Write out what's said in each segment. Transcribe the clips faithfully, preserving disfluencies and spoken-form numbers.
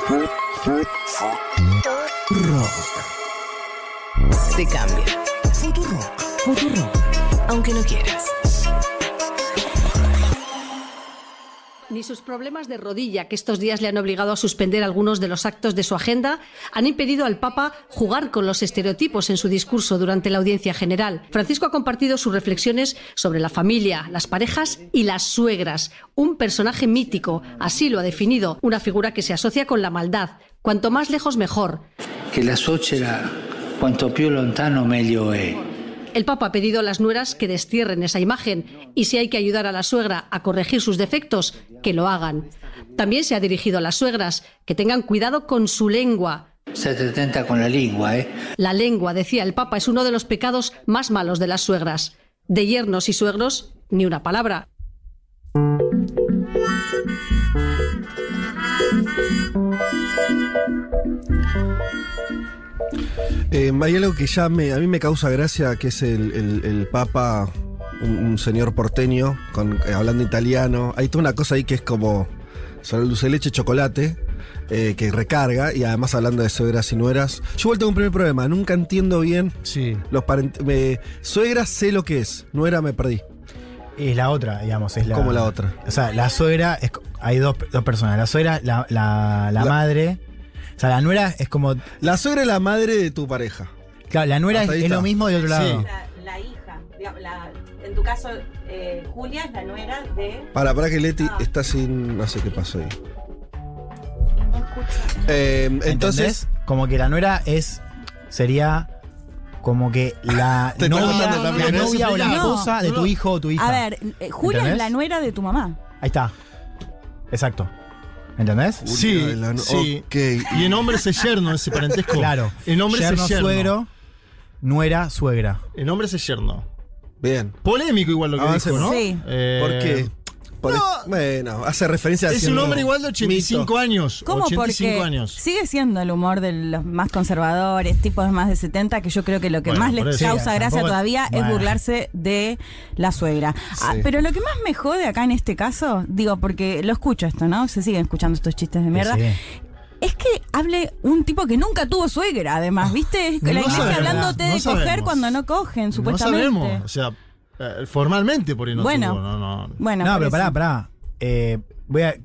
Rock. Te cambia. Futurock. Futurock. Aunque no quieras. Ni sus problemas de rodilla, que estos días le han obligado a suspender algunos de los actos de su agenda, han impedido al Papa jugar con los estereotipos en su discurso durante la audiencia general. Francisco ha compartido sus reflexiones sobre la familia, las parejas y las suegras. Un personaje mítico, así lo ha definido, una figura que se asocia con la maldad. Cuanto más lejos, mejor. Que la suocera, cuanto più lontano, meglio è. El Papa ha pedido a las nueras que destierren esa imagen y si hay que ayudar a la suegra a corregir sus defectos, que lo hagan. También se ha dirigido a las suegras, que tengan cuidado con su lengua. State attenta con la lengua, ¿eh? La lengua, decía el Papa, es uno de los pecados más malos de las suegras. De yernos y suegros, ni una palabra. Eh, hay algo que ya me, a mí me causa gracia, que es el, el, el Papa, un, un señor porteño, con, eh, hablando italiano. Hay toda una cosa ahí que es como sobre dulce de leche, chocolate, eh, que recarga, y además hablando de suegras y nueras. Yo igual tengo un primer problema, nunca entiendo bien Sí. los parent- me, suegra sé lo que es, nuera me perdí. Es la otra, digamos. Es la, ¿Cómo la otra? O sea, la suegra, es, hay dos, dos personas. La suegra, la, la, la La- madre. O sea, la nuera es como. La suegra es la madre de tu pareja. Claro, la nuera es, Hasta ahí es está. lo mismo de otro Sí. lado. La, la hija, digamos, la- en tu caso, eh, Julia es la nuera de... Para, para que Leti Ah. está sin. No sé qué pasó ahí. Eh, ¿Entendés? entonces. Como que la nuera es. Sería. Como que la Te está novia, gustando también, la ¿eh? novia o la No, esposa de no, tu no. hijo o tu hija. A ver, eh, Julia ¿Entendés? es la nuera de tu mamá. Ahí está. Exacto. ¿Entendés? Sí, Sí, la- sí. ok. Y en hombres es yerno ese parentesco. Claro. En hombres Yerno, es yerno. suegro, nuera, suegra. En hombres es yerno. Bien. Polémico igual lo que Avancemos. dijo, ¿no? Sí. Eh, ¿Por qué? Por no. es- bueno, hace referencia a Es un cierto hombre igual de ochenta y cinco mito. años. ¿Cómo? ochenta y Porque cinco años. sigue siendo el humor de los más conservadores, tipos de más de setenta, que yo creo que lo que Bueno, más por les eso. causa Sí, gracia tampoco- todavía bueno. es burlarse de la suegra. Ah, Sí. pero lo que más me jode acá en este caso, digo, porque lo escucho esto, ¿no? Se siguen escuchando estos chistes de mierda. Sí. Es que hable un tipo que nunca tuvo suegra, además, ¿viste? Es que No la iglesia sabemos, hablándote de no coger sabemos. cuando no cogen, supuestamente. No sabemos. O sea, eh, formalmente por ahí no Bueno. tuvo, no, no. Bueno, No, por pero eso. pará, pará. Eh, voy a.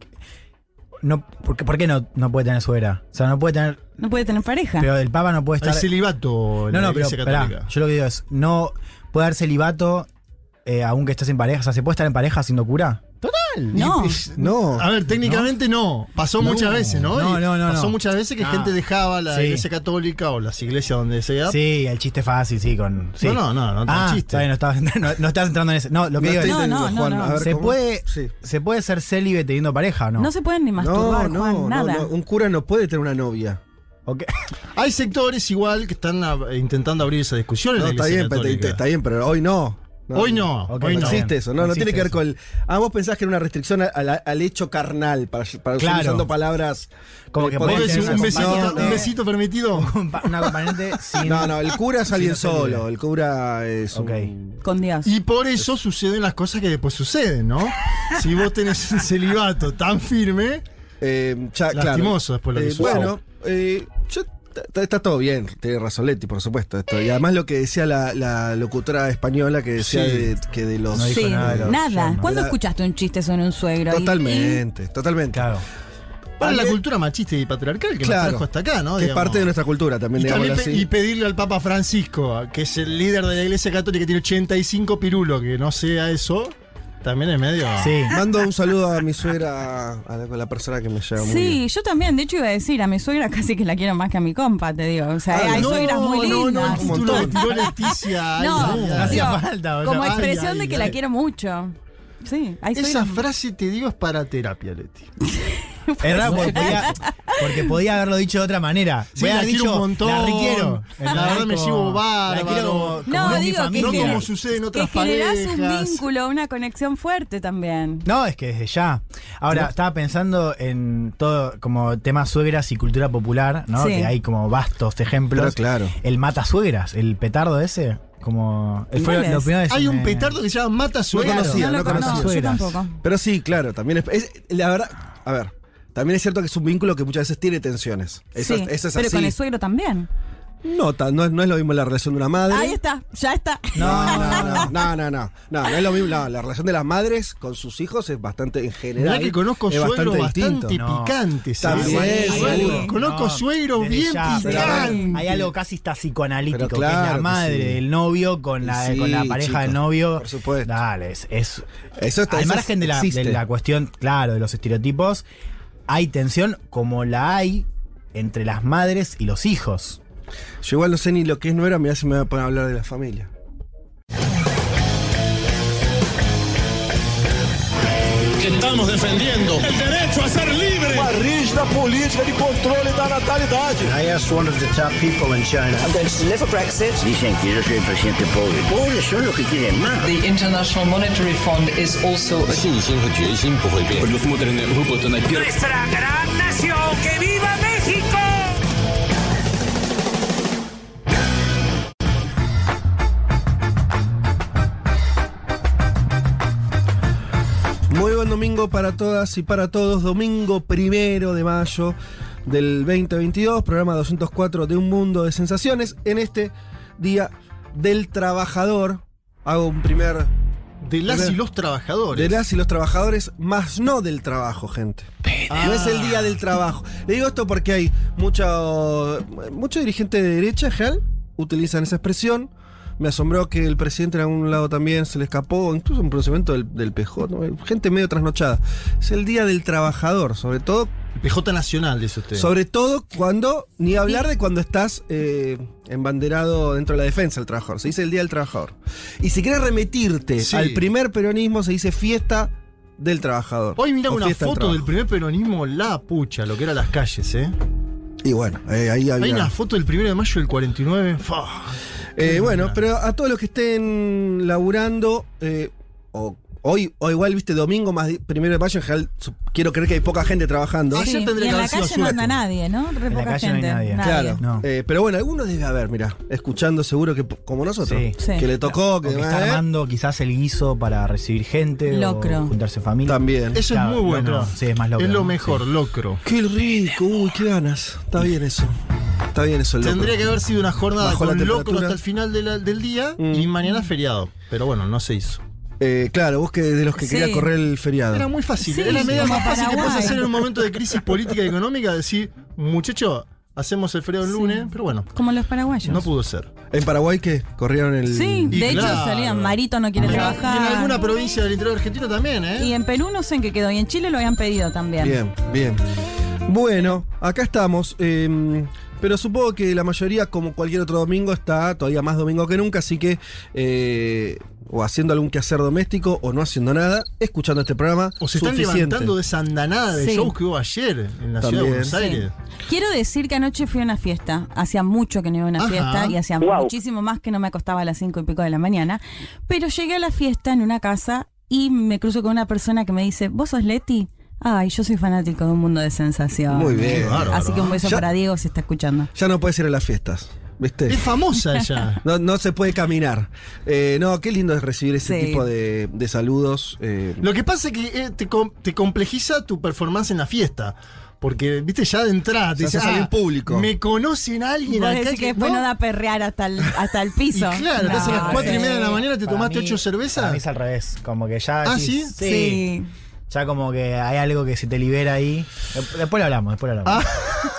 No, ¿por, qué, por qué no, no puede tener suegra? O sea, no puede tener. No puede tener pareja. Pero el Papa no puede Hay estar. celibato en No, la no, pero Iglesia pará, Católica. yo lo que digo es, no puede dar celibato eh, aunque estés en pareja. O sea, ¿se puede estar en pareja siendo cura? No. No. A ver, técnicamente no. Pasó No. muchas veces, ¿no? No, Y no, no, Pasó no. muchas veces que Ah. gente dejaba la Sí. iglesia católica o las iglesias donde sea. Sí, el chiste fácil, sí, con. Sí. No, no, no, no, no, ah, chiste. está bien, no estabas, no, no estabas entrando en ese. No, lo que No digo estoy es. No, entendiendo, no, Juan. no, A no. ver, ¿Se ¿cómo? puede, Sí. ¿Se puede ser célibe teniendo pareja o no? No se pueden ni No, masturbar, no, Juan, no, nada. no. Un cura no puede tener una novia. Ok. Hay sectores igual que están a- intentando abrir esa discusión en No, la está iglesia bien, pero, católica. está bien, pero hoy no. Hoy no, Ok, hoy No no. existe eso, no, No no tiene existe que ver eso. con el. Ah, vos pensás que era una restricción al, al- al hecho carnal, para, para usar Claro. usando palabras. Como eh, que podés ¿Vos puede decís ser un una besito, No, un no. besito permitido? Un pa- Una componente sin. No, no, el cura es alguien sin ser solo. libre. El cura es Ok. un. Con Dios. Y por eso suceden las cosas que después suceden, ¿no? Si vos tenés un celibato tan firme, Eh, ya, claro. Lastimoso después lo que Eh, sucede. Bueno, eh, yo- está, está todo bien, tiene razón Leti, por supuesto. Esto. Y además lo que decía la, la locutora española, que decía Sí. de, que de los. No dijo Sí, nada de los nada. yernos. ¿Cuándo La- escuchaste un chiste sobre un suegro? Y- Totalmente, totalmente. Claro. para la Alguien- cultura machista y patriarcal que Claro. nos trajo hasta acá, ¿no? Que es Digamos. parte de nuestra cultura también, Y, digámoslo también pe- así. y pedirle al Papa Francisco, que es el líder de la Iglesia Católica, que tiene ochenta y cinco pirulos, que no sea eso, también es medio. Sí. Mando un saludo a mi suegra, a la, a la persona que me lleva muy Sí, bien. yo también. De hecho, iba a decir, a mi suegra casi que la quiero más que a mi compa, te digo. O sea, Ah, hay no, suegras muy No, lindas. no, el Un título de montón. tiró Leticia. No, ay, ay, no ay. hacía digo, falta, o como sea, expresión ay, de que ay, la ay. quiero mucho. Sí, hay Esa suegras. frase, te digo, es para terapia, Leti. Es raro porque podía, porque podía haberlo dicho de otra manera. Sí, Podía la haber quiero dicho, un montón. La requiero. La verdad me Como- llevo La bárbaro. quiero como, como No, es mi digo que familia. No genera- como sucede en Que otras generás un parejas. vínculo, una conexión fuerte también. No, es que desde ya. Ahora, estaba pensando en todo como temas suegras y cultura popular, ¿no? Sí. Que hay como vastos ejemplos. Pero claro. El mata suegras, el petardo ese, como. Fue ¿Cuál lo, lo es? primero que se Hay un me- petardo que se llama Mata No Suegra. conocía, no no lo conocía. conozco, yo Suegras. tampoco. Pero sí, claro, también es, es- la verdad, a ver, también es cierto que es un vínculo que muchas veces tiene tensiones. Eso, Sí, eso es pero así. con el suegro también. No, ta- no, es- no es lo mismo la relación de una madre. Ahí está, ya está. No, no, no, no, no, no, no, no, no es lo mismo. No, la relación de las madres con sus hijos es bastante, en general, Mirá que conozco es suegros bastante bastante, distinto. No. picantes. También, ¿eh? seguro. Conozco No, suegros desde bien ya, pero picantes. Hay algo casi está psicoanalítico, Pero que es claro la que madre sí. del novio con la, Sí, con la pareja chicos, del novio. por supuesto. Dale, es, es- Eso está, al eso margen de la, existe. de la cuestión, claro, de los estereotipos, hay tensión como la hay entre las madres y los hijos. Yo igual no sé ni lo que es nuera, mirá si me voy a poner a hablar de la familia. Que estamos defendiendo el derecho a ser libre. Uma rígida política de controle da natalidade. I asked one of the top people in China. I'm going to deliver Brexit. Dicen que yo soy el presidente pobre. Pobres son los que quieren más. The International Monetary Fund is also. Nuestra gran nación, que viva México. Muy buen domingo para todas y para todos. Domingo primero de mayo del veinte veintidós, programa doscientos cuatro de Un Mundo de Sensaciones. En este Día del Trabajador, hago un primer. De las primer- y los trabajadores. De las y los trabajadores, más no del trabajo, gente. No es el día del trabajo. Le digo esto porque hay mucho, mucho dirigente de derecha, en general, utilizan esa expresión. Me asombró que el presidente en algún lado también se le escapó, incluso un procedimiento del, del P J, ¿no? Gente medio trasnochada. Es el día del trabajador, sobre todo. P J Nacional, dice usted. Sobre todo cuando, ni hablar de cuando estás eh, embanderado dentro de la defensa del trabajador. Se dice el día del trabajador. Y si quieres remitirte Sí. al primer peronismo, se dice fiesta del trabajador. Hoy mirá O una fiesta foto del trabajo. primer peronismo, la pucha, lo que eran las calles, ¿eh? Y bueno, eh, ahí había. Hay una foto del primero de mayo del cuarenta y nueve. Fua. Eh, bueno, pero a todos los que estén laburando, eh, o hoy, o igual, viste, domingo más di- primero de mayo, en general, su- quiero creer que hay poca gente trabajando. Ayer Sí, tendría y que en la haber sido calle no anda sueco. nadie, ¿no? Re En la poca calle no hay gente. nadie. Claro, No. eh, pero bueno, algunos debe haber, mira, escuchando seguro que p- como nosotros, Sí. Sí. que le tocó, O que, que está eh, armando quizás el guiso para recibir gente Locro. o juntarse familia. también. Eso Claro, es muy bueno. locro. Sí, es más locro, Es lo ¿no? mejor, Sí. locro. Qué rico, uy, qué ganas. Está bien eso. Está bien eso el locro. Tendría que haber sido una jornada Bajó la con locro temperatura. hasta el final de la- del día Mm. y mañana feriado. Pero bueno, no se hizo. Eh, claro, vos que de los que Sí. quería correr el feriado. Era muy fácil. Sí, Era la medida como más fácil que Paraguay. puedes hacer en un momento de crisis política y económica. Decir, muchacho, hacemos el feriado el Sí. lunes. Pero bueno, Como los paraguayos. no pudo ser. En Paraguay que corrieron el. Sí, Y de hecho claro. salían, Marito no quiere Y en- trabajar. Y en alguna provincia del interior argentino también, ¿eh? Y en Perú no sé en qué quedó. Y en Chile lo habían pedido también. Bien, bien. Bueno, acá estamos. eh, pero supongo que la mayoría, como cualquier otro domingo, está todavía más domingo que nunca, así que eh, o haciendo algún quehacer doméstico o no haciendo nada, escuchando este programa. O se están suficiente. levantando de esa andanada de Sí. shows que hubo ayer en la ciudad También. de Buenos Sí. Aires. Quiero decir que anoche fui a una fiesta. Hacía mucho que no iba a una Ajá. fiesta y hacía Wow. muchísimo más que no me acostaba a las cinco y pico de la mañana. Pero llegué a la fiesta en una casa y me cruzo con una persona que me dice, ¿vos sos Leti? Ay, yo soy fanático de Un Mundo de Sensación. Muy bien. Qué bárbaro. Así que un beso Ya- para Diego si está escuchando. Ya no puedes ir a las fiestas, ¿viste? Es famosa ella. No, no se puede caminar. Eh, no, qué lindo es recibir ese Sí. tipo de, de saludos. eh, Lo que pasa es que eh, te, com- te complejiza tu performance en la fiesta. Porque, viste, ya de entrada te Ya dice, se sale "Ah, en público". Me conocen alguien Vos acá decís que después no da a perrear hasta el, hasta el Y piso. claro, estás a las No, cuatro y sí. media de la mañana, te Para tomaste mí- ocho cervezas. Para mí es al revés, como que ya... ¿Ah, decís- sí? Sí. Ya como que hay algo que se te libera ahí. Dep- Después lo hablamos, después lo hablamos.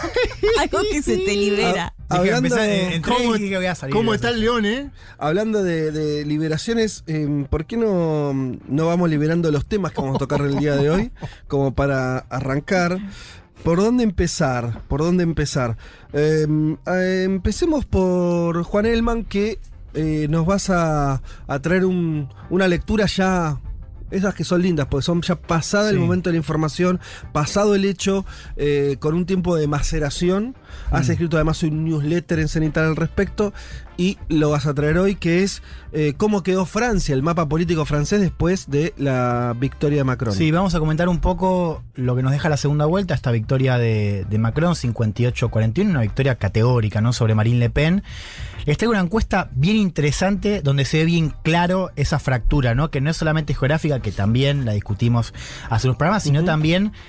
Algo que se te libera. Ah, Dije, hablando empecé- de- entré ¿Cómo, y dije que voy a salir. cómo está el león, eh? Hablando de, de liberaciones, eh, ¿por qué no, no vamos liberando los temas que vamos a tocar el día de hoy? Como para arrancar. ¿Por dónde empezar? ¿Por dónde empezar? Eh, eh, empecemos por Juan Elman, que eh, nos vas a, a traer un- una lectura ya... Esas que son lindas, porque son ya pasada el Sí. momento de la información, pasado el hecho, eh, con un tiempo de maceración. Has escrito además un newsletter en Cenital al respecto y lo vas a traer hoy, que es eh, cómo quedó Francia, el mapa político francés después de la victoria de Macron. Sí, vamos a comentar un poco lo que nos deja la segunda vuelta, esta victoria de, de Macron, cincuenta y ocho a cuarenta y uno, una victoria categórica, ¿no?, sobre Marine Le Pen. Les traigo una encuesta bien interesante donde se ve bien claro esa fractura, ¿no?, que no es solamente geográfica, que también la discutimos hace unos programas, sino Ujú. también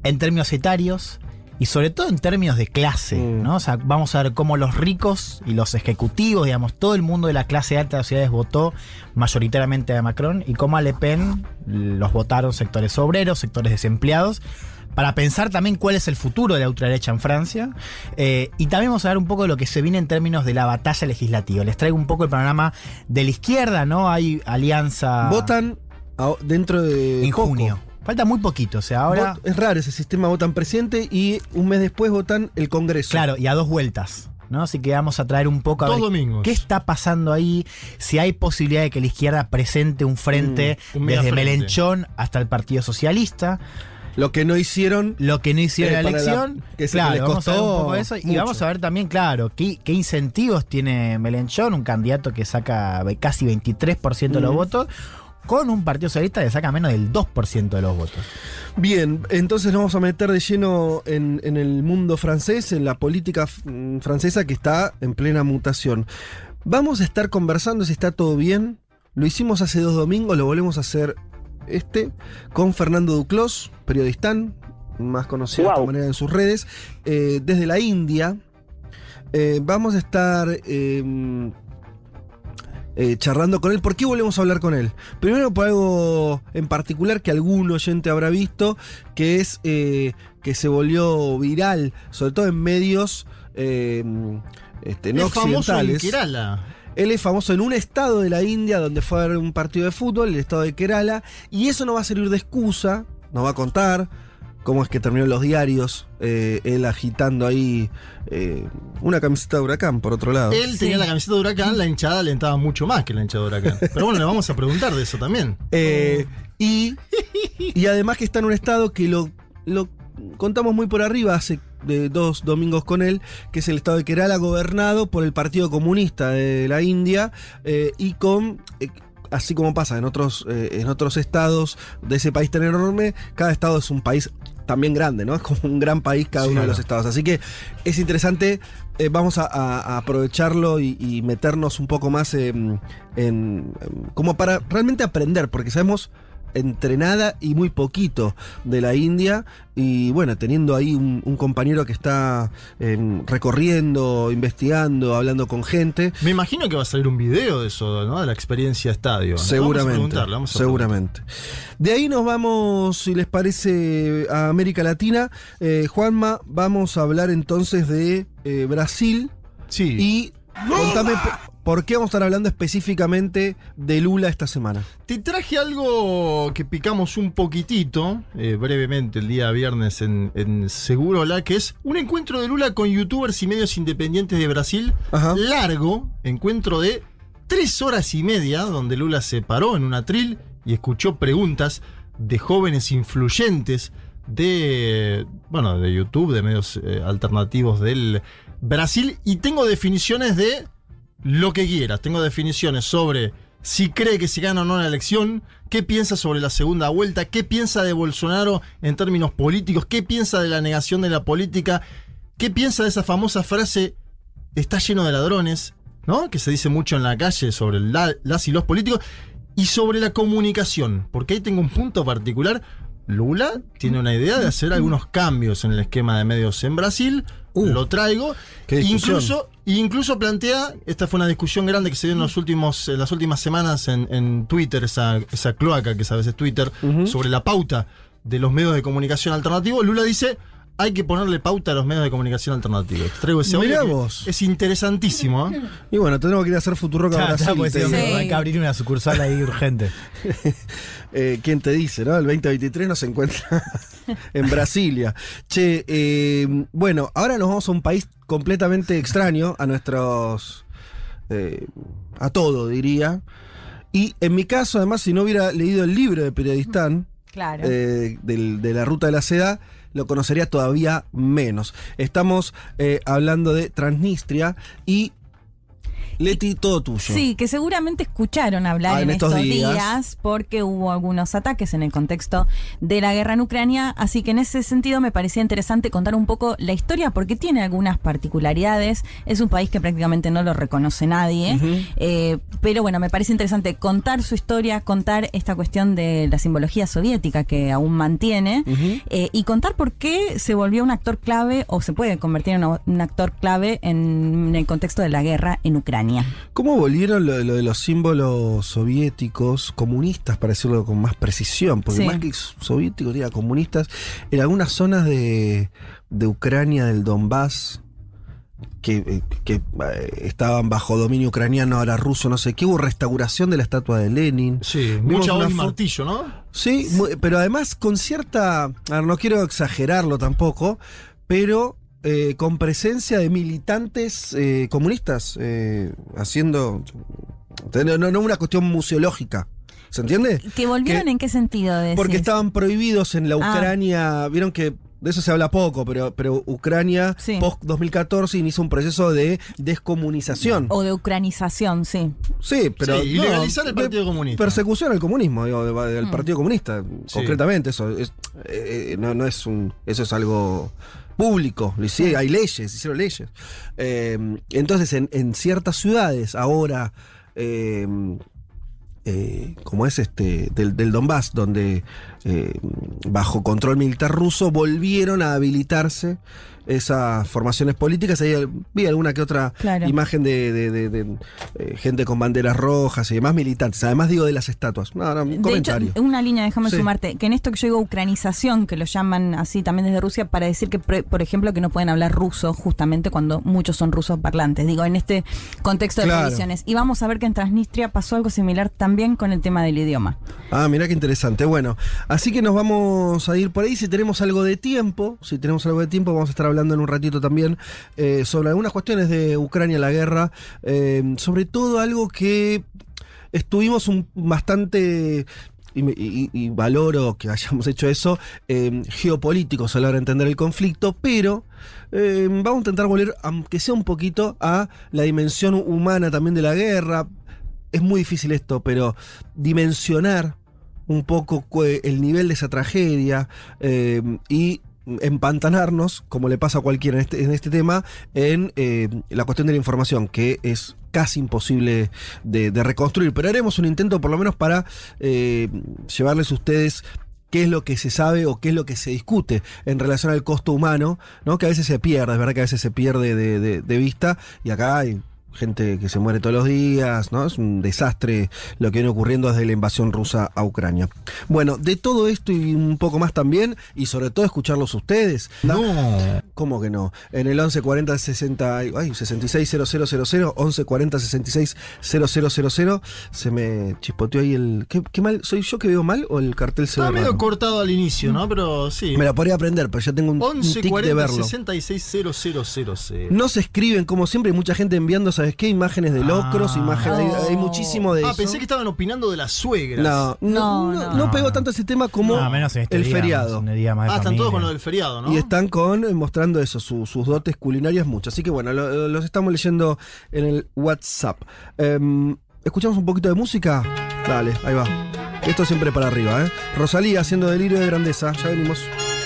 en términos etarios y sobre todo en términos de clase, mm. ¿no? O sea, vamos a ver cómo los ricos y los ejecutivos, digamos, todo el mundo de la clase alta de las ciudades votó mayoritariamente a Macron y cómo a Le Pen los votaron sectores obreros, sectores desempleados, para pensar también cuál es el futuro de la ultraderecha en Francia. Eh, y también vamos a ver un poco de lo que se viene en términos de la batalla legislativa. Les traigo un poco el panorama de la izquierda, ¿no? Hay alianza... Votan a, dentro de... En poco. junio. Falta muy poquito, o sea, ahora... Vot, es raro ese sistema, votan presidente y un mes después votan el Congreso. Claro, y a dos vueltas, ¿no? Así que vamos a traer un poco a Dos ver domingos. qué está pasando ahí, si hay posibilidad de que la izquierda presente un frente Mm, un desde frente. Melenchón hasta el Partido Socialista. Lo que no hicieron. Lo que no hicieron eh, en la para elección. la- que se- claro, que les vamos a ver un costó poco eso. Y mucho. vamos a ver también, claro, qué, qué incentivos tiene Melenchón, un candidato que saca ve- casi veintitrés por ciento de los Mm. votos, con un Partido Socialista que saca menos del dos por ciento de los votos. Bien, entonces nos vamos a meter de lleno en, en el mundo francés, en la política mm, francesa que está en plena mutación. Vamos a estar conversando si está todo bien. Lo hicimos hace dos domingos, lo volvemos a hacer este, con Fernando Duclos, periodistán, más conocido de esta manera en sus redes, eh, desde la India. Eh, vamos a estar... eh, Eh, charlando con él. ¿Por qué volvemos a hablar con él? Primero por algo en particular que algún oyente habrá visto, que es eh, que se volvió viral, sobre todo en medios eh, este, no Es famoso en occidentales. Kerala. Él es famoso en un estado de la India donde fue a ver un partido de fútbol, el estado de Kerala, y eso no va a servir de excusa, nos va a contar cómo es que terminó en los diarios, eh, él agitando ahí eh, una camiseta de Huracán, por otro lado. Él tenía Sí. la camiseta de Huracán, la hinchada alentaba mucho más que la hinchada de Huracán. Pero bueno, le vamos a preguntar de eso también. Eh, y, y además que está en un estado que lo, lo contamos muy por arriba hace de dos domingos con él, que es el estado de Kerala, gobernado por el Partido Comunista de la India, eh, y con... eh, así como pasa en otros, eh, en otros estados de ese país tan enorme, cada estado es un país también grande, ¿no? Es como un gran país cada Sí, uno de claro. los estados. Así que es interesante, eh, vamos a, a- a aprovecharlo y, y meternos un poco más en, en- en- como para realmente aprender, porque sabemos entre nada y muy poquito de la India, y bueno, teniendo ahí un, un compañero que está eh, recorriendo, investigando, hablando con gente. Me imagino que va a salir un video de eso, ¿no? De la experiencia estadio. Seguramente, Vamos a preguntarle, vamos a seguramente. De ahí nos vamos, si les parece, a América Latina. Eh, Juanma, vamos a hablar entonces de eh, Brasil. Sí. Y contame po- por qué vamos a estar hablando específicamente de Lula esta semana. Te traje algo que picamos un poquitito, eh, brevemente, el día viernes en, en Segurola, que es un encuentro de Lula con youtubers y medios independientes de Brasil. Ajá. Largo, encuentro de tres horas y media, donde Lula se paró en un atril y escuchó preguntas de jóvenes influyentes de, bueno, de YouTube, de medios eh, alternativos del Brasil. Y tengo definiciones de lo que quieras. Tengo definiciones sobre si cree que se gana o no la elección, qué piensa sobre la segunda vuelta, qué piensa de Bolsonaro en términos políticos, qué piensa de la negación de la política, qué piensa de esa famosa frase, está lleno de ladrones, ¿no? Que se dice mucho en la calle sobre la- las y los políticos, y sobre la comunicación, porque ahí tengo un punto particular. Lula tiene una idea de hacer algunos cambios en el esquema de medios en Brasil. Uh, lo traigo. qué discusión. Incluso, incluso plantea, esta fue una discusión grande que se dio en, los últimos, en las últimas semanas en, en Twitter, esa, esa cloaca que es a veces Twitter, Ujú. sobre la pauta de los medios de comunicación alternativos. Lula dice, hay que ponerle pauta a los medios de comunicación alternativos. Traigo ese Mirá audio que vos. es interesantísimo. ¿eh? Y bueno, tenemos que ir a hacer Futuroca a Ya, Brasil. ya, pues, te sí, digo. hombre, hay que abrir una sucursal ahí urgente. Eh, ¿Quién te dice, no? El veinte veintitrés nos encuentra en Brasilia. Che, eh, bueno, ahora nos vamos a un país completamente extraño a nuestros... eh, a todo, diría. Y en mi caso, además, si no hubiera leído el libro de Periodistán, Claro. eh, del- de la Ruta de la Seda, lo conocería todavía menos. Estamos eh, hablando de Transnistria y Leti, todo tuyo. Sí, que seguramente escucharon hablar ah, en, en estos, estos días. días porque hubo algunos ataques en el contexto de la guerra en Ucrania, así que en ese sentido me parecía interesante contar un poco la historia porque tiene algunas particularidades. Es un país que prácticamente no lo reconoce nadie, uh-huh. eh, pero bueno, me parece interesante contar su historia, contar esta cuestión de la simbología soviética que aún mantiene, uh-huh. eh, y contar por qué se volvió un actor clave o se puede convertir en un actor clave en el contexto de la guerra en Ucrania. ¿Cómo volvieron lo, lo de los símbolos soviéticos, comunistas, para decirlo con más precisión? Porque sí. más que soviéticos, diga comunistas, en algunas zonas de, de Ucrania, del Donbass, que, que eh, estaban bajo dominio ucraniano, ahora ruso, no sé qué, hubo restauración de la estatua de Lenin. Sí, mucha voz y martillo, ¿no? Sí, muy, pero además con cierta, ahora no quiero exagerarlo tampoco, pero... Eh, con presencia de militantes eh, comunistas eh, haciendo no, no una cuestión museológica, ¿se entiende? ¿Que volvieron que, en qué sentido? Decís? Porque estaban prohibidos en la Ucrania, ah. vieron que de eso se habla poco, pero, pero Ucrania sí. post dos mil catorce inicia un proceso de descomunización. O de ucranización, sí. Sí, pero... Sí, ilegalizar no, el Partido Comunista. Persecución al comunismo, digo, del mm. Partido Comunista, sí. concretamente. Eso es, eh, no, no es un, eso es algo... público, sí, hay leyes, hicieron leyes. Eh, entonces, en, en ciertas ciudades, ahora, eh, eh, como es este, del, del Donbass, donde eh, bajo control militar ruso, volvieron a habilitarse esas formaciones políticas. Ahí vi alguna que otra claro. imagen de, de, de, de, de eh, gente con banderas rojas y demás militantes. Además, digo, de las estatuas. No, no, un de comentario. Hecho, una línea, déjame sí. sumarte, que en esto que yo digo ucranización, que lo llaman así también desde Rusia, para decir que, por ejemplo, que no pueden hablar ruso, justamente cuando muchos son rusos parlantes. Digo, en este contexto de claro. prohibiciones. Y vamos a ver que en Transnistria pasó algo similar también con el tema del idioma. Ah, mirá qué interesante. Bueno, así que nos vamos a ir por ahí. Si tenemos algo de tiempo, si tenemos algo de tiempo, vamos a estar hablando en un ratito también eh, sobre algunas cuestiones de Ucrania, la guerra, eh, sobre todo algo que estuvimos un, bastante... Y, y, y valoro que hayamos hecho eso, eh, geopolíticos a la hora de entender el conflicto, pero eh, vamos a intentar volver, aunque sea un poquito, a la dimensión humana también de la guerra. Es muy difícil esto, pero dimensionar un poco el nivel de esa tragedia eh, y empantanarnos, como le pasa a cualquiera en este, en este tema, en eh, la cuestión de la información, que es casi imposible de, de reconstruir. Pero haremos un intento por lo menos para eh, llevarles a ustedes qué es lo que se sabe o qué es lo que se discute en relación al costo humano, ¿no? Que a veces se pierde, es verdad que a veces se pierde de, de, de vista, y acá hay gente que se muere todos los días, ¿no? Es un desastre lo que viene ocurriendo desde la invasión rusa a Ucrania. Bueno, de todo esto y un poco más también, y sobre todo escucharlos ustedes. No. ¿Cómo que no? En el once cuarenta sesenta, ay, sesenta y seis cero cero cero cero, once cuarenta sesenta y seis cero cero cero cero, se me chispoteó ahí el... ¿Qué, qué mal? ¿Soy yo que veo mal o el cartel se ve Está medio raro? cortado al inicio, ¿no? Pero sí. Me la podría aprender, pero ya tengo un, un tic de verlo. sesenta y seis cero cero cero cero. No se escriben, como siempre, hay mucha gente enviando, ¿sabes qué? Imágenes de locros, ah, imágenes, no. hay, hay muchísimo de ah, eso. Pensé que estaban opinando de las suegras. No, no, no, no, no pegó tanto ese tema como no, menos en este el día, feriado. Un día más de ah, están familia. todos con lo del feriado, ¿no? Y están con eh, mostrando eso, su, sus dotes culinarias mucho. Así que bueno, lo, los estamos leyendo en el WhatsApp. Eh, ¿Escuchamos un poquito de música? Dale, ahí va. Esto siempre para arriba, ¿eh? Rosalía haciendo Delirio de Grandeza. Ya venimos.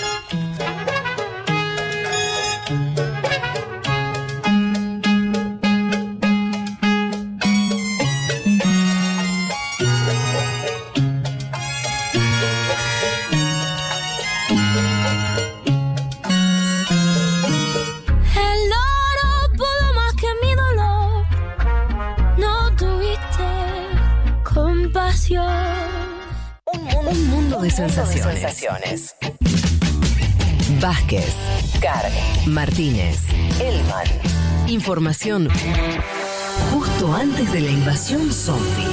Un mundo de sensaciones. sensaciones. Vázquez, Carg, Martínez, Elman. Información justo antes de la invasión zombie.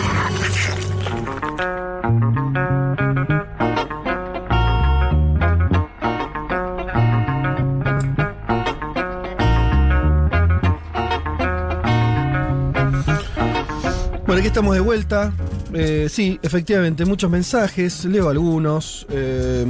Bueno, aquí estamos de vuelta. Eh, sí, efectivamente, muchos mensajes, leo algunos. Eh,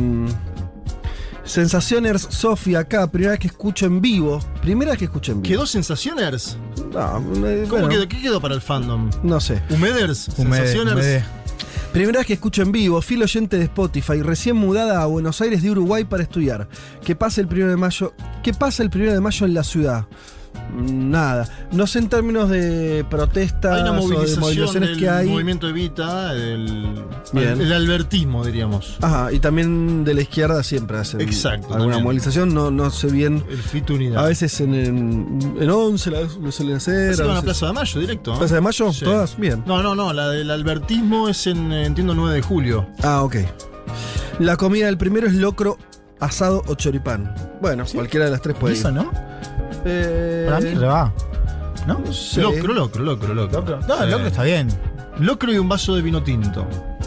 Sensacioners Sofía acá, primera vez que escucho en vivo. Primera vez que escucho en vivo. ¿Quedó Sensacioners? No, eh, ¿Cómo bueno, quedó? ¿Qué quedó para el fandom? no sé. ¿Humeders? Humede, ¿Sensacioners? humede. Primera vez que escucho en vivo, fil oyente de Spotify, recién mudada a Buenos Aires de Uruguay para estudiar. ¿Qué pasa el primero de mayo? ¿Qué pasa el primero de mayo en la ciudad? Nada. No sé en términos de protestas Hay una o de movilización movilizaciones del que hay. movimiento Evita, el, Bien. el albertismo, diríamos. Ajá, y también de la izquierda siempre hacen Exacto, alguna también. movilización, no, no sé bien. El Fit Unidad. A veces en, en, en once la- lo suelen hacer. ¿Es a en la veces- Plaza de Mayo directo? ¿no? ¿Plaza de Mayo? Sí. ¿Todas? Bien. No, no, no, la del albertismo es en, eh, entiendo, nueve de julio. Ah, ok. La comida del primero es locro, asado o choripán. Bueno, cualquiera de las tres puede ir. Eso, ¿no? Eh, Para mí re va. ¿No? sí. Locro, locro, locro, locro. Locro. No, Sí. el locro está bien. Locro y un vaso de vino tinto.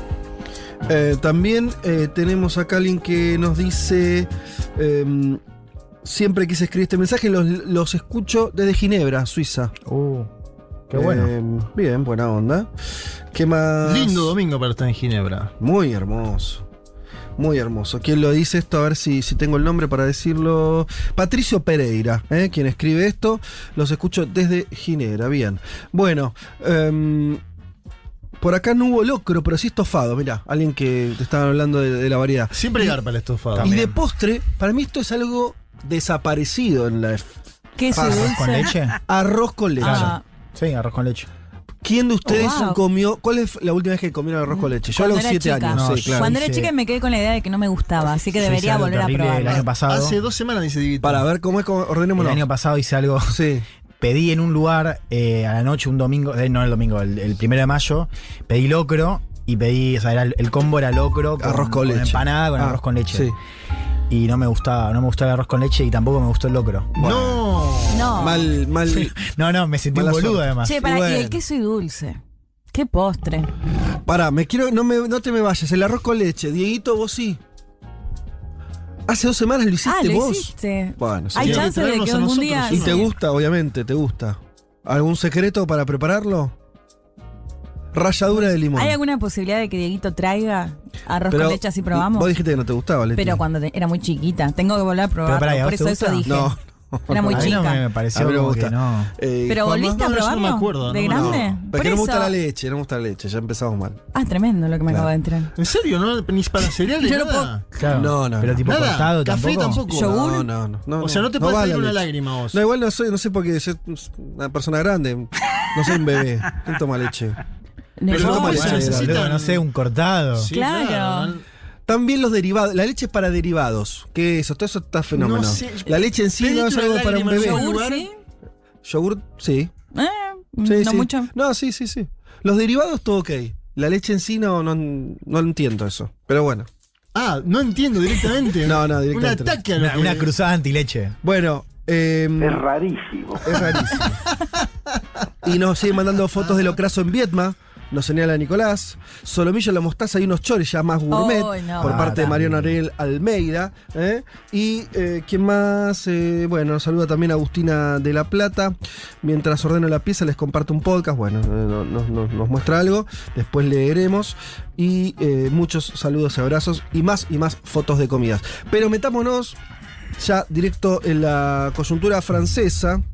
Eh, también eh, tenemos acá alguien que nos dice: em, siempre quise escribir este mensaje, los, los escucho desde Ginebra, Suiza. Uh, qué bueno. Em, bien, buena onda. ¿Qué más? Lindo domingo para estar en Ginebra. Muy hermoso. Muy hermoso. ¿Quién lo dice esto? A ver si, si tengo el nombre para decirlo. Patricio Pereira, ¿eh? Quien escribe esto. Los escucho desde Ginebra. Bien. Bueno, em, por acá no hubo locro, pero sí estofado. Mirá, alguien que te estaba hablando de, de la variedad. Siempre hay garpa el estofado. Y de postre, para mí esto es algo desaparecido en la ¿Qué es ¿Arroz dulce? con leche? arroz con leche. Ah, Sí, arroz con leche. ¿Quién de ustedes Oh, wow. comió? ¿Cuál es la última vez que comieron arroz con leche? Yo a Cuando los era siete chica. años, No, sí, claro. Cuando era hice- chica me quedé con la idea de que no me gustaba, así que Yo debería hice algo volver a terrible probarlo. El año pasado. Hace dos semanas dice Divito. Para ver cómo es, cómo, El ordenémonos. año pasado hice algo. Sí. Pedí en un lugar eh, a la noche, un domingo, eh, no el domingo, el, el primero de mayo, pedí locro y pedí, o sea, era el, el combo era locro con Arroz con leche. empanada con Ah, arroz con leche. sí. Y no me gustaba, no me gustaba el arroz con leche y tampoco me gustó el locro. No. No. Mal, mal. No, no, me sentí un Mala boludo suerte. además. Che, para, bueno. y el queso y dulce. Qué postre. Pará, me quiero, no, me, no te me vayas. El arroz con leche. Dieguito, vos sí. Hace dos semanas lo hiciste Ah, lo vos. hiciste. Bueno, sí. Hay Tiene que chance de traernos que a algún nosotros, día. sí. ¿Y te gusta, obviamente, te gusta? ¿Algún secreto para prepararlo? Ralladura de limón. ¿Hay alguna posibilidad de que Dieguito traiga arroz Pero con leche así probamos? Vos dijiste que no te gustaba, Leti. Pero cuando te- era muy chiquita. Tengo que volver a probarlo. pará, ¿y a por vos te eso eso gusta? dije. No. Era muy a mí no chica. me A pareció mí me como gusta. que no. Eh, Pero Juanma. volviste a No, yo no me probarlo. acuerdo, ¿De no, grande? No, Por porque no me gusta eso- la leche, no me gusta la leche, ya empezamos mal. Ah, tremendo lo que me Claro. acaba de entrar. ¿En serio? ¿No? ¿Ni para cereales? Yo no nada? Claro. No, no, Pero no. tipo Nada, cortado café tampoco. tampoco. ¿Yogur? No, no, no, no. O sea, no te puedes va pedir la una leche. lágrima vos. No, igual no soy, no sé por qué soy una persona grande. No soy un bebé. ¿Quién toma leche? Pero no no, toma Bueno, leche. necesitan- boludo, no sé, un cortado. Sí, Claro. También los derivados. La leche es para derivados. ¿Qué es eso? Todo eso está fenómeno. No sé. La leche en sí Pedite no es una algo para un lágrima, bebé. yo- ¿Yogur lugar? sí? Yogur, sí. Eh, Sí, no sí. mucho. No, sí, sí, sí. Los derivados, todo ok. La leche en sí no, no, no entiendo eso. Pero bueno. Ah, no entiendo directamente. No, no, directamente Un no. ataque a lo Una, que- una cruzada antileche. Bueno. Eh, Es rarísimo. es rarísimo. Y nos siguen mandando fotos de locrazo en Vietma. Nos señala Nicolás. Solomillo, la mostaza y unos chores ya más gourmet. Ay, no. Por Ah, parte de Mariano también. Ariel Almeida. ¿eh? Y eh, ¿quién más? Eh, bueno, nos saluda también Agustina de la Plata. Mientras ordeno la pieza, les comparto un podcast. Bueno, eh, no- no- no- nos muestra algo. Después leeremos. Y eh, muchos saludos y abrazos. Y más y más fotos de comidas. Pero metámonos ya directo en la coyuntura francesa.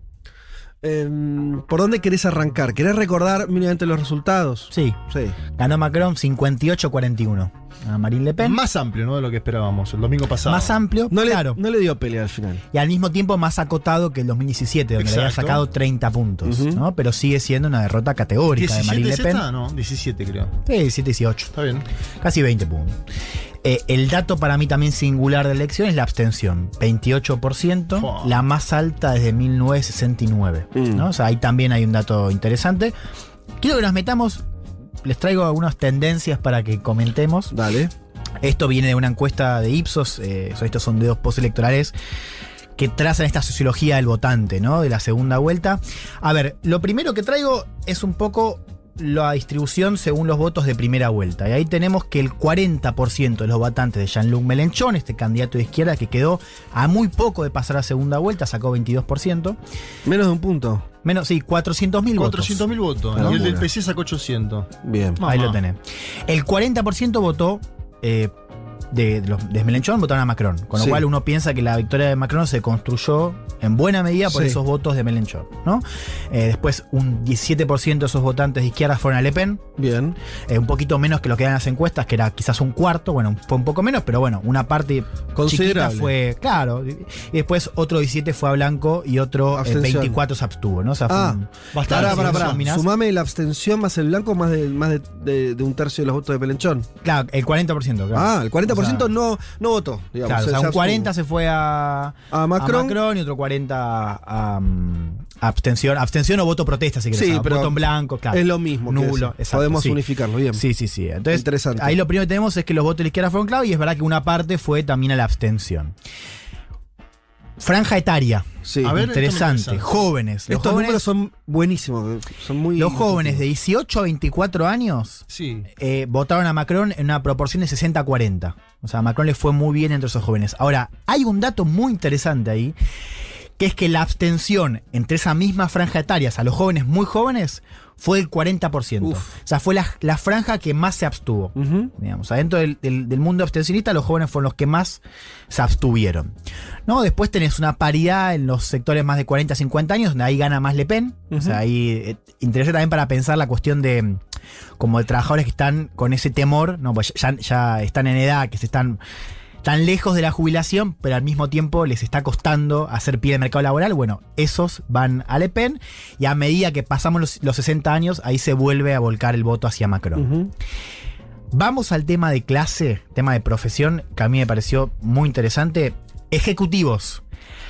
Em, ¿Por dónde querés arrancar? ¿Querés recordar mínimamente los resultados? Sí. Sí. Ganó Macron cincuenta y ocho a cuarenta y uno. A Marine Le Pen. Más amplio, ¿no? De lo que esperábamos el domingo pasado. Más amplio, No le, claro. no le dio pelea al final. Y al mismo tiempo más acotado que el dos mil diecisiete, donde le había Exacto. sacado treinta puntos. Ujú. ¿no? Pero sigue siendo una derrota categórica de Marine Le ¿diecisiete Pen. Z? No, diecisiete creo. Sí, diecisiete dieciocho. Está bien. Casi veinte puntos. Eh, el dato para mí también singular de la elección es la abstención, veintiocho por ciento, Fua. la más alta desde mil novecientos sesenta y nueve. Mm. ¿no? O sea, ahí también hay un dato interesante. Quiero que nos metamos, les traigo algunas tendencias para que comentemos. Dale. Esto viene de una encuesta de Ipsos, eh, son estos sondeos postelectorales que trazan esta sociología del votante, ¿no? De la segunda vuelta. A ver, lo primero que traigo es un poco la distribución según los votos de primera vuelta. Y ahí tenemos que el cuarenta por ciento de los votantes de Jean-Luc Mélenchon, este candidato de izquierda que quedó a muy poco de pasar a segunda vuelta, sacó veintidós por ciento. Menos de un punto. Menos, sí, cuatrocientos mil votos. cuatrocientos mil votos. Una Y el del locura. P C sacó ochocientos. Bien. Mamá. Ahí lo tenés. El cuarenta por ciento votó eh, de, de los de Mélenchon votaron a Macron. Con lo Sí. cual uno piensa que la victoria de Macron se construyó en buena medida por Sí. esos votos de Mélenchon, ¿no? Eh, después un diecisiete por ciento de esos votantes de izquierda fueron a Le Pen. Bien. Eh, un poquito menos que lo que dan las encuestas, que era quizás un cuarto. Bueno, fue un poco menos, pero bueno, una parte chiquita Considerable. fue, claro. Y después otro diecisiete fue a Blanco y otro eh, Abstención. veinticuatro se abstuvo, ¿no? O sea, fue Ah, un- bastante. Pará, pará, pará. dominás. Sumame la abstención más el blanco, más de, más de, de- de un tercio de los votos de Melenchón. Claro, el cuarenta por ciento. Claro. Ah, el cuarenta por ciento O sea, no, no votó, digamos. Claro, se- o sea, se un cuarenta abstuvo. se fue a, A Macron. a Macron y otro cuarenta a, a, um, abstención. Abstención o voto protesta, si querés. Sí, o sea, pero voto en blanco, claro. es lo mismo. quiero Nulo, decir. exacto, Podemos sí. unificarlo, bien. Sí, sí, sí. Entonces, Interesante. ahí lo primero que tenemos es que los votos de la izquierda fueron clave y es verdad que una parte fue también a la abstención. Franja etaria. Sí. A ver, Interesante. esto me interesa. Jóvenes. Los Estos jóvenes, números son buenísimos. Son muy. los jóvenes de dieciocho a veinticuatro años Sí. eh, votaron a Macron en una proporción de sesenta a cuarenta. O sea, a Macron le fue muy bien entre esos jóvenes. Ahora, hay un dato muy interesante ahí, que es que la abstención entre esa misma franja etaria, o sea, los jóvenes muy jóvenes, fue del cuarenta por ciento. Uf. O sea, fue la, la franja que más se abstuvo. Ujú. Digamos, adentro del, del- del mundo abstencionista, los jóvenes fueron los que más se abstuvieron. ¿No? Después tenés una paridad en los sectores más de cuarenta a cincuenta años, donde ahí gana más Le Pen. O sea, ahí eh, interesa también para pensar la cuestión de como de trabajadores que están con ese temor, no, pues ya, ya están en edad, que se están tan lejos de la jubilación, pero al mismo tiempo les está costando hacer pie de mercado laboral. Bueno, esos van a Le Pen y a medida que pasamos los, los sesenta años, ahí se vuelve a volcar el voto hacia Macron. Ujú. Vamos al tema de clase, tema de profesión, que a mí me pareció muy interesante. Ejecutivos.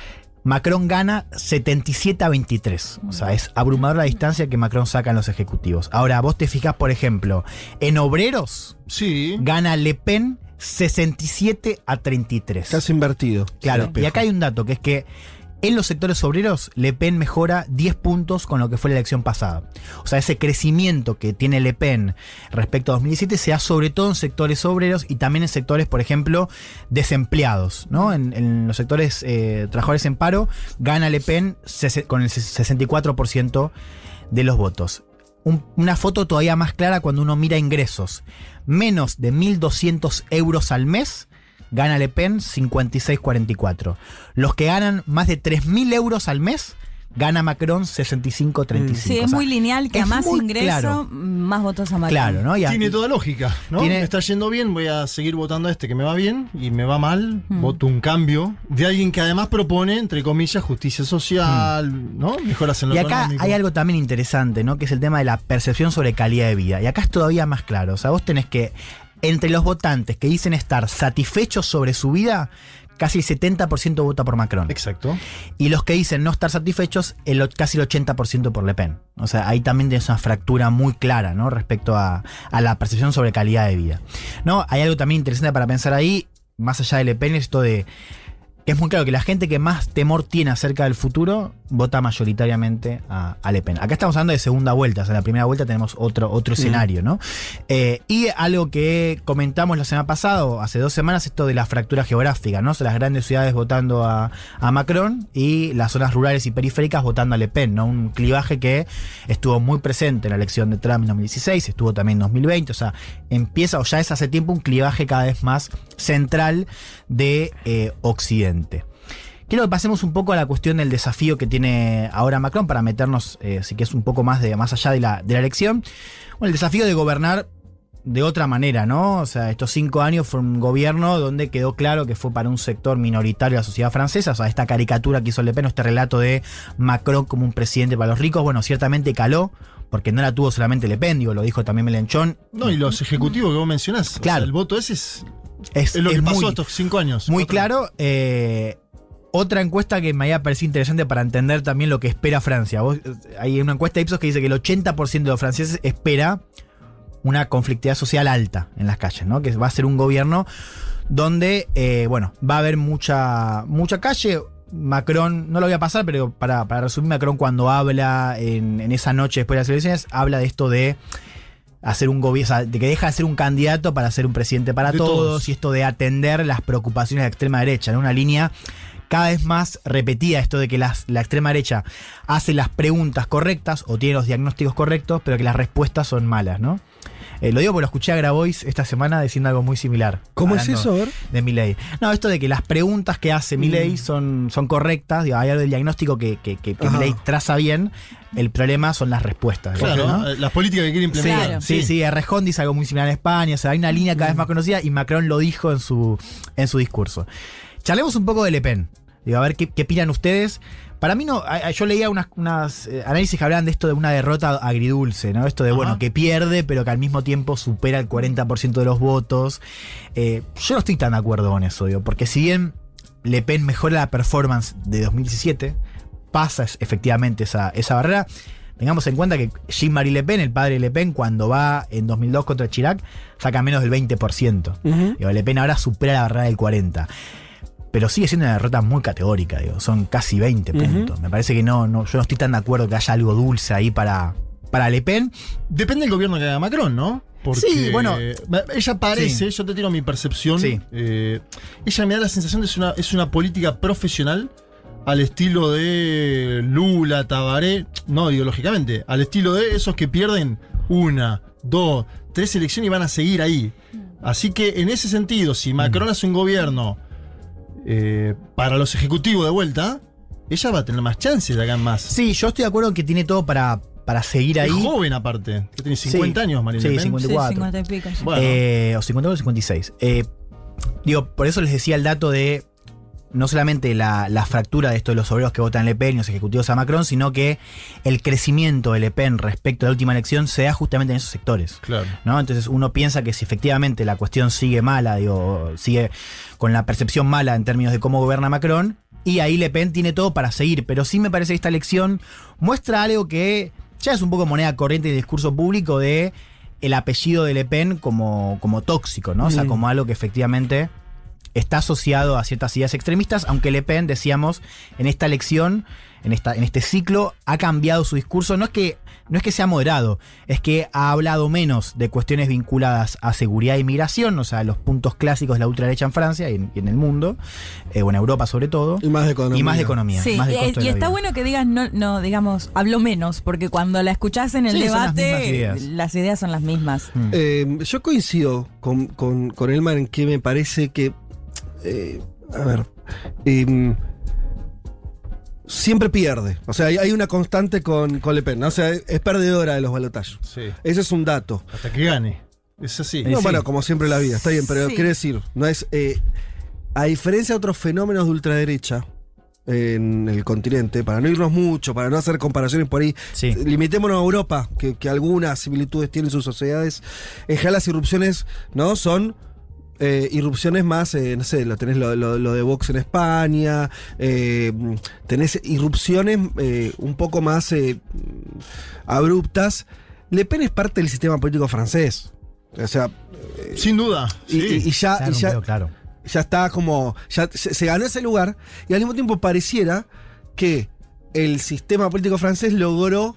Macron gana setenta y siete a veintitrés. O sea, es abrumadora la distancia que Macron saca en los ejecutivos. Ahora, vos te fijás, por ejemplo, en obreros, Sí. gana Le Pen sesenta y siete a treinta y tres. Casi invertido. Claro, El espejo. y acá hay un dato, que es que en los sectores obreros, Le Pen mejora diez puntos con lo que fue la elección pasada. O sea, ese crecimiento que tiene Le Pen respecto a dos mil diecisiete se da sobre todo en sectores obreros y también en sectores, por ejemplo, desempleados, ¿no? En, en los sectores eh, trabajadores en paro, gana Le Pen ses- con el sesenta y cuatro por ciento de los votos. Un- una foto todavía más clara cuando uno mira ingresos. Menos de mil doscientos euros al mes, gana Le Pen cincuenta y seis a cuarenta y cuatro. Los que ganan más de tres mil euros al mes, gana Macron sesenta y cinco a treinta y cinco. Sí, es O sea, muy lineal, que a es más muy ingreso, claro. más votos a Macron. Claro, ¿no? Y a- Tiene toda lógica, ¿no? Tiene- Me está yendo bien, voy a seguir votando a este que me va bien y me va mal, Mm. voto un cambio de alguien que además propone, entre comillas, justicia social, ¿no? Mejoras en lo Y acá económico. hay algo también interesante, ¿no? Que es el tema de la percepción sobre calidad de vida. Y acá es todavía más claro. O sea, vos tenés que, entre los votantes que dicen estar satisfechos sobre su vida, casi el setenta por ciento vota por Macron. Exacto. Y los que dicen no estar satisfechos, el, o- casi el ochenta por ciento por Le Pen. O sea, ahí también tienes una fractura muy clara, ¿no? Respecto a, a la percepción sobre calidad de vida. ¿No? Hay algo también interesante para pensar ahí, más allá de Le Pen, esto de que es muy claro que la gente que más temor tiene acerca del futuro vota mayoritariamente a, a Le Pen. Acá estamos hablando de segunda vuelta, o sea, en la primera vuelta tenemos otro, otro escenario, ¿no? Eh, y algo que comentamos la semana pasada, o hace dos semanas, esto de la fractura geográfica, ¿no? O sea, las grandes ciudades votando a, a Macron y las zonas rurales y periféricas votando a Le Pen, ¿no? Un clivaje que estuvo muy presente en la elección de Trump en dos mil dieciséis, estuvo también en dos mil veinte, o sea, empieza, o ya es hace tiempo, un clivaje cada vez más central de eh, Occidente. Quiero que pasemos un poco a la cuestión del desafío que tiene ahora Macron para meternos, eh, si que es un poco más, de, más allá de la, de la elección. Bueno, el desafío de gobernar de otra manera, ¿no? O sea, estos cinco años fue un gobierno donde quedó claro que fue para un sector minoritario de la sociedad francesa. O sea, esta caricatura que hizo Le Pen, este relato de Macron como un presidente para los ricos, bueno, ciertamente caló, porque no la tuvo solamente Le Pen, digo, lo dijo también Mélenchon. No, y los ejecutivos que vos mencionás. Claro. O sea, el voto ese es, Es, es lo es que pasó muy- estos cinco años. Muy Otra- claro. eh, otra encuesta que me había parecido interesante para entender también lo que espera Francia. Vos, eh, hay una encuesta de Ipsos que dice que el ochenta por ciento de los franceses espera una conflictividad social alta en las calles, ¿no? Que va a ser un gobierno donde, eh, bueno, va a haber mucha, mucha calle. Macron, no lo voy a pasar, pero para, para resumir, Macron cuando habla en, en esa noche después de las elecciones, habla de esto de hacer un gobierno, o sea, de que deja de ser un candidato para ser un presidente para De todos, todos. y esto de atender las preocupaciones de la extrema derecha, ¿no? Una línea cada vez más repetida, esto de que las- la extrema derecha hace las preguntas correctas o tiene los diagnósticos correctos, pero que las respuestas son malas, ¿no? Eh, lo digo porque lo escuché a Grabois esta semana diciendo algo muy similar. ¿Cómo es eso? A ver. De Milei. No, esto de que las preguntas que hace Milei mm. son, son correctas. Digo, hay algo del diagnóstico que, que, que, que Milei traza bien. El problema son las respuestas. Claro, ¿no? Las políticas que quiere implementar. Claro. Sí, sí, sí. Errejón dice algo muy similar en España. O sea, hay una línea cada vez más conocida y Macron lo dijo en su, en su discurso. Charlemos un poco de Le Pen. Digo, a ver qué, qué opinan ustedes. Para mí no, yo leía unas, unas eh, análisis que hablaban de esto de una derrota agridulce, ¿no? Esto de, Ajá. bueno, que pierde, pero que al mismo tiempo supera el cuarenta por ciento de los votos. Eh, yo no estoy tan de acuerdo con eso, digo, porque si bien Le Pen mejora la performance de dos mil diecisiete, pasa efectivamente esa, esa barrera. Tengamos en cuenta que Jean-Marie Le Pen, el padre de Le Pen, cuando va en dos mil dos contra Chirac, saca menos del veinte por ciento. Uh-huh. Digo, Le Pen ahora supera la barrera del cuarenta por ciento. Pero sigue siendo una derrota muy categórica, digo. Son casi veinte puntos. Uh-huh. Me parece que no, no, yo no estoy tan de acuerdo que haya algo dulce ahí para, para Le Pen. Depende del gobierno que haga Macron, ¿no? Porque sí, bueno. Ella parece, sí. yo te tiro mi percepción. Sí. Eh, ella me da la sensación de que es una, es una política profesional al estilo de Lula, Tabaré. No, ideológicamente. Al estilo de esos que pierden una, dos, tres elecciones y van a seguir ahí. Así que en ese sentido, si Macron mm. hace un gobierno Eh, para los ejecutivos de vuelta, ella va a tener más chances de ganar más. Sí, yo estoy de acuerdo en que tiene todo para, para seguir ahí. Es joven aparte, que tiene cincuenta sí, años, Marina sí, Le Pen. cincuenta y cuatro. Sí, cincuenta y pico. Sí. Bueno. Eh, o cincuenta y cuatro o cincuenta y seis. Eh, digo, por eso les decía el dato de no solamente la, la fractura de esto de los obreros que votan Le Pen y los ejecutivos a Macron, sino que el crecimiento de Le Pen respecto a la última elección se da justamente en esos sectores. Claro. ¿No? Entonces uno piensa que si efectivamente la cuestión sigue mala, digo, sigue con la percepción mala en términos de cómo gobierna Macron, y ahí Le Pen tiene todo para seguir. Pero sí me parece que esta elección muestra algo que ya es un poco moneda corriente del discurso público de el apellido de Le Pen como, como tóxico, ¿no? Mm. O sea, como algo que efectivamente está asociado a ciertas ideas extremistas, aunque Le Pen, decíamos, en esta elección, en, esta, en este ciclo, ha cambiado su discurso. No es que, no es que sea moderado, es que ha hablado menos de cuestiones vinculadas a seguridad e inmigración, o sea, los puntos clásicos de la ultraderecha en Francia y en, y en el mundo, eh, o en Europa sobre todo. Y más de economía. Y más de economía. Sí, más de y, costo de y la está vida. bueno que digas, no, no, digamos, habló menos, porque cuando la escuchás en el sí, debate, las, ideas. las ideas son las mismas. Mm. Eh, yo coincido con, con, con Elman en que me parece que Eh, a ver, eh, siempre pierde. O sea, hay, hay una constante con, con Le Pen, ¿no? O sea, es perdedora de los balotajes. Sí. Ese es un dato. Hasta que gane. Es así. No, sí. bueno, como siempre en la vida, está bien, pero Sí. quiere decir, no es. Eh, a diferencia de otros fenómenos de ultraderecha en el continente, para no irnos mucho, para no hacer comparaciones por ahí, Sí. limitémonos a Europa, que, que algunas similitudes tienen sus sociedades. En general, las irrupciones, ¿no? Son. Eh, irrupciones más, eh, no sé, lo tenés lo, lo, lo de Vox en España, eh, tenés irrupciones eh, un poco más eh, abruptas. Le Pen es parte del sistema político francés. O sea. Eh, Sin duda. Y, sí. y, y ya, Claro, y ya, pero claro. ya está como. Ya se, se ganó ese lugar. Y al mismo tiempo pareciera que el sistema político francés logró.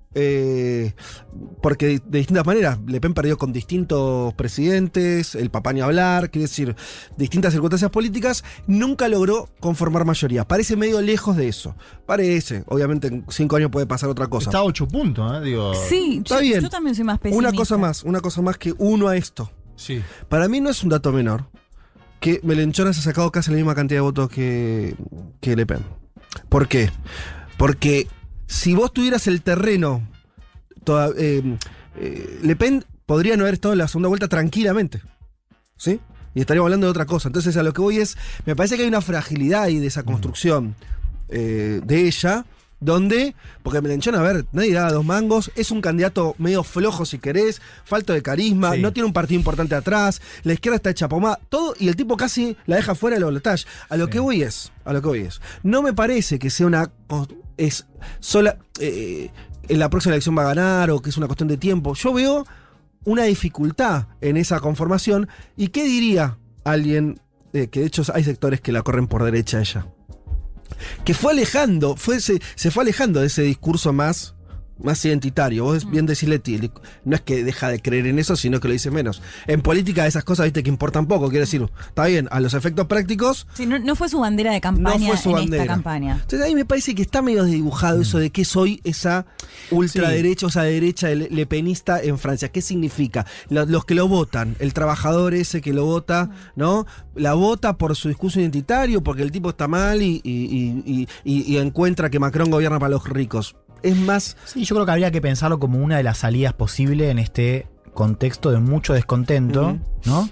Eh, porque de, de distintas maneras Le Pen perdió con distintos presidentes, el papá ni hablar, quiere decir, distintas circunstancias políticas, nunca logró conformar mayorías. Parece medio lejos de eso. Parece, obviamente en cinco años puede pasar otra cosa. Está a ocho puntos, ¿eh? Digo, Sí, Está yo, bien. yo también soy más pesimista. Una cosa más, una cosa más que uno a esto. sí. Para mí no es un dato menor que Melenchon haya sacado casi la misma cantidad de votos que, que Le Pen. ¿Por qué? Porque si vos tuvieras el terreno, toda, eh, eh, Le Pen podría no haber estado en la segunda vuelta tranquilamente. ¿Sí? Y estaríamos hablando de otra cosa. Entonces, a lo que voy es, me parece que hay una fragilidad ahí de esa construcción eh, de ella, donde, porque Melenchon, a ver, nadie da dos mangos, es un candidato medio flojo si querés, falto de carisma, Sí. no tiene un partido importante atrás, la izquierda está hecha pomada, todo, y el tipo casi la deja fuera del balotaje. A lo Sí. que voy es, a lo que voy es, no me parece que sea una, es sola, eh, en la próxima elección va a ganar o que es una cuestión de tiempo. Yo veo una dificultad en esa conformación. ¿Y qué diría alguien, eh, que de hecho hay sectores que la corren por derecha a ella? Que fue alejando, fue, se, se fue alejando de ese discurso más más identitario. Vos bien decís, Leti, no es que deja de creer en eso, sino que lo dice menos. En política esas cosas, viste, que importan poco. Quiere decir, está bien, a los efectos prácticos... Sí, no, no fue su bandera de campaña no fue su en bandera. esta campaña. Entonces ahí me parece que está medio desdibujado mm. eso de que soy esa ultraderecha, o esa derecha lepenista en Francia. ¿Qué significa? Los, los que lo votan, el trabajador ese que lo vota, ¿no? La vota por su discurso identitario, porque el tipo está mal y, y, y, y, y encuentra que Macron gobierna para los ricos. Es más... Sí, yo creo que habría que pensarlo como una de las salidas posibles en este contexto de mucho descontento, uh-huh. ¿no?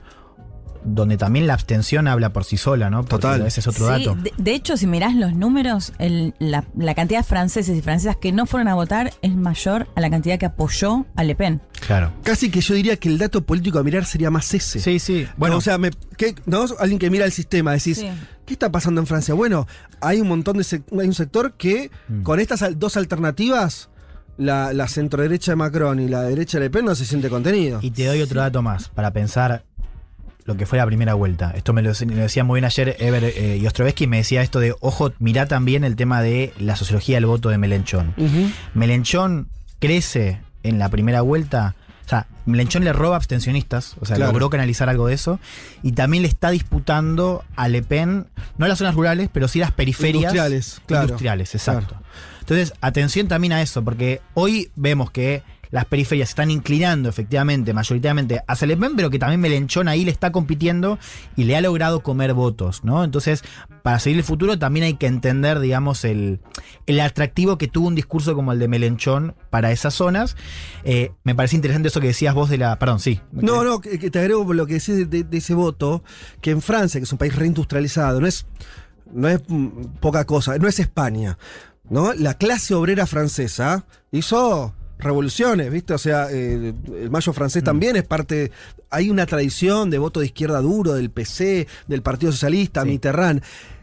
Donde también la abstención habla por sí sola, ¿no? Porque total. Ese es otro sí, dato. De, de hecho, si mirás los números, el, la, la cantidad de franceses y francesas que no fueron a votar es mayor a la cantidad que apoyó a Le Pen. Claro. Casi que yo diría que el dato político a mirar sería más ese. Sí, sí. Bueno, no, o sea, me, ¿qué, no? Alguien que mira el sistema, decís, sí. ¿qué está pasando en Francia? Bueno, hay un montón de sec- hay un sector que mm. con estas al- dos alternativas, la, la centroderecha de Macron y la derecha de Le Pen, no se siente contenido. Y te doy otro dato más para pensar lo que fue la primera vuelta. Esto me lo, me lo decía muy bien ayer Eber eh, y Ostrovsky, me decía esto de, ojo, mirá también el tema de la sociología del voto de Mélenchon. Uh-huh. Mélenchon crece en la primera vuelta, o sea, Mélenchon le roba abstencionistas, o sea, claro. logró canalizar algo de eso, y también le está disputando a Le Pen, no las zonas rurales, pero sí las periferias. Industriales, claro. Industriales, exacto. Claro. Entonces, atención también a eso, porque hoy vemos que las periferias se están inclinando efectivamente, mayoritariamente hacia Le Pen, pero que también Mélenchon ahí le está compitiendo y le ha logrado comer votos, ¿no? Entonces, para seguir el futuro también hay que entender, digamos, el, el atractivo que tuvo un discurso como el de Mélenchon para esas zonas. Eh, me parece interesante eso que decías vos de la... Perdón, sí. No, no, que, que te agrego lo que decís de, de, de ese voto, que en Francia, que es un país reindustrializado, no es, no es poca cosa, no es España, ¿no? La clase obrera francesa hizo revoluciones, ¿viste? O sea, eh, el Mayo francés mm. también es parte... Hay una tradición de voto de izquierda duro, del P C, del Partido Socialista, sí. Mitterrand.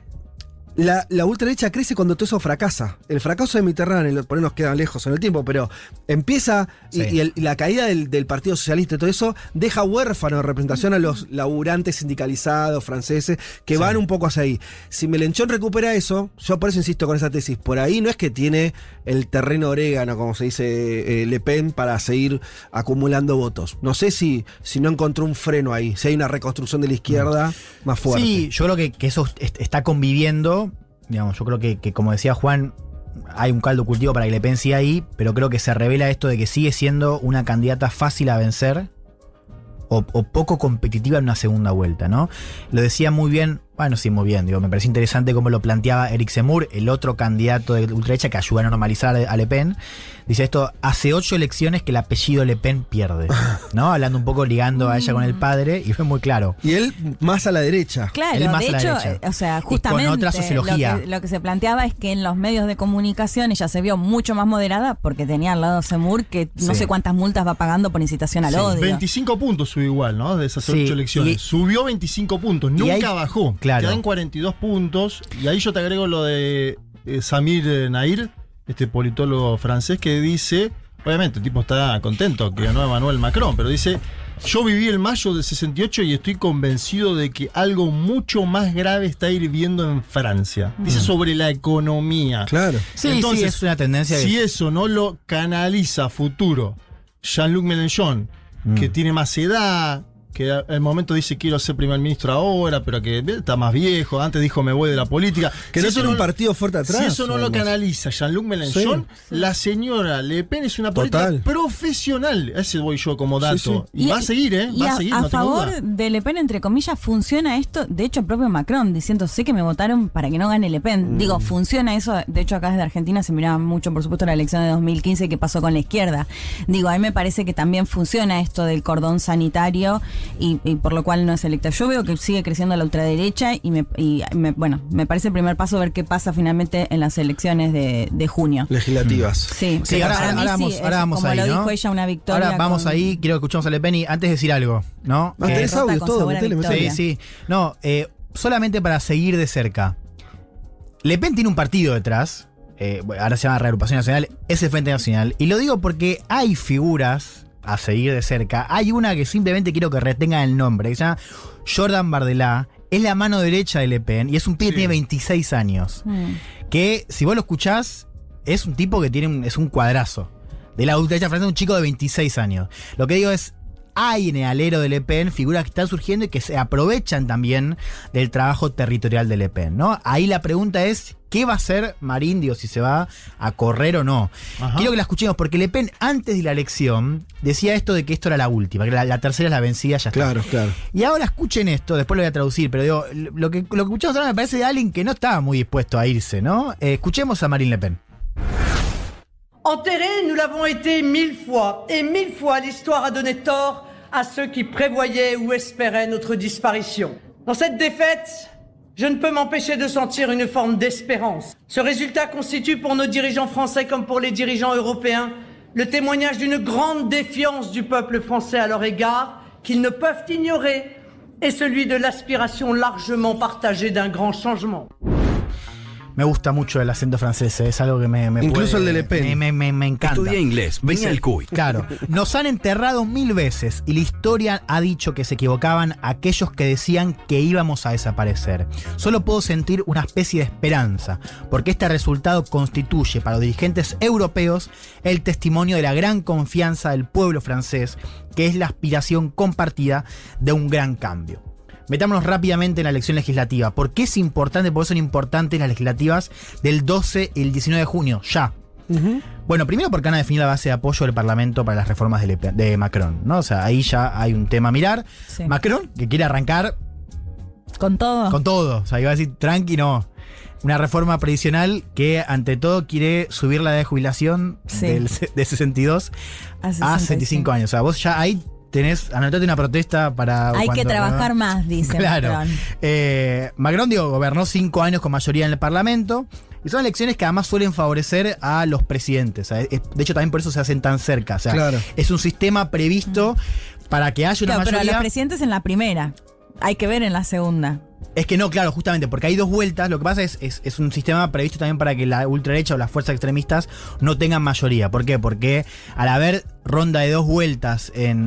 La, la ultraderecha crece cuando todo eso fracasa. El fracaso de Mitterrand, por ahí nos queda lejos en el tiempo, pero empieza sí. y, y, el, y la caída del, del Partido Socialista y todo eso deja huérfano de representación a los laburantes sindicalizados franceses que sí. van un poco hacia ahí. Si Mélenchon recupera eso, yo por eso insisto con esa tesis, por ahí no es que tiene el terreno orégano, como se dice eh, Le Pen, para seguir acumulando votos. No sé si, si no encontró un freno ahí, si hay una reconstrucción de la izquierda mm. más fuerte. Sí, yo creo que, que eso está conviviendo. Digamos, yo creo que, que, como decía Juan, hay un caldo cultivo para que Le Pen siga ahí, pero creo que se revela esto de que sigue siendo una candidata fácil a vencer o, o poco competitiva en una segunda vuelta, ¿no? Lo decía muy bien, bueno, sí, muy bien, digo, me pareció interesante cómo lo planteaba Eric Zemmour, el otro candidato de ultraderecha que ayuda a normalizar a Le Pen. Dice esto, hace ocho elecciones que el apellido Le Pen pierde, ¿no? Hablando un poco, ligando a ella con el padre, y fue muy claro. Y él más a la derecha. Claro, él más de a la hecho, derecha. o sea, justamente y con otra sociología. Lo que, lo que se planteaba es que en los medios de comunicación ella se vio mucho más moderada porque tenía al lado Zemmour que sí. no sé cuántas multas va pagando por incitación al sí. odio. veinticinco puntos subió igual, ¿no? De esas sí. ocho elecciones. Y, Subió veinticinco puntos, nunca ahí, bajó. Claro. Quedan cuarenta y dos puntos. Y ahí yo te agrego lo de eh, Samir Nair, este politólogo francés, que dice... Obviamente el tipo está contento que ganó Emmanuel Macron, pero dice, yo viví el mayo del sesenta y ocho y estoy convencido de que algo mucho más grave está hirviendo en Francia. Dice mm. sobre la economía. Claro. Sí, Entonces, sí, es una tendencia. Si que... eso no lo canaliza a futuro Jean-Luc Mélenchon, mm. que tiene más edad, que al momento dice quiero ser primer ministro ahora, pero que está más viejo, antes dijo me voy de la política. Que si no tiene un partido fuerte atrás. Si eso no lo canaliza Jean-Luc Mélenchon, sí, sí. la señora Le Pen es una política Total. profesional. Ese voy yo como dato. Sí, sí. Y, y va a seguir, ¿eh? Va a, a seguir, a no favor tengo duda. de Le Pen, entre comillas, funciona esto. De hecho, el propio Macron diciendo, sé que me votaron para que no gane Le Pen. Mm. Digo, funciona eso. De hecho, acá desde Argentina se miraba mucho, por supuesto, la elección de dos mil quince que pasó con la izquierda. Digo, a mí me parece que también funciona esto del cordón sanitario y, y por lo cual no es electa. Yo veo que sigue creciendo la ultraderecha y, me, y me, bueno, me parece el primer paso ver qué pasa finalmente en las elecciones de, de junio. Legislativas. Sí, sí, ahora, ahora, ahora vamos, ahora vamos como ahí, lo ¿no? dijo ella, una victoria. Ahora vamos con... ahí, quiero que escuchemos a Le Pen y antes de decir algo, ¿no? Ah, tenés audio todo, metele, Sí, metele. sí. No, eh, solamente para seguir de cerca. Le Pen tiene un partido detrás, eh, ahora se llama Reagrupación Nacional, es el Frente Nacional, y lo digo porque hay figuras a seguir de cerca. Hay una que simplemente quiero que retengan el nombre, que se llama Jordan Bardella, es la mano derecha de Le Pen, y es un pibe que sí. tiene veintiséis años, mm. que si vos lo escuchás, es un tipo que tiene un, es un cuadrazo. de la ultraderecha francesa, un chico de veintiséis años. Lo que digo es, hay en el alero de Le Pen figuras que están surgiendo y que se aprovechan también del trabajo territorial de Le Pen, ¿no? Ahí la pregunta es, ¿qué va a hacer Marine? Digo, si se va a correr o no. Ajá. Quiero que la escuchemos, porque Le Pen, antes de la elección, decía esto de que esto era la última, que la, la tercera es la vencida, ya está. Claro, claro. Y ahora escuchen esto, después lo voy a traducir, pero digo, lo que, lo que escuchamos ahora me parece de alguien que no estaba muy dispuesto a irse, ¿no? Eh, escuchemos a Marine Le Pen. Enterrés, nous l'avons été mille fois, et mille fois l'histoire a donné tort à ceux qui prévoyaient ou espéraient notre disparition. Dans cette défaite, je ne peux m'empêcher de sentir une forme d'espérance. Ce résultat constitue pour nos dirigeants français comme pour les dirigeants européens le témoignage d'une grande défiance du peuple français à leur égard, qu'ils ne peuvent ignorer, et celui de l'aspiration largement partagée d'un grand changement. Me gusta mucho el acento francés, es algo que me, me Incluso puede, el de Le Pen. Me, me, me, me encanta. Estudié inglés, venía al Cuy. Claro. Nos han enterrado mil veces y la historia ha dicho que se equivocaban aquellos que decían que íbamos a desaparecer. Solo puedo sentir una especie de esperanza, porque este resultado constituye para los dirigentes europeos el testimonio de la gran confianza del pueblo francés, que es la aspiración compartida de un gran cambio. Metámonos rápidamente en la elección legislativa. ¿Por qué es importante? Por qué son importantes las legislativas del doce y el diecinueve de junio, ya. Uh-huh. Bueno, primero porque van a definir la base de apoyo del Parlamento para las reformas de, Le Pen, de Macron, ¿no? O sea, ahí ya hay un tema a mirar. Sí. Macron, que quiere arrancar... ¿Con todo? Con todo. O sea, iba a decir, tranqui, no. Una reforma previsional que, ante todo, quiere subir la edad de jubilación sí. del, de sesenta y dos a, a sesenta y cinco años. O sea, vos ya ahí... tenés, anotate una protesta para... Hay cuando, que trabajar ¿no? más, dice claro. Macron. Eh, Macron, digo, gobernó cinco años con mayoría en el Parlamento. Y son elecciones que además suelen favorecer a los presidentes. O sea, es, de hecho, también por eso se hacen tan cerca. O sea, claro. es un sistema previsto mm. para que haya una claro, mayoría... Pero a los presidentes en la primera. Hay que ver en la segunda. Es que no, claro, justamente, porque hay dos vueltas. Lo que pasa es, es, es un sistema previsto también para que la ultraderecha o las fuerzas extremistas no tengan mayoría. ¿Por qué? Porque al haber ronda de dos vueltas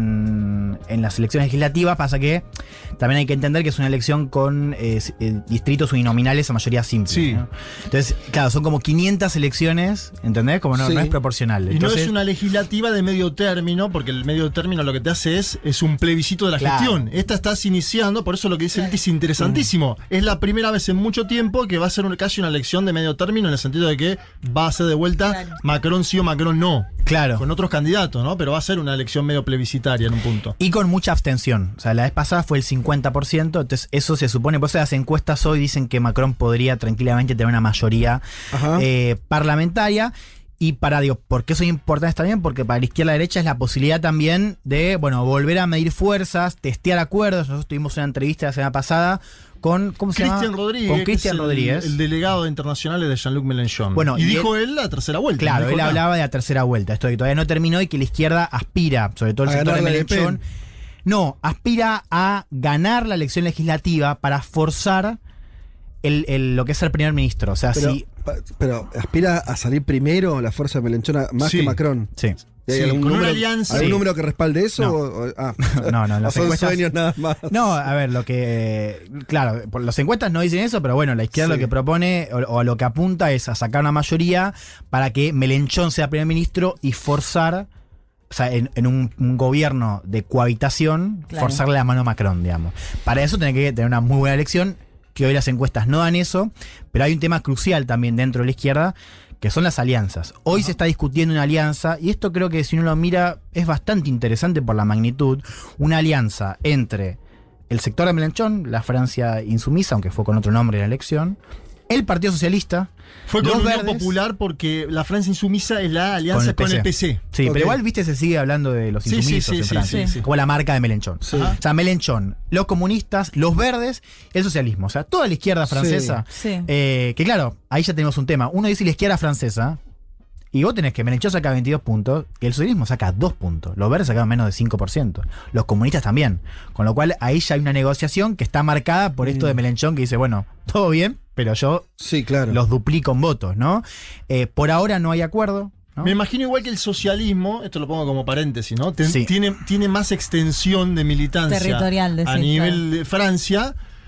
en, en las elecciones legislativas, pasa que también hay que entender que es una elección con eh, eh, distritos uninominales a mayoría simple. Sí. ¿no? Entonces, claro, son como quinientas elecciones, ¿entendés? Como no, sí. no es proporcional. Entonces, y no es una legislativa de medio término, porque el medio término lo que te hace es, es un plebiscito de la claro. gestión. Esta estás iniciando, por eso lo que dice claro. Liti es interesantísimo. Mm. Es la primera vez en mucho tiempo que va a ser un, casi una elección de medio término, en el sentido de que va a ser de vuelta claro. Macron sí o Macron no. Claro. Con otros candidatos, ¿no? Pero va a ser una elección medio plebiscitaria en un punto. Y con mucha abstención. O sea, la vez pasada fue el cincuenta por ciento, entonces eso se supone, por eso las encuestas hoy dicen que Macron podría tranquilamente tener una mayoría eh, parlamentaria. Y para, digo, ¿por qué son importantes también? Porque para la izquierda y la derecha es la posibilidad también de, bueno, volver a medir fuerzas, testear acuerdos. Nosotros tuvimos una entrevista la semana pasada con, ¿cómo se Cristian llama? Rodríguez, con Cristian Rodríguez. El, el delegado de internacionales de Jean-Luc Mélenchon. Bueno, y, y dijo él, él la tercera vuelta. Claro, él nada. hablaba de la tercera vuelta. Esto que todavía no terminó y que la izquierda aspira, sobre todo el a sector de ganarle Mélenchon. No, aspira a ganar la elección legislativa para forzar el, el, lo que es el primer ministro. O sea, pero, si. Pero aspira a salir primero la fuerza de Mélenchon más sí. que Macron. Sí. ¿Hay sí, algún, con número, una alianza. ¿algún sí. número que respalde eso? No, o, ah. no, no, las son encuestas, sueños nada más. No, a ver, lo que. Claro, por las encuestas no dicen eso, pero bueno, la izquierda sí. lo que propone o, o a lo que apunta es a sacar una mayoría para que Mélenchon sea primer ministro y forzar. O sea, en, en un, un gobierno de cohabitación, claro. forzarle la mano a Macron, digamos. Para eso tiene que tener una muy buena elección, que hoy las encuestas no dan eso, pero hay un tema crucial también dentro de la izquierda, que son las alianzas. Hoy Ajá. se está discutiendo una alianza, y esto creo que si uno lo mira es bastante interesante por la magnitud, una alianza entre el sector de Mélenchon, la Francia insumisa, aunque fue con otro nombre en la elección, el Partido Socialista, fue con los Unión Verdes, Popular, porque la Francia insumisa es la alianza con el P C. Con el P C. Sí, okay. Pero igual, viste, se sigue hablando de los insumisos sí, sí, sí, en Francia, sí, sí, sí. como la marca de Mélenchon. Sí. O sea, Mélenchon, los comunistas, los verdes, el socialismo. O sea, toda la izquierda francesa. Sí. Sí. Eh, que claro, ahí ya tenemos un tema. Uno dice la izquierda francesa, y vos tenés que Mélenchon saca veintidós puntos, y el socialismo saca dos puntos. Los verdes sacan menos de cinco por ciento. Los comunistas también. Con lo cual, ahí ya hay una negociación que está marcada por esto mm. de Mélenchon, que dice, bueno, todo bien, pero yo sí, claro. los duplico en votos, ¿no? Eh, por ahora no hay acuerdo, ¿no? Me imagino igual que el socialismo, esto lo pongo como paréntesis, ¿no? Ten, sí. tiene, tiene más extensión de militancia territorial, de a sí, nivel claro. de Francia,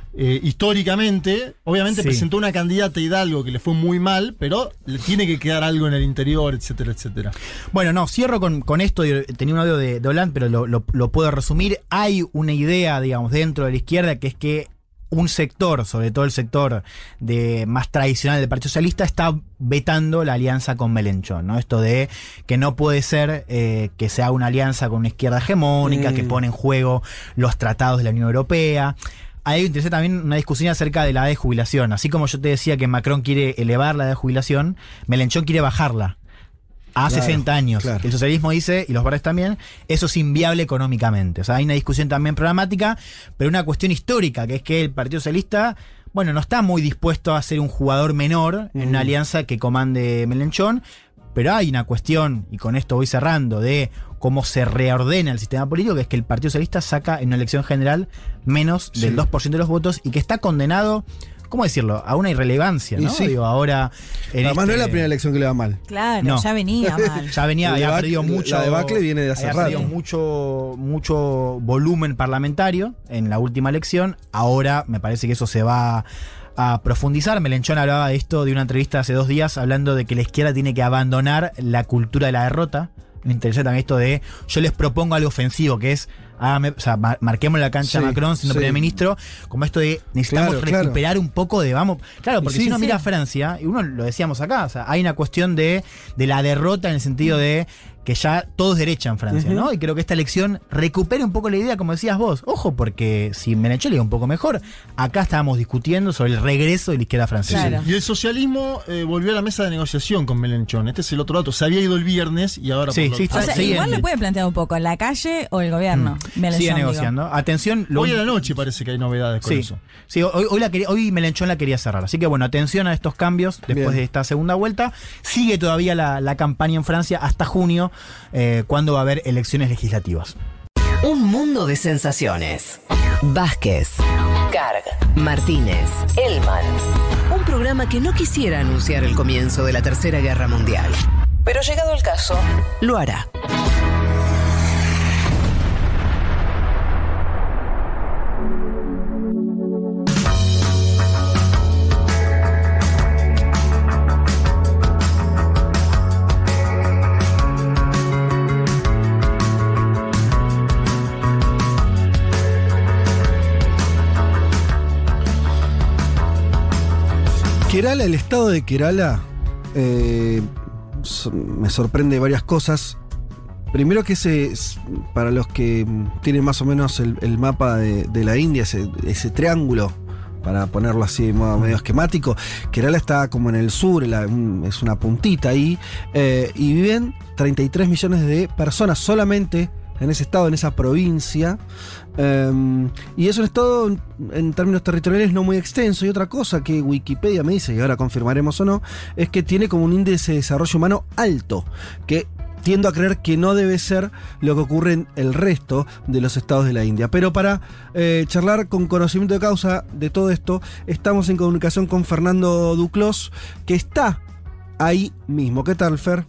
eh, históricamente, obviamente Sí. presentó una candidata Hidalgo que le fue muy mal, pero le tiene que quedar algo en el interior, etcétera, etcétera. Bueno, no, cierro con, con esto. Tenía un audio de, de Hollande, pero lo, lo, lo puedo resumir. Hay una idea, digamos, dentro de la izquierda, que es que un sector, sobre todo el sector de más tradicional del Partido Socialista, está vetando la alianza con Melenchón, ¿no? Esto de que no puede ser eh, que se haga una alianza con una izquierda hegemónica, mm. que pone en juego los tratados de la Unión Europea. Hay interesante también una discusión acerca de la edad de jubilación. Así como yo te decía que Macron quiere elevar la edad de jubilación, Melenchón quiere bajarla a claro, sesenta años. Claro. El socialismo dice, y los verdes también, eso es inviable económicamente. O sea, hay una discusión también programática, pero una cuestión histórica, que es que el Partido Socialista, bueno, no está muy dispuesto a ser un jugador menor mm. en una alianza que comande Melenchón, pero hay una cuestión, y con esto voy cerrando, de cómo se reordena el sistema político, que es que el Partido Socialista saca en una elección general menos sí. del dos por ciento de los votos y que está condenado, ¿cómo decirlo?, a una irrelevancia, ¿no? Sí. Digo, ahora... Además este... no es la primera elección que le va mal. Claro, no. ya venía mal. ya venía, había perdido mucho... La debacle viene de hace había rato. perdido mucho, mucho volumen parlamentario en la última elección. Ahora me parece que eso se va a profundizar. Melenchón hablaba de esto de una entrevista hace dos días, hablando de que la izquierda tiene que abandonar la cultura de la derrota. Me interesa también esto de, yo les propongo algo ofensivo, que es, ah, me, o sea, mar, marquemos la cancha sí, a Macron siendo sí. primer ministro, como esto de, necesitamos claro, recuperar claro. un poco de, vamos, claro, porque sí, si uno sí. mira a Francia, y uno lo decíamos acá, o sea, hay una cuestión de, de la derrota en el sentido de que ya todo es derecha en Francia, uh-huh. ¿no? Y creo que esta elección recupera un poco la idea, como decías vos. Ojo, porque si Melenchón le iba un poco mejor, acá estábamos discutiendo sobre el regreso de la izquierda francesa. Claro. Y el socialismo eh, volvió a la mesa de negociación con Melenchón. Este es el otro dato. Se había ido el viernes y ahora... Sí, por sí, lo... O sea, sí, igual sí. le puede plantear un poco, ¿la calle o el gobierno? Mm. Melenchón, Sigue digo. negociando. Atención. Lo hoy a la noche parece que hay novedades con sí. eso. Sí, hoy, hoy, la quería, hoy Melenchón la quería cerrar. Así que bueno, atención a estos cambios después Bien. de esta segunda vuelta. Sigue todavía la, la campaña en Francia hasta junio, eh, cuando va a haber elecciones legislativas. Un mundo de sensaciones. Vázquez, Carg, Martínez, Elman. Un programa que no quisiera anunciar el comienzo de la Tercera Guerra Mundial. Pero llegado el caso, lo hará. Kerala, el estado de Kerala, eh, so, me sorprende varias cosas. Primero que ese, para los que tienen más o menos el, el mapa de, de la India, ese, ese triángulo, para ponerlo así de modo medio esquemático, Kerala está como en el sur, la, un, es una puntita ahí, eh, y viven treinta y tres millones de personas solamente en ese estado, en esa provincia. Um, y es un estado, en términos territoriales, no muy extenso. Y otra cosa que Wikipedia me dice, y ahora confirmaremos o no, es que tiene como un índice de desarrollo humano alto, que tiendo a creer que no debe ser lo que ocurre en el resto de los estados de la India. Pero para eh, charlar con conocimiento de causa de todo esto, estamos en comunicación con Fernando Duclos, que está ahí mismo. ¿Qué tal, Fer?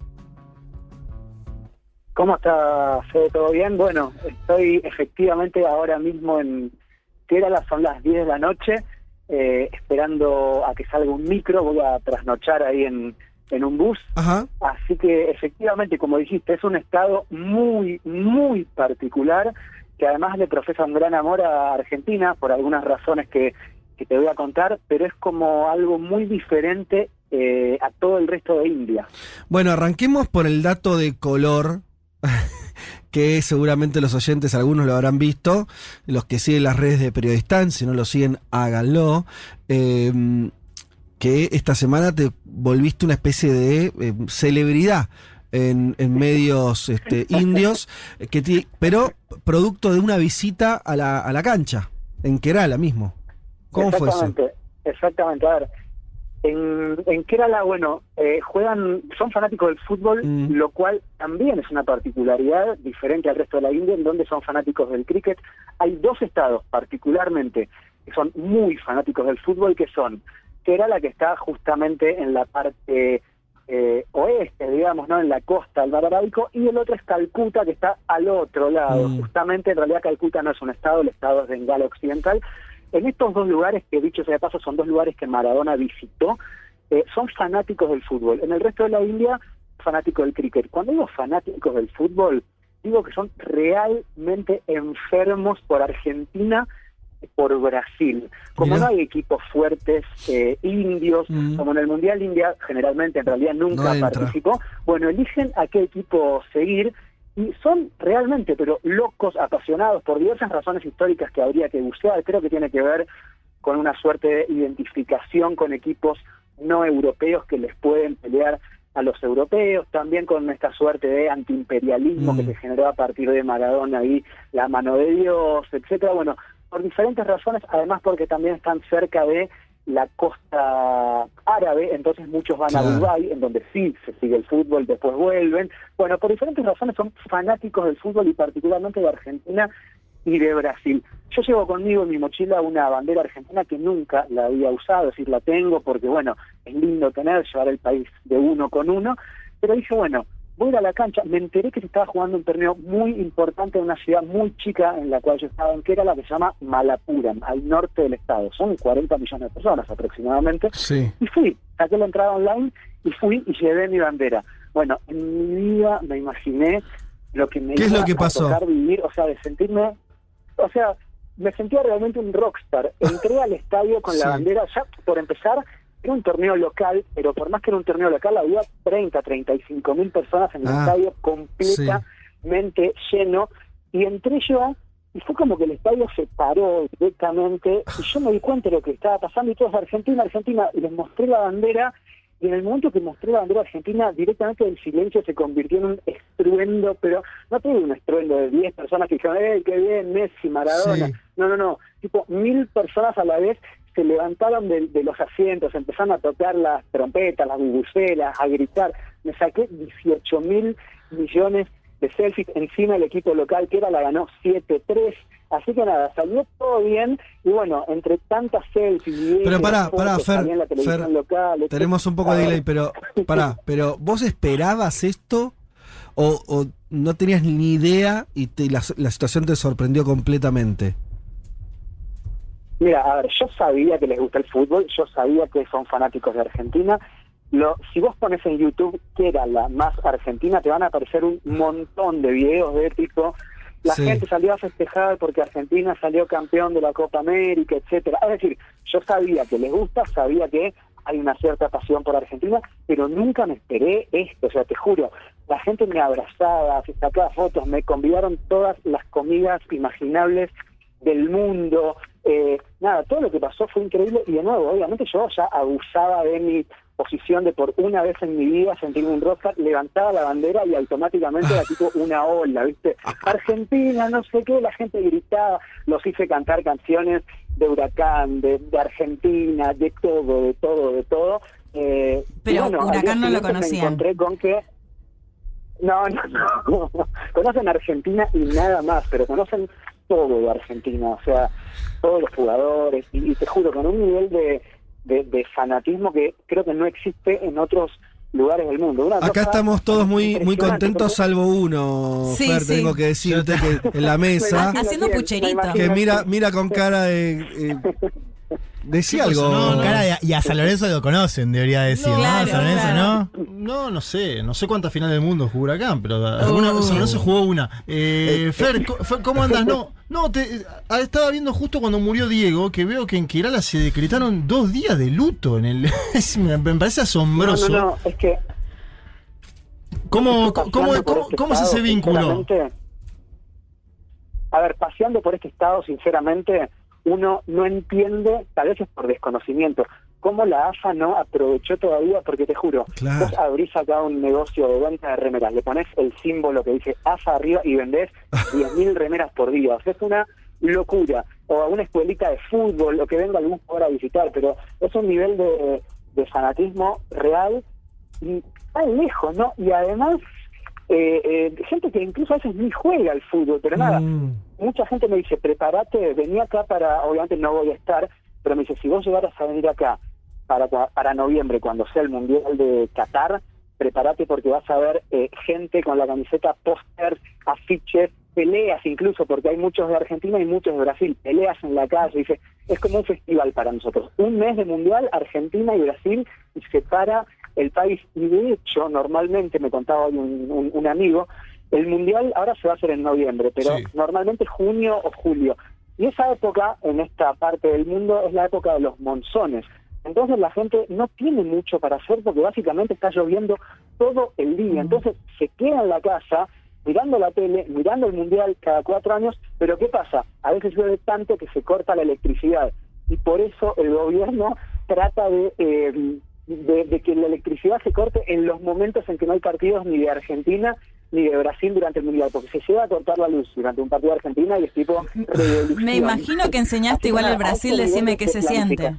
¿Cómo está, Fede? ¿Todo bien? Bueno, estoy efectivamente ahora mismo en Kerala, son las diez de la noche, eh, esperando a que salga un micro, voy a trasnochar ahí en, en un bus. Ajá. Así que efectivamente, como dijiste, es un estado muy, muy particular, que además le profesa un gran amor a Argentina, por algunas razones que, que te voy a contar, pero es como algo muy diferente eh, a todo el resto de India. Bueno, arranquemos por el dato de color, que seguramente los oyentes, algunos lo habrán visto, los que siguen las redes de Periodistán, si no lo siguen, háganlo, eh, que esta semana te volviste una especie de eh, celebridad en, en medios este, indios, que te, pero producto de una visita a la, a la cancha, en Kerala mismo. ¿Cómo fue eso? Exactamente, exactamente, a ver. En, en Kerala, bueno, eh, juegan, son fanáticos del fútbol, mm. lo cual también es una particularidad diferente al resto de la India, en donde son fanáticos del cricket. Hay dos estados particularmente que son muy fanáticos del fútbol, que son Kerala, que está justamente en la parte eh, oeste, digamos, ¿no?, en la costa del Mar Arábico, y el otro es Calcuta, que está al otro lado. Mm. Justamente, en realidad, Calcuta no es un estado, el estado es Bengala Occidental, en estos dos lugares, que dicho sea de paso, son dos lugares que Maradona visitó, eh, son fanáticos del fútbol. En el resto de la India, fanáticos del cricket. Cuando digo fanáticos del fútbol, digo que son realmente enfermos por Argentina, por Brasil. Como Mirá. no hay equipos fuertes eh, indios, mm. como en el Mundial India generalmente en realidad nunca no participó, bueno, eligen a qué equipo seguir y son realmente, pero locos, apasionados por diversas razones históricas que habría que buscar. Creo que tiene que ver con una suerte de identificación con equipos no europeos que les pueden pelear a los europeos, también con esta suerte de antiimperialismo mm. que se generó a partir de Maradona y la mano de Dios, etcétera. Bueno, por diferentes razones, además porque también están cerca de la costa árabe, entonces muchos van claro. a Dubái, en donde sí se sigue el fútbol, después vuelven. Bueno, por diferentes razones son fanáticos del fútbol y particularmente de Argentina y de Brasil. Yo llevo conmigo en mi mochila una bandera argentina que nunca la había usado, es decir, la tengo porque, bueno, es lindo tener, llevar el país de uno con uno, pero dije, bueno, voy a ir a la cancha. Me enteré que se estaba jugando un torneo muy importante en una ciudad muy chica en la cual yo estaba, en que era la que se llama Malapuram, al norte del estado. Son cuarenta millones de personas aproximadamente. Sí. Y fui, saqué la entrada online y fui y llevé mi bandera. Bueno, en mi vida me imaginé lo que me ¿Qué iba es lo que a pasó? tocar vivir, o sea, de sentirme, o sea, me sentía realmente un rockstar. Entré al estadio con sí. la bandera, ya por empezar, era un torneo local, pero por más que era un torneo local, había treinta, treinta y cinco mil personas en el ah, estadio completamente sí. lleno, y entré yo, y fue como que el estadio se paró directamente, y yo me di cuenta de lo que estaba pasando, y todos Argentina, Argentina, y les mostré la bandera, y en el momento que mostré la bandera argentina, directamente el silencio se convirtió en un estruendo, pero no tuve un estruendo de diez personas que dijeron, ¡eh, qué bien, Messi, Maradona! Sí. No, no, no, tipo mil personas a la vez se levantaron de, de los asientos, empezaron a tocar las trompetas, las bubucelas, a gritar. Me saqué dieciocho mil millones de selfies encima del equipo local, que era la ganó siete tres. Así que nada, salió todo bien, y bueno, entre tantas selfies y pero pará, pará, Fer, en la televisión Fer local, tenemos un poco de delay, pero pará, pero ¿vos esperabas esto o, o no tenías ni idea y te, la, la situación te sorprendió completamente? Mira, a ver, yo sabía que les gusta el fútbol, yo sabía que son fanáticos de Argentina. Lo, si vos pones en YouTube que era la más argentina, te van a aparecer un montón de videos de tipo la sí. gente salió a festejar porque Argentina salió campeón de la Copa América, etcétera. Es decir, yo sabía que les gusta, sabía que hay una cierta pasión por Argentina, pero nunca me esperé esto. O sea, te juro, la gente me abrazaba, se sacaba fotos, me convidaron todas las comidas imaginables del mundo. Eh, nada, todo lo que pasó fue increíble, y de nuevo, obviamente yo ya abusaba de mi posición de por una vez en mi vida sentirme un rockstar, levantaba la bandera y automáticamente era tipo una ola, ¿viste? Argentina, no sé qué, la gente gritaba, los hice cantar canciones de Huracán, de, de Argentina, de todo, de todo, de todo. Eh, Pero bueno, Huracán no lo conocían. Me encontré con que no, no, no, conocen Argentina y nada más, pero conocen todo de Argentina, o sea, todos los jugadores, y, y te juro, con un nivel de, de, de fanatismo que creo que no existe en otros lugares del mundo. Una Acá estamos todos muy muy contentos, porque... salvo uno, sí, Fer, sí. tengo que decirte que en la mesa... Haciendo pucherito. Que mira, mira con cara de... Eh, Decía algo. No, no. Cara de, y a San Lorenzo lo conocen, debería decir, ¿no? Claro, San Lorenzo, claro. ¿no? No, no sé. No sé cuántas finales del mundo jugó Huracán, pero alguna, uh. San Lorenzo jugó una. Eh, Fer, Fer, ¿cómo andas? No, no te, estaba viendo justo cuando murió Diego, que veo que en Kerala se decretaron dos días de luto. En el, me, me parece asombroso. No, no, no, es que... ¿Cómo, cómo, cómo, cómo, este cómo es ese vínculo? A ver, paseando por este estado, sinceramente... uno no entiende, tal vez es por desconocimiento, cómo la A F A no aprovechó todavía, porque te juro, claro. vos abrís acá un negocio de venta de remeras, le pones el símbolo que dice A F A arriba y vendés diez mil remeras por día, o sea, es una locura, o a una escuelita de fútbol, o que venga algún jugador a visitar, pero es un nivel de, de fanatismo real y tan lejos, ¿no? Y además... Eh, eh, gente que incluso a veces ni juega al fútbol, pero nada, mm. mucha gente me dice, prepárate, vení acá para, obviamente no voy a estar, pero me dice, si vos llegaras a venir acá para para noviembre, cuando sea el Mundial de Qatar, prepárate porque vas a ver eh, gente con la camiseta, pósters, afiches, peleas incluso, porque hay muchos de Argentina y muchos de Brasil, peleas en la calle, dice, es como un festival para nosotros. Un mes de Mundial, Argentina y Brasil, y se para el país. Y de hecho, normalmente, me contaba hoy un, un, un amigo, el Mundial ahora se va a hacer en noviembre, pero sí. normalmente junio o julio. Y esa época, en esta parte del mundo, es la época de los monzones. Entonces la gente no tiene mucho para hacer porque básicamente está lloviendo todo el día. Entonces se queda en la casa mirando la tele, mirando el Mundial cada cuatro años, pero ¿qué pasa? A veces llueve tanto que se corta la electricidad. Y por eso el gobierno trata de... Eh, De, de que la electricidad se corte en los momentos en que no hay partidos ni de Argentina ni de Brasil durante el Mundial, porque se llega a cortar la luz durante un partido de Argentina y es tipo revolución. Me imagino que enseñaste Así igual el Brasil, decime qué se siente.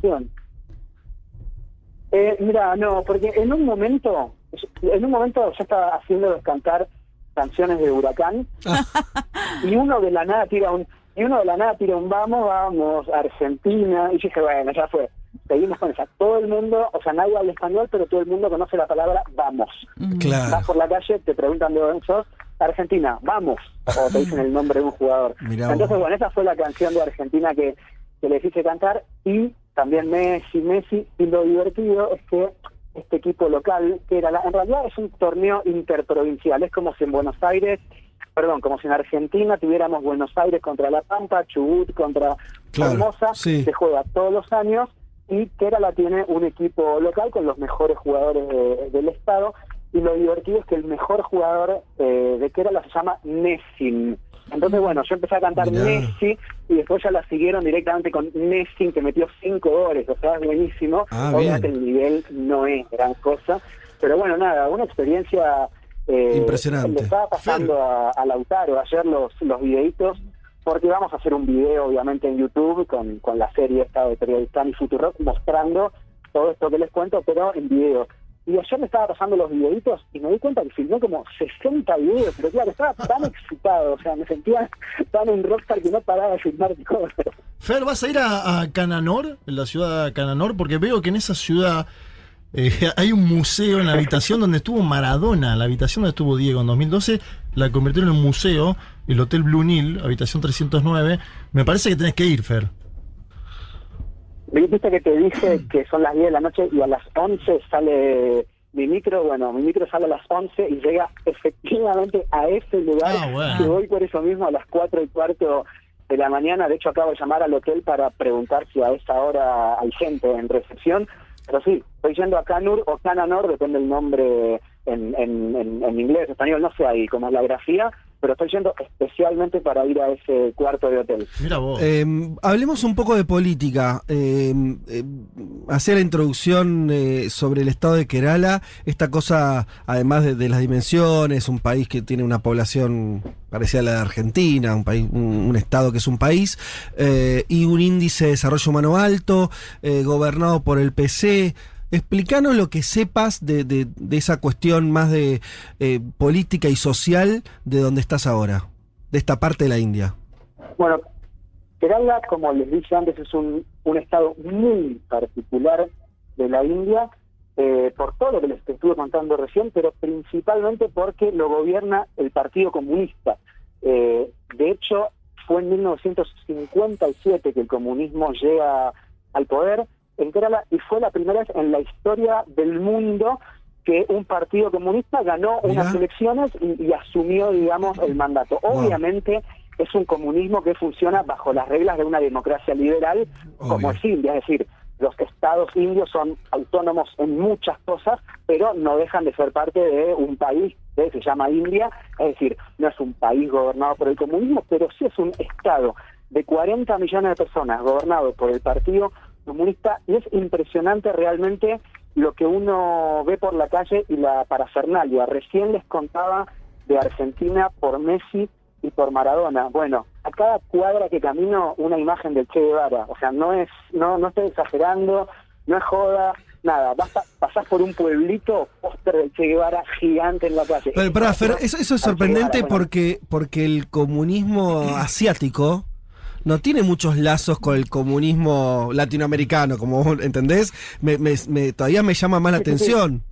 Eh, mira, no, porque en un momento, en un momento yo estaba haciéndolos cantar canciones de Huracán y uno de la nada tira un, y uno de la nada tira un vamos, vamos, Argentina, y yo dije, bueno, ya fue. Seguimos con esa. Todo el mundo, o sea, nadie habla español, pero todo el mundo conoce la palabra vamos. Claro. Vas por la calle, te preguntan de dónde sos, Argentina, vamos, o te dicen el nombre de un jugador. Mirá Entonces, vos. bueno, esa fue la canción de Argentina que, que les hice cantar, y también Messi, Messi, y lo divertido es que este equipo local, que era la, en realidad es un torneo interprovincial, es como si en Buenos Aires, perdón, como si en Argentina tuviéramos Buenos Aires contra La Pampa, Chubut contra Claro, Formosa, sí. se juega todos los años, y Kerala tiene un equipo local con los mejores jugadores de, del estado, y lo divertido es que el mejor jugador eh, de Kerala se llama Nessin. Entonces, bueno, yo empecé a cantar Mirá. Messi, y después ya la siguieron directamente con Nessin, que metió cinco goles, o sea, es buenísimo. Ah, Obviamente bien. el nivel no es gran cosa, pero bueno, nada, una experiencia... Eh, Impresionante. Le estaba pasando a, a Lautaro ayer los, los videitos, porque vamos a hacer un video obviamente en YouTube con, con la serie esta de Periodistán y Futurock mostrando todo esto que les cuento, pero en video. Y ayer me estaba pasando los videitos y me di cuenta que filmé como sesenta videos, pero claro, estaba tan excitado, o sea, me sentía tan en rockstar que no paraba de filmar cosas. Fer, ¿vas a ir a, a Cananor, en la ciudad de Cananor? Porque veo que en esa ciudad eh, hay un museo en la habitación donde estuvo Maradona. La habitación donde estuvo Diego en dos mil doce la convirtieron en un museo, el Hotel Blue Nile, habitación trescientos nueve. Me parece que tenés que ir, Fer. Viste que te dije que son las diez de la noche y a las once sale mi micro. Bueno, mi micro sale a las once y llega efectivamente a ese lugar. Ah, bueno. Que voy por eso mismo a las cuatro y cuarto de la mañana. De hecho, acabo de llamar al hotel para preguntar si a esa hora hay gente en recepción. Pero sí, estoy yendo a Canur o Cananor, depende del nombre en, en, en, en inglés, español, no sé ahí cómo es la grafía, pero estoy yendo especialmente para ir a ese cuarto de hotel. Mira vos. Eh, hablemos un poco de política. Eh, eh, hacía la introducción eh, sobre el estado de Kerala, esta cosa, además de, de las dimensiones, un país que tiene una población parecida a la de Argentina, un país, un, un estado que es un país, eh, y un índice de desarrollo humano alto, eh, gobernado por el P C. Explícanos lo que sepas de, de, de esa cuestión más de eh, política y social de donde estás ahora, de esta parte de la India. Bueno, Kerala, como les dije antes, es un, un estado muy particular de la India, eh, por todo lo que les estuve contando recién, pero principalmente porque lo gobierna el Partido Comunista. Eh, de hecho, fue en mil novecientos cincuenta y siete que el comunismo llega al poder en Kerala, y fue la primera vez en la historia del mundo que un partido comunista ganó Mirá. unas elecciones y, y asumió, digamos, el mandato. Wow. Obviamente es un comunismo que funciona bajo las reglas de una democracia liberal, Obvio. como es India, es decir, los estados indios son autónomos en muchas cosas, pero no dejan de ser parte de un país que se llama India, es decir, no es un país gobernado por el comunismo, pero sí es un estado de cuarenta millones de personas gobernado por el Partido Comunista, y es impresionante realmente lo que uno ve por la calle y la parafernalia. Recién les contaba de Argentina por Messi y por Maradona. Bueno, a cada cuadra que camino una imagen del Che Guevara, o sea, no es, no, no estoy exagerando, no es joda, nada, basta, pasás por un pueblito, póster del Che Guevara gigante en la calle. Pero, pará, Fer, eso, eso es sorprendente Che Guevara, bueno. porque, porque el comunismo asiático no tiene muchos lazos con el comunismo latinoamericano, como vos entendés. Me, me, me, todavía me llama más la Sí, sí, atención.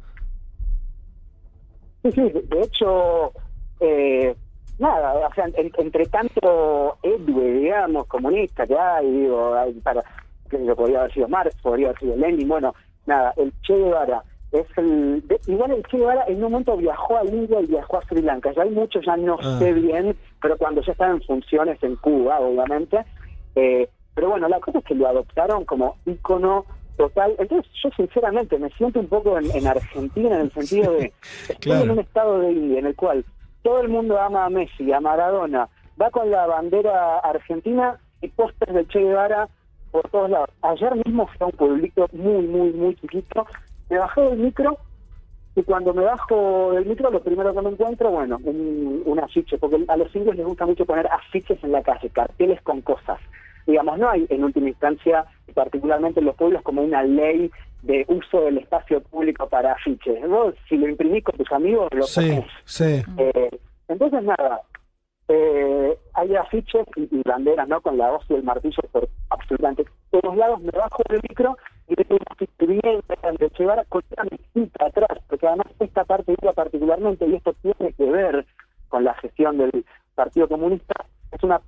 Sí, sí, de hecho, eh, nada, o sea, en, entre tanto héroe, digamos, comunista que hay, digo, hay para, que podría haber sido Marx, podría haber sido Lenin, bueno, nada, el Che Guevara es el... De, igual el Che Guevara en un momento viajó a India y viajó a Sri Lanka, ya hay mucho, ya no ah. sé bien, pero cuando ya estaba en funciones en Cuba, obviamente, eh, pero bueno, la cosa es que lo adoptaron como ícono total. Entonces yo sinceramente me siento un poco en, en Argentina, en el sentido de estoy claro. en un estado de India en el cual todo el mundo ama a Messi, a Maradona, va con la bandera argentina y pósters del Che Guevara por todos lados. Ayer mismo fui a un pueblito muy, muy, muy chiquito, me bajé del micro y cuando me bajo del micro lo primero que me encuentro, bueno, un, un afiche, porque a los indios les gusta mucho poner afiches en la calle, carteles con cosas. Digamos, no hay en última instancia, particularmente en los pueblos, como una ley de uso del espacio público para afiches. Vos, si lo imprimís con tus amigos, lo sí, ponés. Sí. Eh, entonces, nada, eh, hay afiches y, y banderas, ¿no? Con la hoz y el martillo por absolutamente todos lados. Me bajo del micro y veo un afiche bien de Che Guevara con una mezquita atrás, porque además esta parte iba particularmente, y esto tiene que ver con la gestión del Partido Comunista, es una...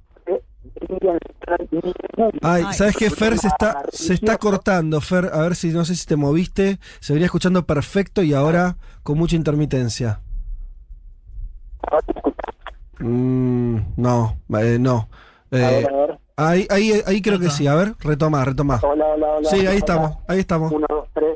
Ay, ¿sabes qué, Fer? Se está, se está cortando, Fer. A ver si, no sé si te moviste. Se venía escuchando perfecto y ahora con mucha intermitencia. Mm, no, eh, no. Eh, a ver, a ver. Ahí, ahí, ahí creo que sí. A ver, retoma, retoma. Hola, hola, hola. Sí, ahí hola. estamos, ahí estamos. Uno, dos, tres.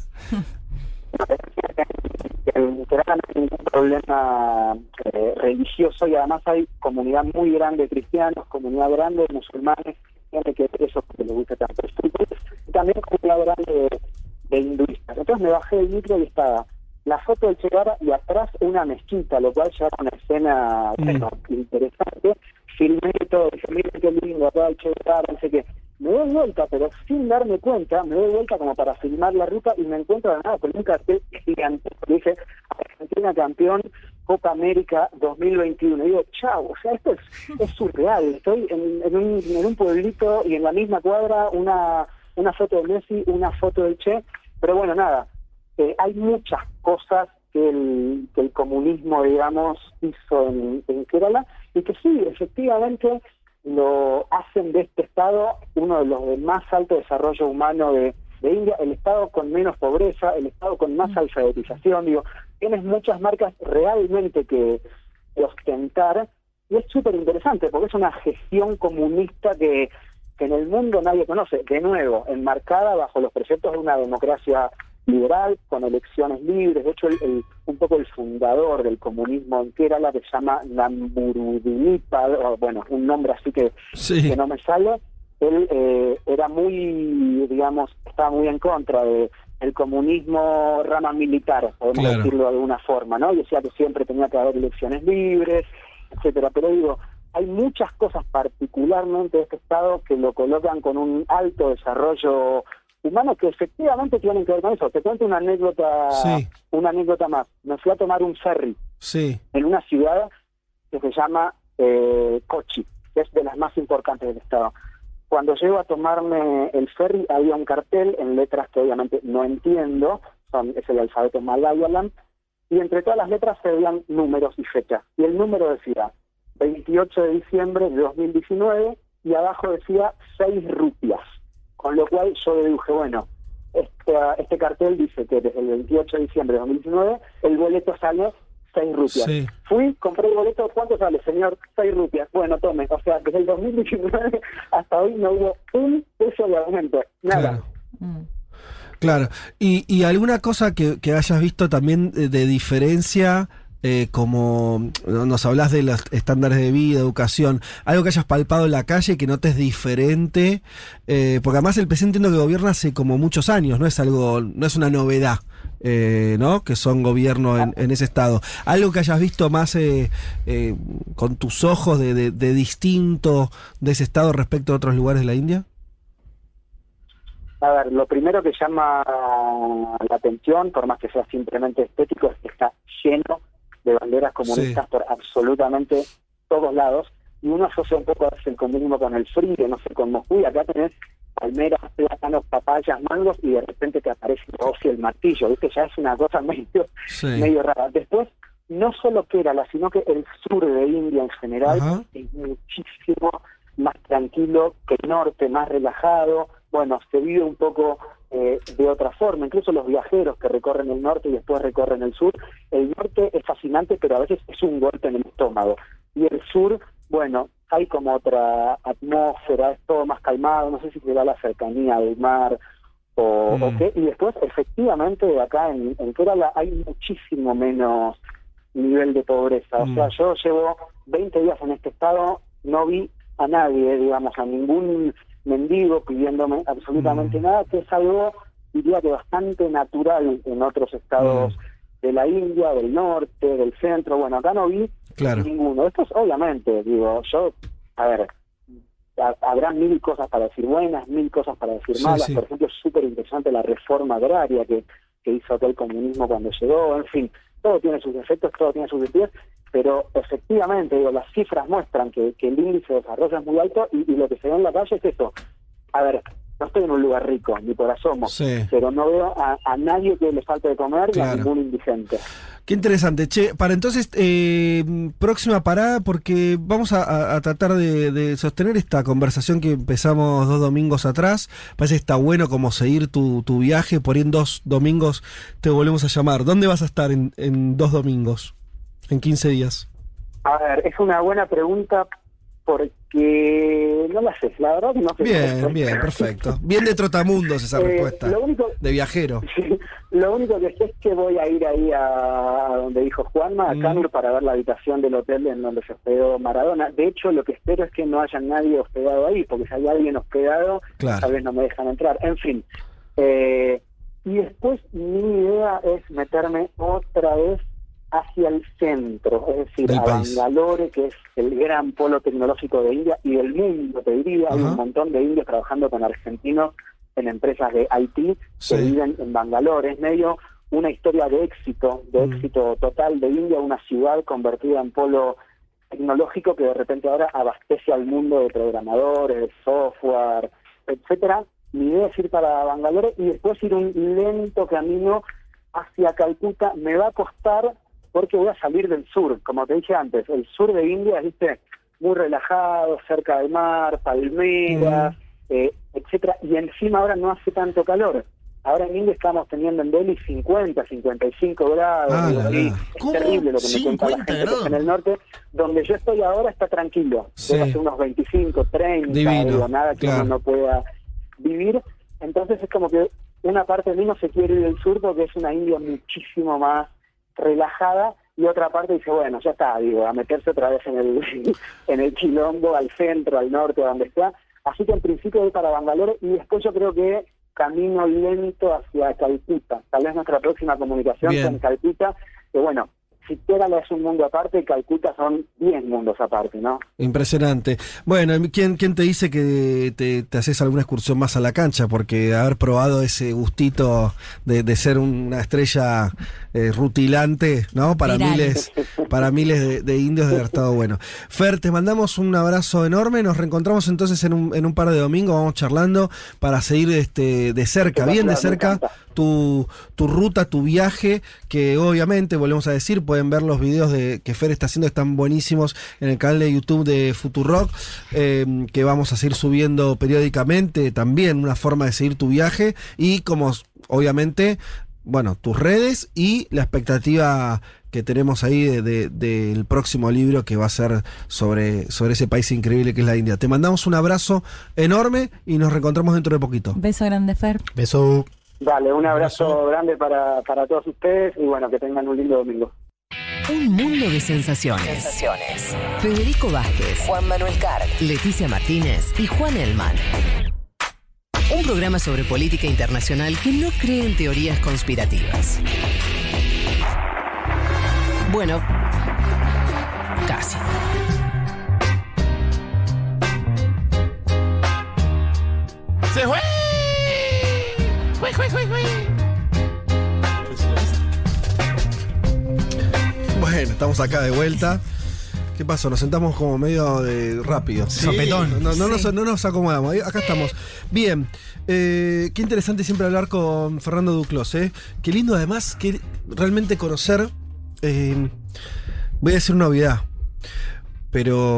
Que no hay ningún problema eh, religioso, y además hay comunidad muy grande de cristianos, comunidad grande de musulmanes, gente que eso que les gusta tanto el fútbol, y también comunidad grande de, de hinduistas. Entonces me bajé del micro y estaba la foto del Che Guevara y atrás una mezquita, lo cual ya era una escena mm. bueno, interesante. Filmé todo, dije, miren qué lindo, acá el Che Guevara, no sé qué. Me doy vuelta, pero sin darme cuenta, me doy vuelta como para filmar la ruta y me encuentro de nada con un cartel gigante. Dije, Argentina campeón, Copa América dos mil veintiuno. Y digo, chau, o sea, esto es, es surreal. Estoy en, en, un, en un pueblito y en la misma cuadra una, una foto de Messi, una foto del Che. Pero bueno, nada, eh, hay muchas cosas que el, que el comunismo, digamos, hizo en, en Kerala y que sí, efectivamente... lo hacen de este estado uno de los de más alto desarrollo humano de, de India, el estado con menos pobreza, el estado con más alfabetización. Digo, tienes muchas marcas realmente que, que ostentar, y es súper interesante porque es una gestión comunista que, que en el mundo nadie conoce, de nuevo, enmarcada bajo los preceptos de una democracia liberal, con elecciones libres. De hecho, el, el, un poco el fundador del comunismo en Kerala, que se llama Namburudinipa, o bueno, un nombre así que, sí. que no me sale, él eh, era muy, digamos, estaba muy en contra de el comunismo rama militar, podemos claro. decirlo de alguna forma, ¿no? Y decía que siempre tenía que haber elecciones libres, etcétera. Pero digo, hay muchas cosas particularmente de este estado que lo colocan con un alto desarrollo humanos que efectivamente tienen que ver con eso. Te cuento una anécdota, sí. una anécdota más. Me fui a tomar un ferry sí. en una ciudad que se llama eh, Kochi, que es de las más importantes del estado. Cuando llego a tomarme el ferry había un cartel en letras que obviamente no entiendo, son, es el alfabeto malayalam, y entre todas las letras se veían números y fechas. Y el número decía veintiocho de diciembre de dos mil diecinueve y abajo decía seis rupias. Con lo cual yo deduje, bueno, este, este cartel dice que desde el veintiocho de diciembre de dos mil diecinueve el boleto sale seis rupias. Sí. Fui, compré el boleto, ¿cuánto sale, señor? seis rupias. Bueno, tome, o sea, desde el dos mil diecinueve hasta hoy no hubo un peso de aumento, nada. Claro. Mm. Claro. ¿Y, y alguna cosa que, que hayas visto también de, de diferencia? Eh, como nos hablas de los estándares de vida, educación, algo que hayas palpado en la calle que notes diferente, eh, porque además el presidente entiendo que gobierna hace como muchos años, no es algo, no es una novedad, eh, ¿no? Que son gobierno en, en ese estado. Algo que hayas visto más eh, eh, con tus ojos de, de, de distinto de ese estado respecto a otros lugares de la India. A ver, lo primero que llama la atención, por más que sea simplemente estético, es que está lleno de banderas comunistas sí. por absolutamente todos lados, y uno asocia un poco el comunismo con el frío, no sé, con Moscú, y acá tenés palmeras, plátanos, papayas, mangos, y de repente te aparece el hoz y el martillo, ¿viste? Ya es una cosa medio, sí. medio rara. Después, no solo Kerala, sino que el sur de India en general Ajá. es muchísimo más tranquilo que el norte, más relajado, bueno, se vive un poco eh, de otra forma. Incluso los viajeros que recorren el norte y después recorren el sur, el norte es fascinante, pero a veces es un golpe en el estómago. Y el sur, bueno, hay como otra atmósfera, es todo más calmado, no sé si se da la cercanía del mar o, mm. o qué. Y después, efectivamente, acá en, en Kerala hay muchísimo menos nivel de pobreza. Mm. O sea, yo llevo veinte días en este estado, no vi a nadie, digamos, a ningún mendigo pidiéndome absolutamente mm. nada, que es algo, diría que bastante natural en otros estados mm. de la India, del norte, del centro. Bueno, acá no vi claro. ninguno. Esto es, obviamente, digo, yo, a ver, ha, habrá mil cosas para decir buenas, mil cosas para decir sí, malas. Sí. Por ejemplo, es súper interesante la reforma agraria que, que hizo aquel comunismo cuando llegó. En fin, todo tiene sus defectos, todo tiene sus virtudes, pero efectivamente, digo, las cifras muestran que, que el índice de desarrollo es muy alto y, y lo que se ve en la calle es eso. A ver, no estoy en un lugar rico, ni por asomo, sí. pero no veo a, a nadie que le falte de comer claro. ni a ningún indigente. Qué interesante. Che, para entonces, eh, próxima parada, porque vamos a, a tratar de, de sostener esta conversación que empezamos dos domingos atrás. Parece que está bueno como seguir tu, tu viaje, por ahí en dos domingos te volvemos a llamar. ¿Dónde vas a estar en, en dos domingos? En quince días. A ver, es una buena pregunta porque no la sé, la verdad que no sé. Bien, bien, perfecto. Bien de trotamundos esa eh, respuesta, lo único, de viajero. Sí, lo único que sé es que voy a ir ahí a, a donde dijo Juanma, a mm. Canur, para ver la habitación del hotel en donde se hospedó Maradona. De hecho, lo que espero es que no haya nadie hospedado ahí, porque si hay alguien hospedado, claro. tal vez no me dejan entrar. En fin, eh, y después mi idea es meterme otra vez hacia el centro, es decir, a Bangalore, que es el gran polo tecnológico de India y del mundo, te diría. Hay uh-huh. un montón de indios trabajando con argentinos en empresas de I T sí. que viven en Bangalore. Es medio una historia de éxito, de uh-huh. éxito total de India, una ciudad convertida en polo tecnológico que de repente ahora abastece al mundo de programadores, software, etcétera. Mi idea es ir para Bangalore y después ir un lento camino hacia Calcuta. Me va a costar porque voy a salir del sur, como te dije antes. El sur de India, viste, muy relajado, cerca del mar, palmeras, mm. eh, etcétera. Y encima ahora no hace tanto calor. Ahora en India estamos teniendo en Delhi cincuenta, cincuenta y cinco grados. Ah, la, la. Es terrible lo que me cuenta la gente que en el norte. Donde yo estoy ahora está tranquilo. Sí. Debe hacer unos veinticinco, treinta, digo, nada que claro. uno no pueda vivir. Entonces es como que una parte de mí no se quiere ir del sur porque es una India muchísimo más relajada, y otra parte dice, bueno, ya está, digo, a meterse otra vez en el en el quilombo, al centro, al norte, a donde está. Así que en principio voy para Bangalore y después yo creo que camino lento hacia Calcuta. Tal vez nuestra próxima comunicación sea en Calcuta, que bueno, si Kerala es un mundo aparte, Calcuta son diez mundos aparte, ¿no? Impresionante. Bueno, ¿quién, quién te dice que te, te haces alguna excursión más a la cancha? Porque haber probado ese gustito de, de ser una estrella eh, rutilante, ¿no? Para Viral. miles para miles de, de indios, de haber estado bueno. Fer, te mandamos un abrazo enorme. Nos reencontramos entonces en un, en un par de domingos. Vamos charlando para seguir este, de cerca, bien de cerca, tu, tu ruta, tu viaje, que obviamente, volvemos a decir, pueden ver los videos de que Fer está haciendo, están buenísimos en el canal de YouTube de Futurock, eh, que vamos a seguir subiendo periódicamente, también una forma de seguir tu viaje, y como obviamente, bueno, tus redes y la expectativa que tenemos ahí de, de, del próximo libro que va a ser sobre, sobre ese país increíble que es la India. Te mandamos un abrazo enorme y nos reencontramos dentro de poquito. Beso grande, Fer. Beso. Dale, un abrazo, un abrazo. grande para, para todos ustedes y bueno, que tengan un lindo domingo. Un mundo de sensaciones. sensaciones. Federico Vázquez, Juan Manuel Carg, Leticia Martínez y Juan Elman. Un programa sobre política internacional que no cree en teorías conspirativas. Bueno, casi. ¡Se fue! ¡Fue, fue, fue, fue! Bueno, estamos acá de vuelta. ¿Qué pasó? Nos sentamos como medio de rápido. Sí. Sopetón. No, no, sí. nos, no nos acomodamos. Acá estamos. Bien. Eh, qué interesante siempre hablar con Fernando Duclos, ¿eh? Qué lindo además que realmente conocer. Eh, voy a decir una obviedad. Pero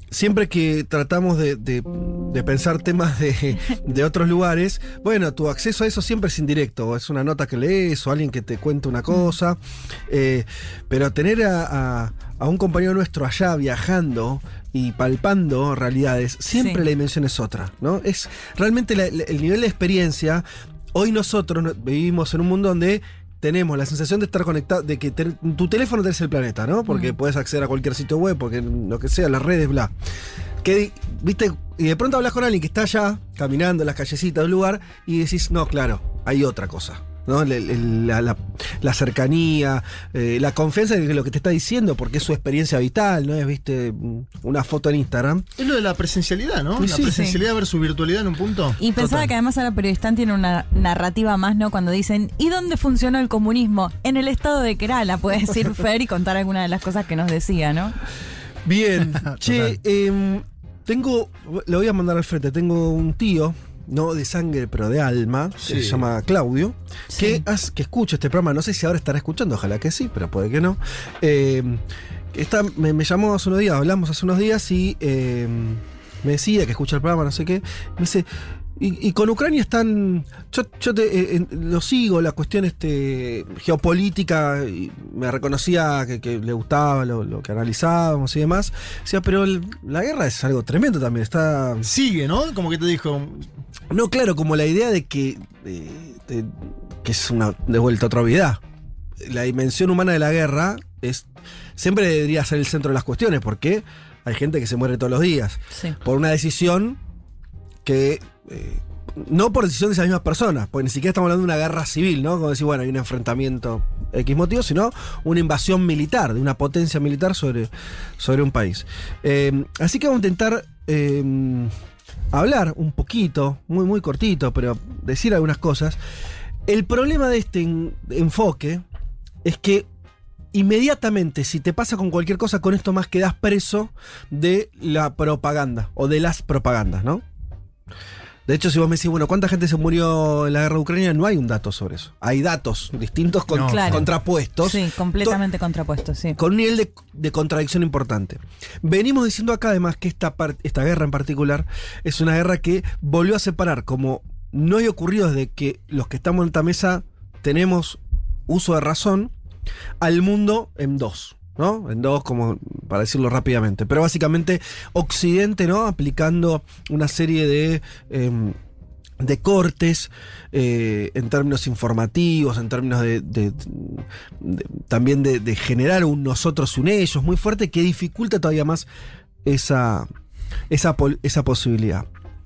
siempre que tratamos de, de, de pensar temas de, de otros lugares, bueno, tu acceso a eso siempre es indirecto, o es una nota que lees, o alguien que te cuenta una cosa, eh, pero tener a, a, a un compañero nuestro allá viajando y palpando realidades, siempre sí. La dimensión es otra, ¿no? Es realmente la, la, el nivel de experiencia. Hoy nosotros vivimos en un mundo donde tenemos la sensación de estar conectado, de que ten, tu teléfono tenés el planeta, ¿no? Porque mm. puedes acceder a cualquier sitio web, porque lo que sea, las redes, bla. Que, viste, y de pronto hablas con alguien que está allá, caminando en las callecitas del lugar, y decís, no, claro, hay otra cosa, ¿no? La, la, la, la cercanía, eh, la confianza de lo que te está diciendo, porque es su experiencia vital, ¿no? Es, viste, una foto en Instagram. Es lo de la presencialidad, ¿no? Sí, la presencialidad sí. versus virtualidad en un punto. Y pensaba Total. que además ahora Periodistán tiene una narrativa más, ¿no? Cuando dicen, ¿y dónde funcionó el comunismo? En el estado de Kerala, puede decir Fer y contar alguna de las cosas que nos decía, ¿no? Bien. Che, eh, tengo, le voy a mandar al frente, tengo un tío, no de sangre, pero de alma, sí. que se llama Claudio, sí. que, has, que escucha este programa, no sé si ahora estará escuchando, ojalá que sí, pero puede que no. Eh, está, me, me llamó hace unos días, hablamos hace unos días y eh, me decía que escucha el programa, no sé qué, me dice, y, y con Ucrania están, yo, yo te, eh, lo sigo, la cuestión este, geopolítica, y me reconocía que, que le gustaba lo, lo que analizábamos y demás, decía, pero el, la guerra es algo tremendo también, está... Sigue, ¿no? Como que te dijo... No, claro, como la idea de que, de, de, que es una de vuelta a otra vida. La dimensión humana de la guerra es siempre debería ser el centro de las cuestiones, porque hay gente que se muere todos los días sí. por una decisión que eh, no por decisión de esas mismas personas, porque ni siquiera estamos hablando de una guerra civil, ¿no? Como decir, bueno, hay un enfrentamiento X motivo, sino una invasión militar, de una potencia militar sobre, sobre un país. Eh, así que vamos a intentar eh, hablar un poquito, muy muy cortito, pero decir algunas cosas. El problema de este en, enfoque es que inmediatamente, si te pasa con cualquier cosa, con esto más quedás preso de la propaganda o de las propagandas, ¿no? De hecho, si vos me decís, bueno, ¿cuánta gente se murió en la guerra de Ucrania? No hay un dato sobre eso. Hay datos distintos con, no, claro. contrapuestos. Sí, completamente to- contrapuestos, sí. Con un nivel de, de contradicción importante. Venimos diciendo acá, además, que esta, par- esta guerra en particular es una guerra que volvió a separar, como no había ocurrido desde que los que estamos en esta mesa tenemos uso de razón, al mundo en dos. ¿No? En dos, como para decirlo rápidamente. Pero básicamente Occidente, ¿no? Aplicando una serie de, eh, de cortes eh, en términos informativos, en términos de, de, de también de, de generar un nosotros y un ellos muy fuerte que dificulta todavía más esa, esa, esa posibilidad.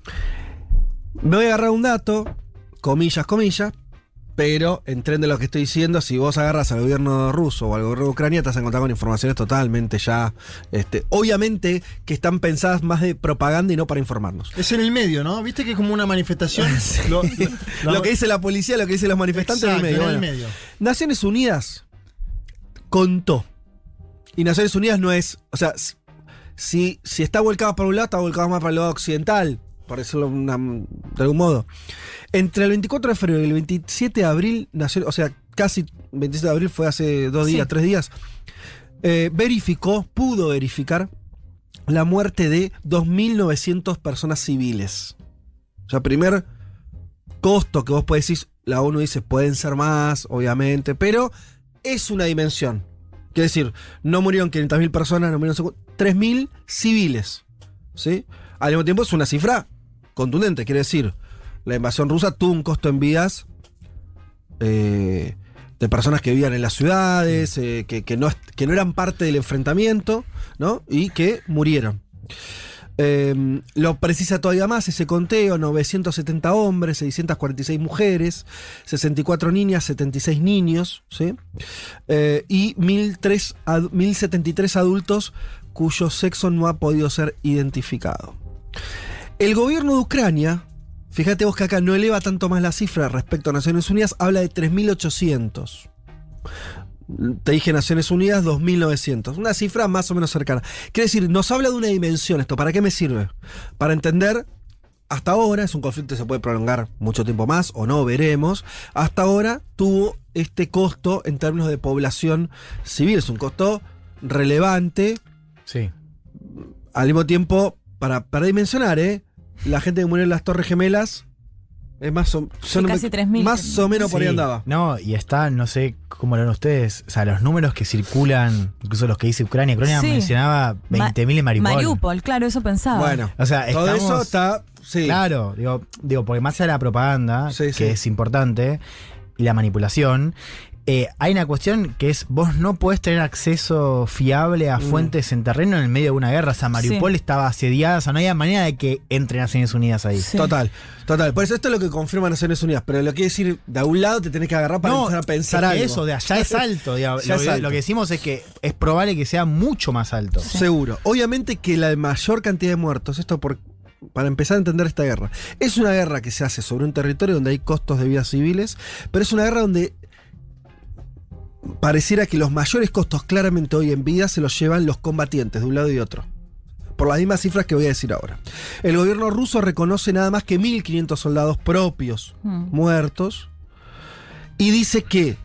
Me voy a agarrar un dato, comillas, comillas, pero entiende lo que estoy diciendo, si vos agarras al gobierno ruso o al gobierno de Ucrania, te vas a encontrar con informaciones totalmente ya, este, obviamente que están pensadas más de propaganda y no para informarnos. Es en el medio, ¿no? ¿Viste que es como una manifestación? Sí. Lo, lo, lo que dice la policía, lo que dicen los manifestantes. Exacto, en el medio. En el Bueno, medio. Naciones Unidas contó, y Naciones Unidas no es, o sea, si, si está volcado para un lado, está volcado más para el lado occidental, por decirlo una, de algún modo. Entre el veinticuatro de febrero y el veintisiete de abril, nació, o sea, casi veintisiete de abril fue hace dos días, sí. tres días, eh, verificó, pudo verificar la muerte de dos mil novecientas personas civiles. O sea, primer costo que vos podés decir, la ONU dice, pueden ser más, obviamente, pero es una dimensión. Quiere decir, no murieron quinientas mil personas, no murieron tres mil civiles, ¿sí? Al mismo tiempo es una cifra contundente, quiere decir, la invasión rusa tuvo un costo en vidas eh, de personas que vivían en las ciudades, eh, que, que, no, que no eran parte del enfrentamiento, ¿no? Y que murieron. Eh, lo precisa todavía más ese conteo: novecientos setenta hombres, seiscientas cuarenta y seis mujeres, sesenta y cuatro niñas, setenta y seis niños, ¿sí? Eh, y mil setenta y tres adultos cuyo sexo no ha podido ser identificado. El gobierno de Ucrania, fíjate vos que acá no eleva tanto más la cifra respecto a Naciones Unidas, habla de tres mil ochocientos. Te dije Naciones Unidas, dos mil novecientos. Una cifra más o menos cercana. Quiere decir, nos habla de una dimensión esto. ¿Para qué me sirve? Para entender, hasta ahora, es un conflicto que se puede prolongar mucho tiempo más, o no, veremos. Hasta ahora tuvo este costo en términos de población civil. Es un costo relevante. Sí. al mismo tiempo, para, para dimensionar, ¿eh? La gente que murió en las Torres Gemelas es más o, sí, no casi me, tres mil. Más o menos sí, por ahí andaba. No, y está, no sé cómo lo ven ustedes, o sea, los números que circulan, incluso los que dice Ucrania, Ucrania sí. mencionaba veinte mil en Mariupol. Mariupol, claro, eso pensaba. Bueno, o sea, todo estamos, eso está... Sí. Claro, digo, digo, porque más allá de la propaganda, sí, que sí. es importante, y la manipulación, eh, hay una cuestión que es, vos no podés tener acceso fiable a fuentes mm. en terreno en el medio de una guerra. O sea, Mariupol sí. estaba asediada, o sea, no había manera de que entre Naciones Unidas ahí. Sí. Total, total. Por eso esto es lo que confirma Naciones Unidas, pero lo que quiere decir, de un lado te tenés que agarrar para no, empezar a pensar es algo. Eso, de allá es alto. Digamos, ya lo, es alto. Lo que decimos es que es probable que sea mucho más alto. Sí. Seguro. Obviamente que la mayor cantidad de muertos, esto por... para empezar a entender esta guerra. Es una guerra que se hace sobre un territorio donde hay costos de vidas civiles, pero es una guerra donde pareciera que los mayores costos claramente hoy en vida se los llevan los combatientes de un lado y de otro. Por las mismas cifras que voy a decir ahora. El gobierno ruso reconoce nada más que mil quinientos soldados propios mm. muertos y dice que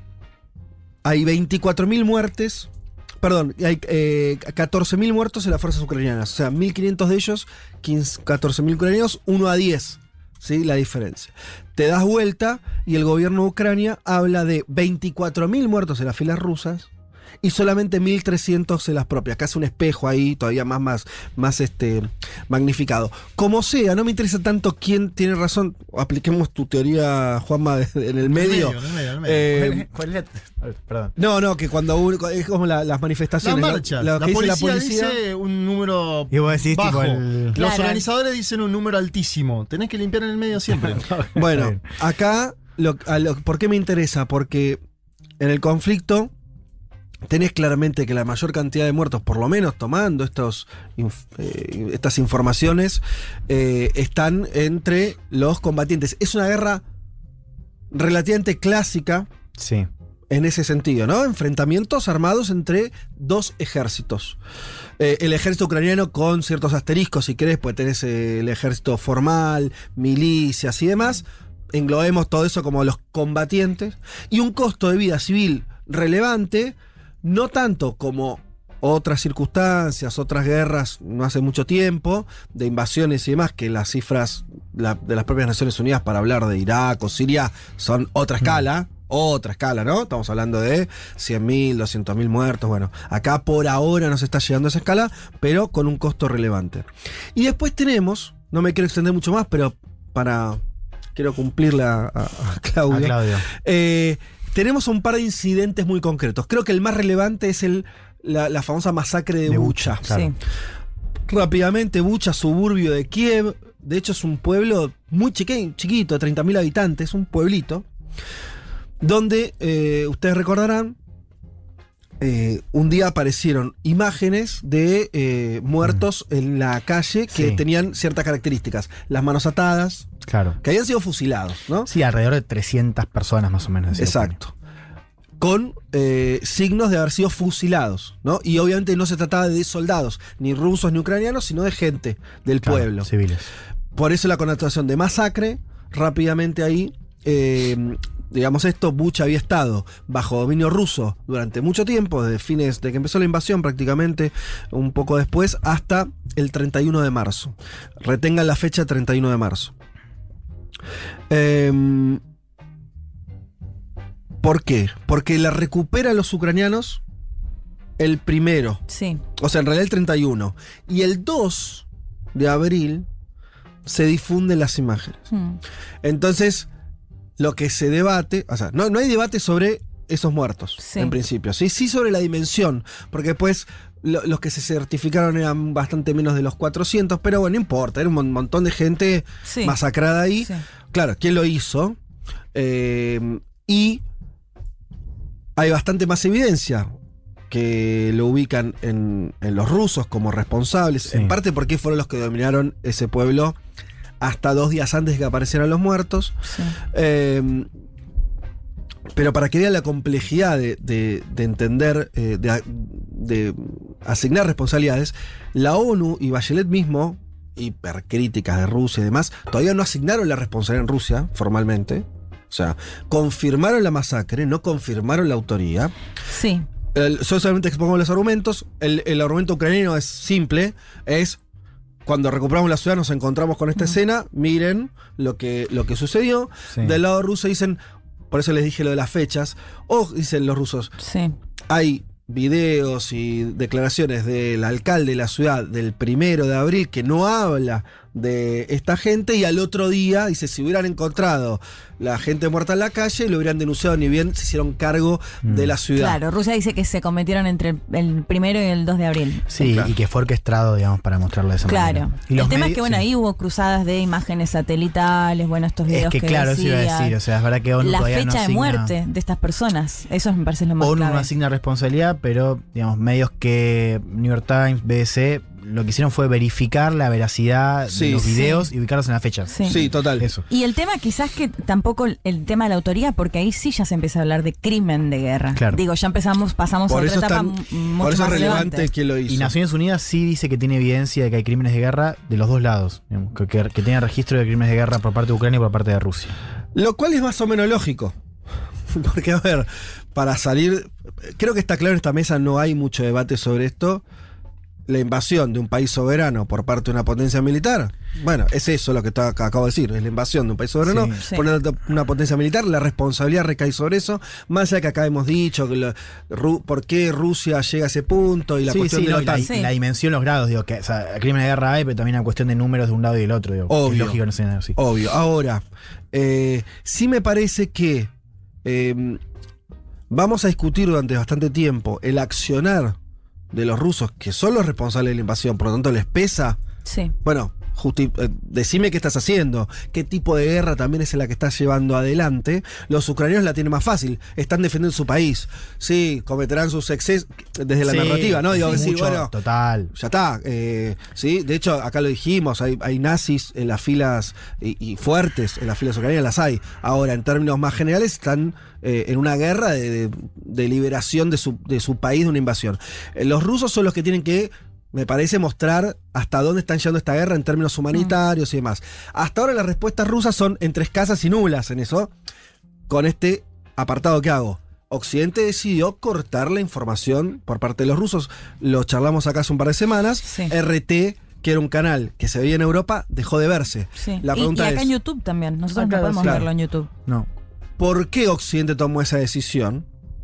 hay veinticuatro mil muertes. Perdón, hay eh, catorce mil muertos en las fuerzas ucranianas. O sea, mil quinientos de ellos, catorce mil ucranianos, uno a diez. ¿Sí? La diferencia. Te das vuelta y el gobierno de Ucrania habla de veinticuatro mil muertos en las filas rusas y solamente mil trescientos en las propias. Acá hace un espejo ahí, todavía más, más, más este, magnificado. Como sea, no me interesa tanto quién tiene razón. Apliquemos tu teoría, Juanma, en el medio. En el medio, en el medio, en el medio. Eh, ¿Cuál es la, perdón. No, no, que cuando uno, es como la, las manifestaciones. Las marchas. Lo, lo la, que policía dice la policía dice un número y vos decís, bajo. Tipo el... Los claro. organizadores dicen un número altísimo. Tenés que limpiar en el medio siempre. Bueno, acá, lo, a lo, ¿por qué me interesa? Porque en el conflicto tenés claramente que la mayor cantidad de muertos, por lo menos tomando estos, eh, estas informaciones, eh, están entre los combatientes. Es una guerra relativamente clásica. Sí. En ese sentido, ¿no? Enfrentamientos armados entre dos ejércitos. Eh, el ejército ucraniano con ciertos asteriscos, si querés, pues tenés eh, el ejército formal, milicias y demás. Englobemos todo eso como los combatientes. Y un costo de vida civil relevante, no tanto como otras circunstancias, otras guerras no hace mucho tiempo, de invasiones y demás, que las cifras la, de las propias Naciones Unidas para hablar de Irak o Siria son otra escala. Mm. Otra escala, ¿no? Estamos hablando de cien mil, doscientos mil muertos. Bueno, acá por ahora no se está llegando a esa escala, pero con un costo relevante. Y después tenemos, no me quiero extender mucho más, pero para... quiero cumplirle a, a, a Claudio. A Claudio. Eh, tenemos un par de incidentes muy concretos. Creo que el más relevante es el, la, la famosa masacre de, de Bucha. Bucha claro. Sí. Rápidamente, Bucha, suburbio de Kiev. De hecho, es un pueblo muy chiqui, chiquito, de treinta mil habitantes, un pueblito. Donde, eh, ustedes recordarán, eh, un día aparecieron imágenes de eh, muertos mm. en la calle que sí. tenían ciertas características. Las manos atadas, claro. que habían sido fusilados, ¿no? Sí, alrededor de trescientas personas más o menos. Exacto. Con eh, signos de haber sido fusilados, ¿no? Y obviamente no se trataba de soldados, ni rusos ni ucranianos, sino de gente del claro, pueblo. Civiles. Por eso la connotación de masacre, rápidamente ahí... Eh, digamos esto, Bucha había estado bajo dominio ruso durante mucho tiempo, desde fines de que empezó la invasión prácticamente, un poco después, hasta el treinta y uno de marzo. Retengan la fecha treinta y uno de marzo. Eh, ¿Por qué? Porque la recuperan los ucranianos el primero. Sí. O sea, en realidad el treinta y uno. Y el dos de abril se difunden las imágenes. Hmm. Entonces... lo que se debate, o sea, no, no hay debate sobre esos muertos, sí. en principio. Sí, sí sobre la dimensión, porque después lo, los que se certificaron eran bastante menos de los cuatrocientos, pero bueno, no importa, era un montón de gente sí. masacrada ahí. Sí. Claro, ¿quién lo hizo? Eh, y hay bastante más evidencia que lo ubican en, en los rusos como responsables, sí. en parte porque fueron los que dominaron ese pueblo hasta dos días antes de que aparecieran los muertos. Sí. Eh, pero para que vean la complejidad de, de, de entender, eh, de, de asignar responsabilidades, la ONU y Bachelet mismo, hipercríticas de Rusia y demás, todavía no asignaron la responsabilidad en Rusia, formalmente. O sea, confirmaron la masacre, no confirmaron la autoría. Sí. El, yo solamente expongo los argumentos. El, el argumento ucraniano es simple. Es, cuando recuperamos la ciudad nos encontramos con esta mm. escena. Miren lo que, lo que sucedió. Sí. Del lado ruso dicen, por eso les dije lo de las fechas. O, dicen los rusos, sí. hay videos y declaraciones del alcalde de la ciudad del primero de abril que no habla de esta gente, y al otro día dice, si hubieran encontrado la gente muerta en la calle, lo hubieran denunciado, ni bien se hicieron cargo mm. de la ciudad. Claro, Rusia dice que se cometieron entre el primero y el dos de abril. Sí, claro. Y que fue orquestado, digamos, para mostrarlo de esa claro. manera. Claro. El tema es que, bueno, sí. ahí hubo cruzadas de imágenes satelitales, bueno, estos videos es que, que claro, decía, eso iba a decir, o sea, es verdad que ONU la todavía fecha no de asigna, muerte de estas personas, eso me parece lo más ONU clave. no asigna responsabilidad, pero, digamos, medios que New York Times, B B C, lo que hicieron fue verificar la veracidad sí, de los videos sí. y ubicarlos en la fecha. Sí. sí, total. Eso. Y el tema quizás que tampoco el tema de la autoría, porque ahí sí ya se empieza a hablar de crimen de guerra. Claro. Digo, ya empezamos, pasamos por a otra etapa tan, mucho por eso más es relevante relevante. quién lo hizo. Y Naciones Unidas sí dice que tiene evidencia de que hay crímenes de guerra de los dos lados, digamos, que, que, que tiene registro de crímenes de guerra por parte de Ucrania y por parte de Rusia. Lo cual es más o menos lógico. Porque, a ver, para salir, creo que está claro en esta mesa, no hay mucho debate sobre esto. La invasión de un país soberano por parte de una potencia militar, bueno, es eso lo que está, acabo de decir, es la invasión de un país soberano sí, sí. por una, una potencia militar, la responsabilidad recae sobre eso, más allá que acá hemos dicho que lo, Ru, por qué Rusia llega a ese punto y la sí, cuestión sí, de no, la OTAN. la, sí. la dimensión, los grados, digo, que o sea, crimen de guerra hay, pero también hay cuestión de números de un lado y del otro, digo, obvio, es lógico, no sé nada así. Obvio, ahora, eh, sí me parece que eh, vamos a discutir durante bastante tiempo el accionar de los rusos, que son los responsables de la invasión, por lo tanto les pesa. Sí. Bueno, justi- eh, decime qué estás haciendo, qué tipo de guerra también es la que estás llevando adelante. Los ucranianos la tienen más fácil, están defendiendo su país. Sí, cometerán sus excesos desde la sí, narrativa, ¿no? Digo, sí, decir, mucho, bueno, total. ya está. Eh, sí, de hecho, acá lo dijimos, hay, hay nazis en las filas y, y fuertes en las filas ucranianas, las hay. Ahora, en términos más generales, están eh, en una guerra de, de, de liberación de su, de su país de una invasión. Eh, los rusos son los que tienen que, me parece, mostrar hasta dónde están llevando esta guerra en términos humanitarios mm. y demás. Hasta ahora las respuestas rusas son entre escasas y nulas en eso. Con este apartado que hago, Occidente decidió cortar la información por parte de los rusos. Lo charlamos acá hace un par de semanas. Sí. R T, que era un canal que se veía en Europa, dejó de verse. Sí. La y, pregunta y acá es, en YouTube también. Nosotros acá, no podemos claro. verlo en YouTube. No. ¿por qué Occidente tomó esa decisión?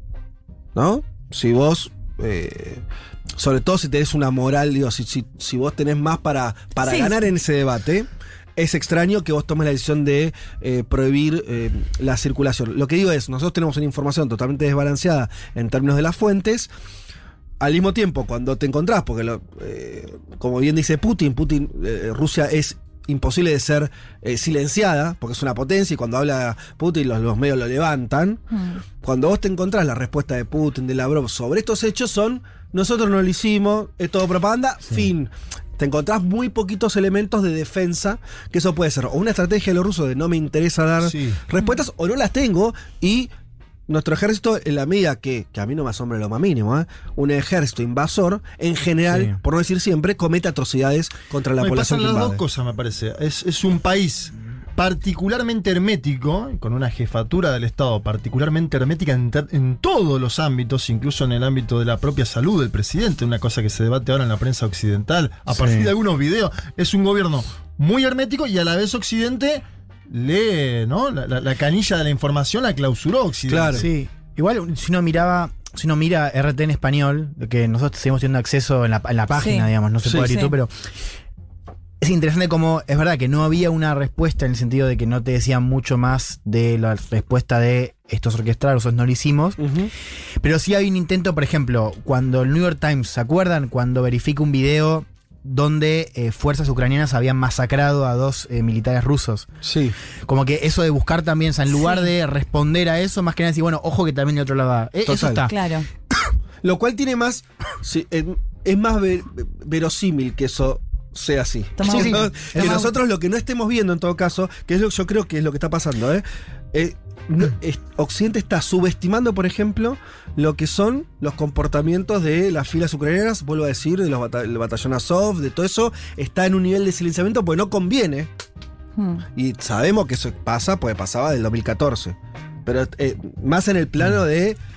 ¿No? Si vos... Eh, sobre todo si tenés una moral, digo, si, si, si vos tenés más para, para sí, ganar sí. en ese debate, es extraño que vos tomes la decisión de eh, prohibir eh, la circulación. Lo que digo es, nosotros tenemos una información totalmente desbalanceada en términos de las fuentes. Al mismo tiempo, cuando te encontrás, porque lo, eh, como bien dice Putin, Putin eh, Rusia es imposible de ser eh, silenciada, porque es una potencia, y cuando habla Putin los, los medios lo levantan. Mm. Cuando vos te encontrás, la respuesta de Putin, de Lavrov sobre estos hechos son: nosotros no lo hicimos, es todo propaganda, sí. Fin. Te encontrás muy poquitos elementos de defensa, que eso puede ser o una estrategia de los rusos de no me interesa dar sí. respuestas, o no las tengo, y nuestro ejército, en la medida que, que a mí no me asombra lo más mínimo, ¿eh? un ejército invasor, en general, sí. por no decir siempre, comete atrocidades contra la no, población que pasan las invade. dos cosas, me parece. Es, es un país particularmente hermético, con una jefatura del Estado particularmente hermética en, ter, en todos los ámbitos, incluso en el ámbito de la propia salud del presidente, una cosa que se debate ahora en la prensa occidental, a sí. partir de algunos videos. Es un gobierno muy hermético y a la vez Occidente lee, ¿no? La, la, la canilla de la información la clausuró Occidente. Claro. Sí. Igual, si uno miraba, si uno mira R T en español, que nosotros seguimos teniendo acceso en la, en la página, sí. digamos, no se sí, puede ver sí. YouTube, pero es interesante como, es verdad que no había una respuesta en el sentido de que no te decían mucho más de la respuesta de esto es orquestado, nosotros no lo hicimos, uh-huh. pero sí hay un intento, por ejemplo, cuando el New York Times, ¿se acuerdan? Cuando verifica un video donde eh, fuerzas ucranianas habían masacrado a dos eh, militares rusos. Sí. Como que eso de buscar también, o sea, en lugar sí. de responder a eso, más que nada decir, bueno, ojo que también de otro lado. Eh, eso está. Claro. Lo cual tiene más, sí, es, es más ver, verosímil que eso sea así. Sí, sí. ¿No? Que Toma. Nosotros lo que no estemos viendo en todo caso, que es lo que yo creo que es lo que está pasando, ¿eh? eh No, es, Occidente está subestimando, por ejemplo, lo que son los comportamientos de las filas ucranianas, vuelvo a decir, de los bata- del batallón Azov, de todo eso, está en un nivel de silenciamiento porque no conviene. Hmm. Y sabemos que eso pasa, pues pasaba del dos mil catorce. Pero eh, más en el plano de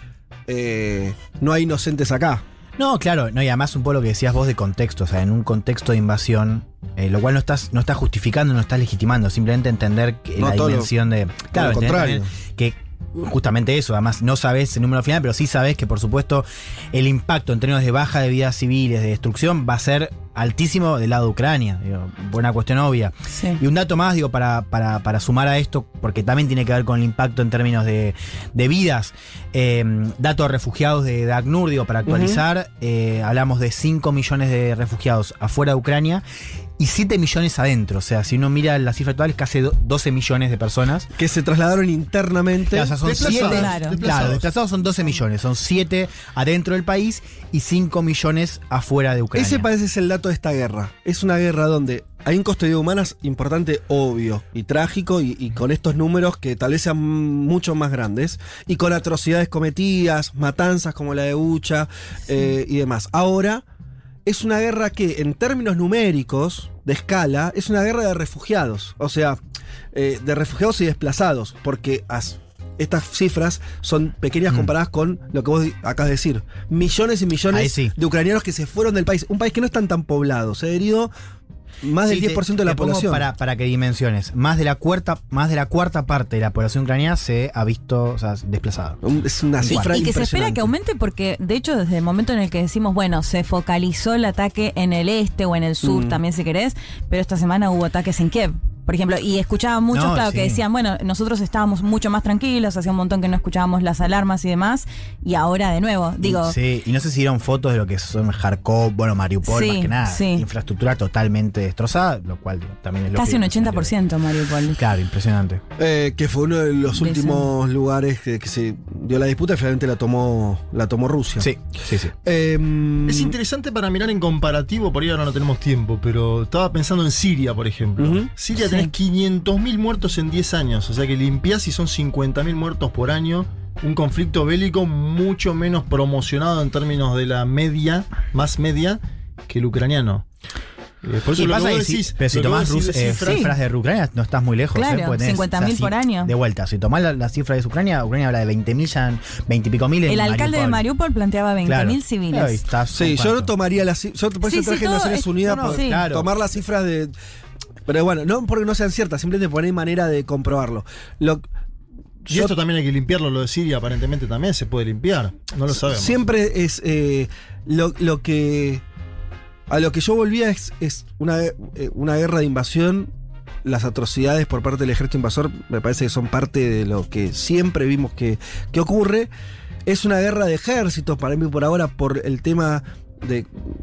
eh, no hay inocentes acá. No, claro, no, y además un poco lo que decías vos de contexto, o sea, en un contexto de invasión, eh, lo cual no estás, no estás justificando, no estás legitimando, simplemente entender que No, la todo lo- dimensión de. Claro, todo lo entender contrario. también que justamente eso, además no sabés el número final, pero sí sabés que por supuesto el impacto en términos de baja de vidas civiles, de destrucción, va a ser altísimo del lado de Ucrania. Digo, buena cuestión obvia. Sí. Y un dato más, digo, para, para, para sumar a esto, porque también tiene que ver con el impacto en términos de, de vidas. Eh, datos de refugiados de, de ACNUR, digo, para actualizar, eh, hablamos de cinco millones de refugiados afuera de Ucrania y siete millones adentro. O sea, si uno mira la cifra actual, es casi do- doce millones de personas. Que se trasladaron internamente. Claro, o sea, son Desplazados, siete, Claro. claro, desplazados. desplazados son doce millones, son siete adentro del país y cinco millones afuera de Ucrania. Ese parece ser el dato de esta guerra. Es una guerra donde hay un costo de vidas humanas importante, obvio, y trágico, y, y con estos números que tal vez sean mucho más grandes, y con atrocidades cometidas, matanzas como la de Bucha eh, y demás. Ahora, es una guerra que, en términos numéricos, de escala, es una guerra de refugiados. O sea, eh, de refugiados y desplazados, porque as- estas cifras son pequeñas Mm. comparadas con lo que vos di- acabas de decir. Millones y millones Ahí sí. de ucranianos que se fueron del país. Un país que no están tan poblados. Se ha herido más del Sí, diez por ciento de te- la te pongo población. Para, para que dimensiones, más de la cuarta, más de la cuarta parte de la población ucraniana se ha visto, o sea, desplazada. Un- Es una Y, cifra y que se espera impresionante. que aumente porque, de hecho, desde el momento en el que decimos, bueno, se focalizó el ataque en el este o en el sur, Mm. también si querés, pero esta semana hubo ataques en Kiev, por ejemplo, y escuchaba muchos, No, claro, sí. que decían, bueno, nosotros estábamos mucho más tranquilos, hacía un montón que no escuchábamos las alarmas y demás, y ahora de nuevo, digo, Sí, y no sé si dieron fotos de lo que son Kharkov, bueno, Mariupol, Sí, más que nada. sí. Infraestructura totalmente destrozada, lo cual también es lo casi un ochenta por ciento, Mariupol. Claro, impresionante. Eh, que fue uno de los De últimos lugares que, que se dio la disputa y finalmente la tomó, la tomó Rusia. Sí, sí, sí. Eh, Es interesante para mirar en comparativo, por ahí ahora no tenemos tiempo, pero estaba pensando en Siria, por ejemplo. Ujú. Siria Sí. tenés quinientos mil muertos en diez años, o sea que limpiás y son cincuenta mil muertos por año. Un conflicto bélico mucho menos promocionado en términos de la media, más media, que el ucraniano. Eh, por eso Y lo que pasa vos que si- decís, pero si lo que vos tomás decís Rus- de eh, cifras- cifras de Ucrania, no estás muy lejos. Claro, ¿eh? Porque tenés, cincuenta mil o sea, por si- año. De vuelta, si tomás la, la cifra de Ucrania, Ucrania habla de veinte mil, ya veinte y pico mil en El alcalde de Mariupol planteaba veinte mil Claro. civiles. Claro, y estás sí, con yo no cuánto. tomaría las ci- yo por eso Sí, sí, traje todo Naciones es- Unidas no, no, para sí. Claro. tomar las cifras de. Pero bueno, no porque no sean ciertas, simplemente porque no hay manera de comprobarlo. Lo, Y yo esto también hay que limpiarlo, lo de Siria aparentemente también se puede limpiar. No lo sabemos. siempre es eh, lo, lo que. A lo que yo volvía es, es una, eh, una guerra de invasión. Las atrocidades por parte del ejército invasor me parece que son parte de lo que siempre vimos que, que ocurre. Es una guerra de ejércitos para mí por ahora por el tema de.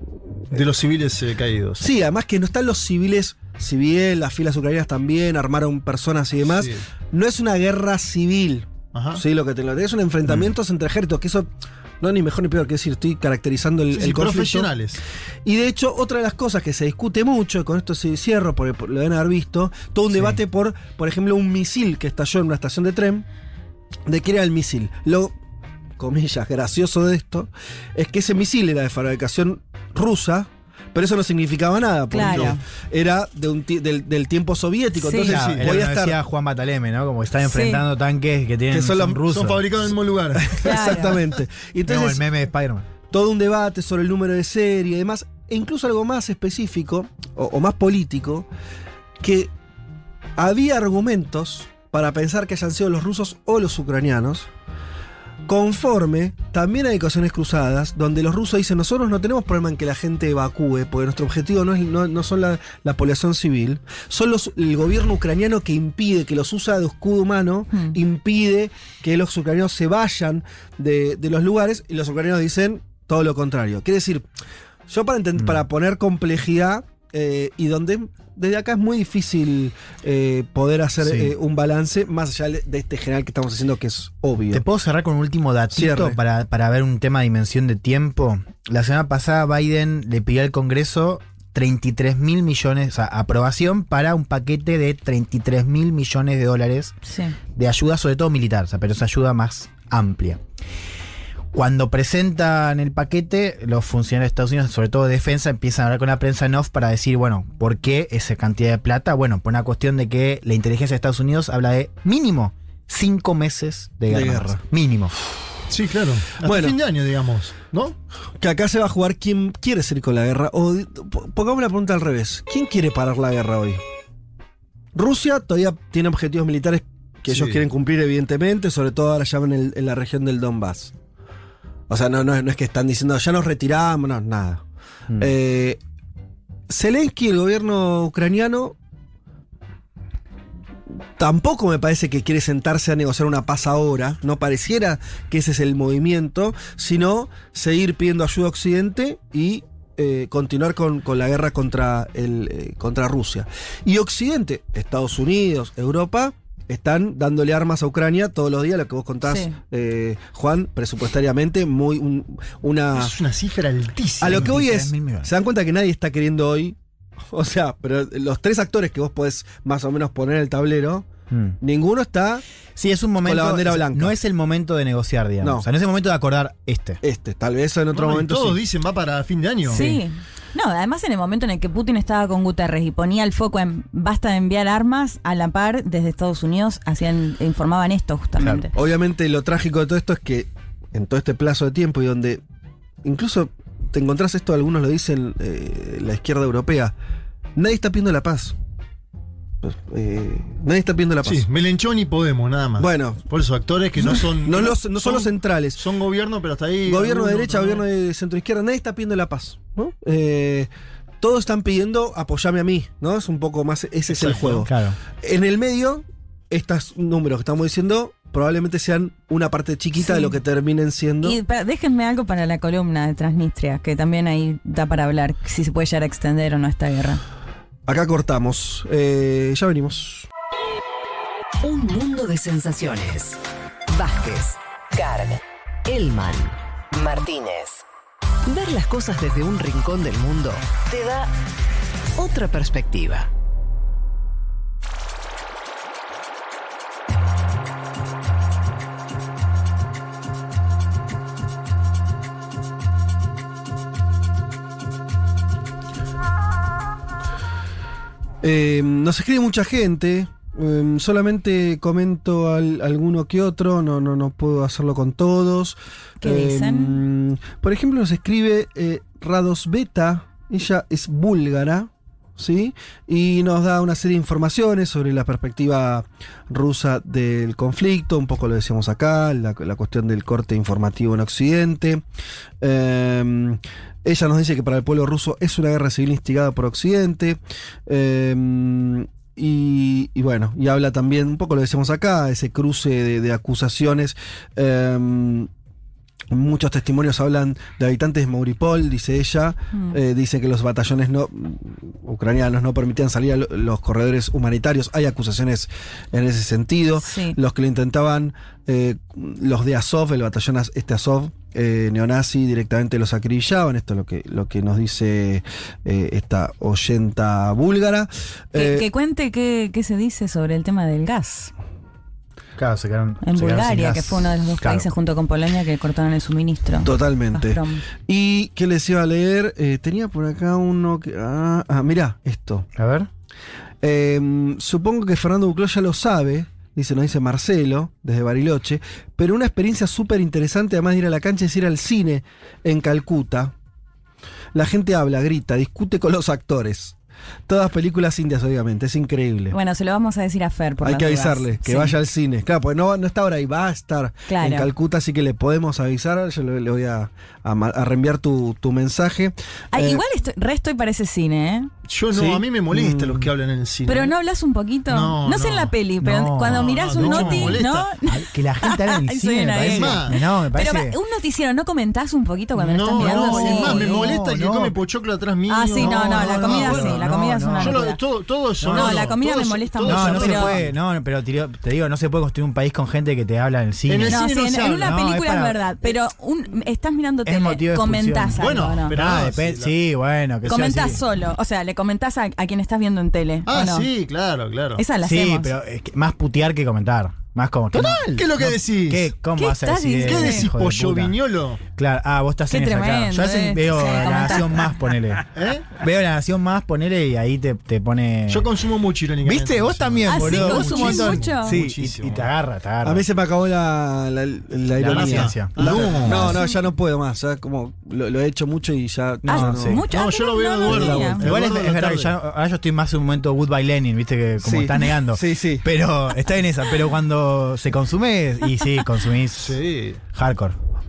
De los civiles eh, caídos. Sí, además que no están los civiles, si bien las filas ucranianas también armaron personas y demás, Sí. no es una guerra civil. Ajá. Sí, lo que tengo. Es un enfrentamiento entre ejércitos, que eso no es ni mejor ni peor que decir, estoy caracterizando el, Sí, el sí, conflicto. profesionales. Y de hecho, otra de las cosas que se discute mucho, y con esto sí cierro, porque por- lo deben haber visto, todo un Sí. debate por, por ejemplo, un misil que estalló en una estación de tren, de qué era el misil. Lo, comillas, gracioso de esto, es que ese misil era de fabricación rusa, pero eso no significaba nada, porque Claro. era de un ti- del, del tiempo soviético. Sí. Entonces, Claro, sí, era lo podía que estar. decía Juan Bataleme, ¿no? Como están Sí. enfrentando tanques que tienen Que son los- rusos. Son fabricados en el mismo lugar. Claro. Exactamente. Y Como entonces, el meme de Spider-Man. todo un debate sobre el número de serie y demás, e incluso algo más específico o, o más político, que había argumentos para pensar que hayan sido los rusos o los ucranianos, conforme también hay ecuaciones cruzadas, donde los rusos dicen, nosotros no tenemos problema en que la gente evacúe, porque nuestro objetivo no, es, no, no son la, la población civil, son los, el gobierno ucraniano que impide, que los usa de escudo humano, Hmm. impide que los ucranianos se vayan de, de los lugares, y los ucranianos dicen todo lo contrario. Quiere decir, yo para, intent- Mm. para poner complejidad, eh, y donde desde acá es muy difícil eh, poder hacer Sí. eh, un balance, más allá de este general que estamos haciendo, que es obvio. ¿Te puedo cerrar con un último datito Cierre. para, para ver un tema de dimensión de tiempo? La semana pasada Biden le pidió al Congreso treinta y tres mil millones, o sea, aprobación para un paquete de treinta y tres mil millones de dólares Sí. de ayuda, sobre todo militar, o sea, pero es ayuda más amplia. Cuando presentan el paquete, los funcionarios de Estados Unidos, sobre todo de defensa, empiezan a hablar con la prensa en off para decir, bueno, ¿por qué esa cantidad de plata? Bueno, por una cuestión de que la inteligencia de Estados Unidos habla de mínimo cinco meses de De guerra. guerra. Mínimo. Sí, claro. Hasta Bueno. fin de año, digamos, ¿no? Que acá se va a jugar quién quiere seguir con la guerra. O pongamos la pregunta al revés. ¿Quién quiere parar la guerra hoy? Rusia todavía tiene objetivos militares que Sí. ellos quieren cumplir, evidentemente, sobre todo ahora ya en, el- en la región del Donbass. O sea, no, no, es- no es que están diciendo ya nos retiramos, no, nada. Mm. Eh, Zelensky, el gobierno ucraniano, tampoco me parece que quiere sentarse a negociar una paz ahora. No pareciera que ese es el movimiento, sino seguir pidiendo ayuda a Occidente y eh, continuar con, con la guerra contra, el, eh, contra Rusia. Y Occidente, Estados Unidos, Europa, están dándole armas a Ucrania todos los días, lo que vos contás, Sí. eh, Juan, presupuestariamente, muy un- una... Es una cifra altísima. A lo que voy es, veintitrés mil millones. se dan cuenta que nadie está queriendo hoy, o sea, pero los tres actores que vos podés más o menos poner en el tablero, Mm. ninguno está Sí, es un momento. Con la bandera es- blanca. No es el momento de negociar, digamos. No. O sea, no es el momento de acordar este. este, tal vez en otro No, y momento todos sí. dicen va para fin de año. Sí. No, además en el momento en el que Putin estaba con Guterres y ponía el foco en basta de enviar armas, a la par desde Estados Unidos hacían informaban esto justamente. Obviamente lo trágico de todo esto es que en todo este plazo de tiempo y donde incluso te encontrás esto, algunos lo dicen, eh, la izquierda europea, nadie está pidiendo la paz. Pues, eh, nadie está pidiendo la paz. Sí, Melenchón y Podemos, nada más. Bueno. Por eso, actores que no son. No, los, no son los centrales. Son gobierno, pero hasta ahí. Gobierno de alguno, derecha, otro no. gobierno de centroizquierda, nadie está pidiendo la paz, ¿no? Eh, todos están pidiendo apoyame a mí, ¿no? Es un poco más, ese es el Exacto. juego. Claro. En el medio, estos números que estamos diciendo probablemente sean una parte chiquita Sí. de lo que terminen siendo. Y pa- déjenme algo para la columna de Transnistria, que también ahí da para hablar si se puede llegar a extender o no esta guerra. Acá cortamos. Eh, ya venimos. Un mundo de sensaciones. Vázquez, Carg, Elman, Martínez. Ver las cosas desde un rincón del mundo te da otra perspectiva. Eh, nos escribe mucha gente. eh, solamente comento al- alguno que otro. No, no, no puedo hacerlo con todos. ¿Qué Eh, dicen? Por ejemplo, nos escribe eh, Radosbeta. Ella es búlgara. ¿Sí? Y nos da una serie de informaciones sobre la perspectiva rusa del conflicto, un poco lo decíamos acá, la, la cuestión del corte informativo en Occidente. Eh, ella nos dice que para el pueblo ruso es una guerra civil instigada por Occidente. Eh, y, y bueno, y habla también, un poco lo decíamos acá, ese cruce de, de acusaciones. Eh, Muchos testimonios hablan de habitantes de Mariupol, dice ella. Mm. Eh, dice que los batallones no ucranianos no permitían salir a lo- los corredores humanitarios. Hay acusaciones en ese sentido. Sí. Los que lo intentaban, eh, los de Azov, el batallón Az- este Azov, eh, neonazi, directamente los acribillaban. Esto es lo que, lo que nos dice eh, esta oyenta búlgara. Que, Eh, que cuente qué, qué se dice sobre el tema del gas. Claro, se quedaron. En se quedaron sin Bulgaria, gas. que fue uno de los dos Claro. países junto con Polonia que cortaron el suministro. Totalmente. Gazprom. Y que les iba a leer, Eh, tenía por acá uno que... Ah, ah mirá, esto. A ver. Eh, supongo que Fernando Bucló ya lo sabe, dice, nos dice Marcelo, desde Bariloche, pero una experiencia súper interesante, además de ir a la cancha, es ir al cine en Calcuta. La gente habla, grita, discute con los actores. Todas películas indias, obviamente, es increíble. Bueno, se lo vamos a decir a Fer por Hay las que dudas. avisarle que Sí. vaya al cine. Claro, pues no, no está ahora ahí, va a estar Claro. en Calcuta, así que le podemos avisar. Yo le, le voy a, a ma- a reenviar tu, tu mensaje. Ah, Eh, igual estoy, re estoy para ese cine, ¿eh? Yo no, ¿Sí? a mí me molesta Mm. los que hablan en el cine. Pero no hablas un poquito. No, No, sé no. en la peli, pero No, cuando mirás no, un no, noti, me molesta. ¿no? Ay, que la gente habla en el Ay, cine, me suena parece. bien. No, me parece. Pero un noticiero, ¿no comentás un poquito cuando lo No, estás mirando? no, Sí. es más, me No, molesta el que no. come pochoclo atrás mío. Ah, sí, no, no, la comida bueno, sí, la no, comida es no. una Yo locura. lo, todo, todo es No, sonoro, la comida todo me es- molesta todo mucho, es No, no se pero- puede, no, pero te, te digo, no se puede construir un país con gente que te habla en el cine. En el No, cine sí, no en, se en habla. una No, película es es, para- verdad, pero un, estás mirando Es motivo tele, de comentás expulsión. algo, Bueno, ¿no? pero- Ah, Ah, depende- sí, sí, bueno. Que sea Comentás así. solo, o sea, le comentás a, a quien estás viendo en tele. Ah, ¿o no? sí, claro, claro. Esa la Sí, hacemos. pero es que más putear que comentar. Más como. ¡Total! ¿Qué es lo que no, decís? ¿Qué? ¿Cómo ¿Qué vas a estás decir? diciendo? ¿Qué decís, hijo de pollo puta? viñolo? Claro, ah, vos estás Qué en esa, claro. tremendo, Yo a veces eh. veo Sí, La comenta. Nación Más, ponele. ¿Eh? Veo La Nación Más, ponele, y ahí te, te pone. Yo consumo mucho irónicamente. ¿Viste? Vos también, Ah, sí, boludo. consumo Un montón. mucho. Sí, Muchísimo. y, y te agarra, te agarra. A mí se me acabó la, la, la ironía. paciencia. La- No. no, no, ya no puedo más. Ya como lo, lo he hecho mucho y ya. No, Ah, no, sí. mucho. No, Ah, yo lo veo no, a no, Eduardo. no, Igual no. Igual es, Eduardo es verdad tarde. que ya, ahora yo estoy más en un momento Goodbye Lenin, viste, que como Sí. está negando. Sí, sí. Pero está en esa. Pero cuando se consume, y sí, consumís Sí. hardcore.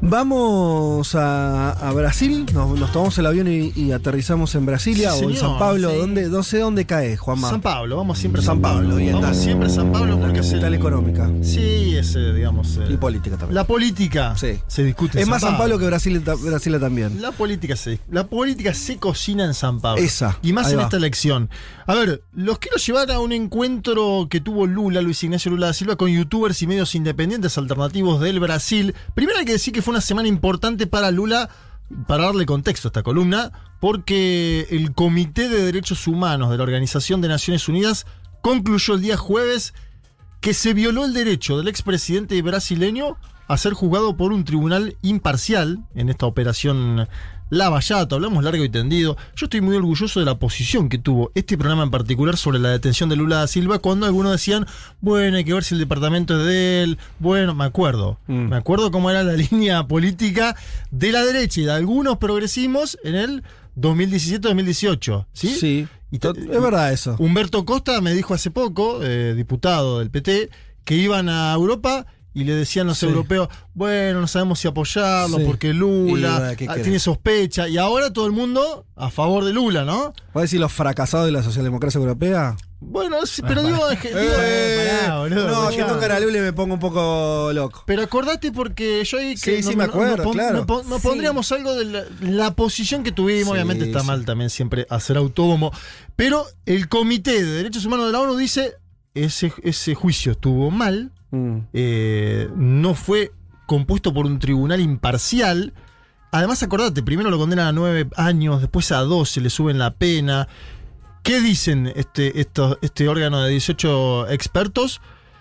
Vamos a, a Brasil, nos, nos tomamos el avión y, y aterrizamos en Brasilia Sí, o en señor, San Pablo. sí. ¿Dónde, no sé dónde cae, Juanma? San Pablo, vamos siempre a San San Pablo. Pablo, bien, Vamos está. siempre a San Pablo porque es el- Capital económica. Sí, es, eh, digamos. eh, Y política también. La política Sí. se discute en Es más San Pablo que Brasil. Brasil, Brasilia también. La política, se, la política se cocina en San Pablo. Esa, Y más ahí en va. esta elección. A ver, los quiero llevar a un encuentro que tuvo Lula, Luis Ignacio Lula da Silva, con youtubers y medios independientes alternativos del Brasil. Primero hay que decir que fue una semana importante para Lula, para darle contexto a esta columna, porque el Comité de Derechos Humanos de la Organización de Naciones Unidas concluyó el día jueves que se violó el derecho del expresidente brasileño a ser juzgado por un tribunal imparcial en esta operación Lava Jato. Hablamos largo y tendido. Yo estoy muy orgulloso de la posición que tuvo este programa en particular sobre la detención de Lula da Silva, cuando algunos decían, bueno, hay que ver si el departamento es de él. Bueno, me acuerdo. Mm. Me acuerdo cómo era la línea política de la derecha y de algunos progresismos en el dos mil diecisiete dos mil dieciocho. ¿Sí? Sí. Y te- Es verdad eso. Humberto Costa me dijo hace poco, eh, diputado del P T, que iban a Europa y le decían los Sí. europeos, bueno, no sabemos si apoyarlo Sí. porque Y, Lula bueno, ¿qué ah, querés? tiene sospecha. Y ahora todo el mundo a favor de Lula, ¿no? ¿Vas a decir los fracasados de la socialdemocracia europea? Bueno, sí, pero digo, es que- digo, Eh, pará, boludo, no, escuchá. que tocan a Lula y me pongo un poco loco. pero acordate porque yo ahí que Sí, sí, me acuerdo, pon- claro. no pon- no Sí. pondríamos algo de la, la posición que tuvimos. Sí, Obviamente está sí. mal también siempre hacer autónomo. Pero el Comité de Derechos Humanos de la ONU dice, ese, ese juicio estuvo mal. Mm. eh, no fue compuesto por un tribunal imparcial. Además, acordate, primero lo condenan a nueve años, después a doce, le suben la pena. ¿Qué dicen este, esto- este órgano de dieciocho expertos?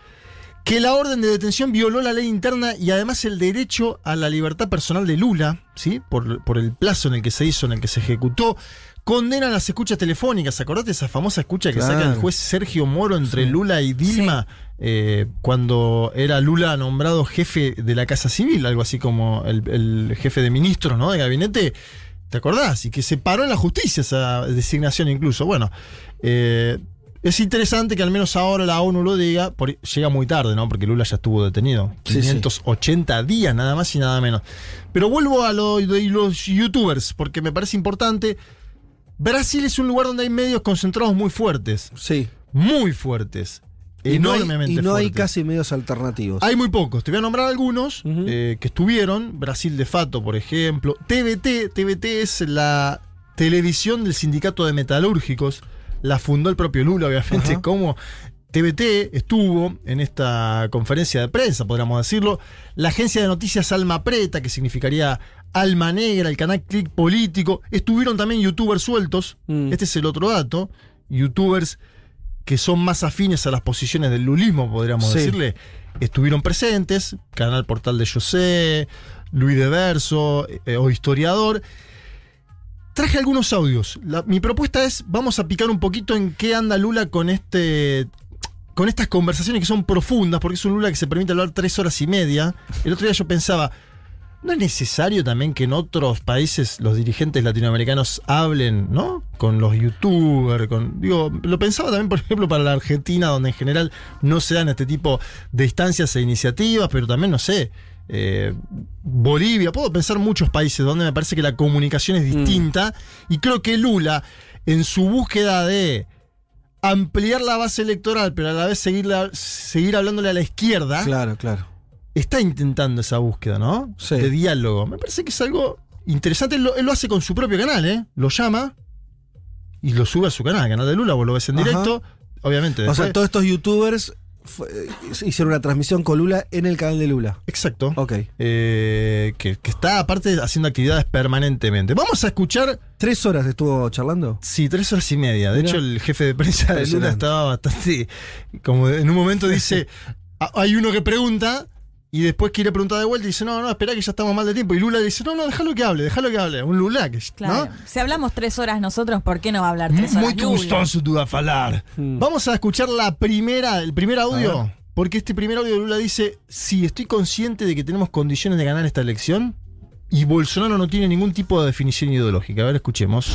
Que la orden de detención violó la ley interna y además el derecho a la libertad personal de Lula, ¿sí? Por, por el plazo en el que se hizo, en el que se ejecutó. Condenan las escuchas telefónicas. ¿Acordate esa famosa escucha que Claro. saca el juez Sergio Moro entre Sí. Lula y Dilma? eh, cuando era Lula nombrado jefe de la Casa Civil, algo así como el, el jefe de ministros, ¿no? De gabinete. ¿Te acordás? Y que se paró en la justicia esa designación incluso. Bueno, eh, es interesante que al menos ahora la ONU lo diga. Por- llega muy tarde, ¿no? Porque Lula ya estuvo detenido. Sí, sí. quinientos ochenta días, nada más y nada menos. Pero vuelvo a lo de los youtubers, porque me parece importante. Brasil es un lugar donde hay medios concentrados muy fuertes. Sí. Muy fuertes. Y no hay, Enormemente y no hay fuertes. casi medios alternativos. Hay muy pocos. Te voy a nombrar algunos Ujú. eh, que estuvieron. Brasil de Fato, por ejemplo. T V T. T V T es la televisión del sindicato de metalúrgicos. La fundó el propio Lula, obviamente. Ajá. Como T V T estuvo en esta conferencia de prensa, podríamos decirlo. La agencia de noticias Alma Preta, que significaría Alma Negra, el canal Click Político. Estuvieron también youtubers sueltos. Mm. Este es el otro dato. Youtubers que son más afines a las posiciones del lulismo, podríamos Sí. decirle, estuvieron presentes. Canal Portal de José, Luis de Verso eh, o Historiador. Traje algunos audios. La- mi propuesta es, vamos a picar un poquito en qué anda Lula con este... con estas conversaciones que son profundas, porque es un Lula que se permite hablar tres horas y media. El otro día yo pensaba, ¿no es necesario también que en otros países los dirigentes latinoamericanos hablen, ¿no? Con los youtubers, con. Digo, lo pensaba también, por ejemplo, para la Argentina, donde en general no se dan este tipo de instancias e iniciativas, pero también, no sé. eh, Bolivia, puedo pensar muchos países donde me parece que la comunicación es distinta. Y creo que Lula, en su búsqueda de ampliar la base electoral, pero a la vez seguir, la- seguir hablándole a la izquierda, Claro, claro. está intentando esa búsqueda, ¿no? Sí. De diálogo. Me parece que es algo interesante. Él lo, él lo hace con su propio canal, ¿eh? Lo llama y lo sube a su canal, el canal de Lula, vos lo ves en Ajá. directo. Obviamente. O después- sea, todos estos youtubers fue- hicieron una transmisión con Lula en el canal de Lula. Exacto. Ok. Eh, que, que está aparte haciendo actividades permanentemente. Vamos a escuchar. ¿Tres horas estuvo charlando? Sí, tres horas y media. De Mirá. hecho, el jefe de prensa de Lula Impresionante. estaba bastante. Como en un momento dice. hay uno que pregunta y después quiere preguntar de vuelta y dice, no, no, espera que ya estamos mal de tiempo. Y Lula dice, no, no, déjalo que hable, déjalo que hable. Un Lula que, claro. ¿no? Si hablamos tres horas nosotros, ¿por qué no va a hablar tres horas Muy Lula? gustoso tú a falar. Hmm. Vamos a escuchar la primera, el primer audio, porque este primer audio de Lula dice, sí, estoy consciente de que tenemos condiciones de ganar esta elección y Bolsonaro no tiene ningún tipo de definición ideológica. A ver, escuchemos.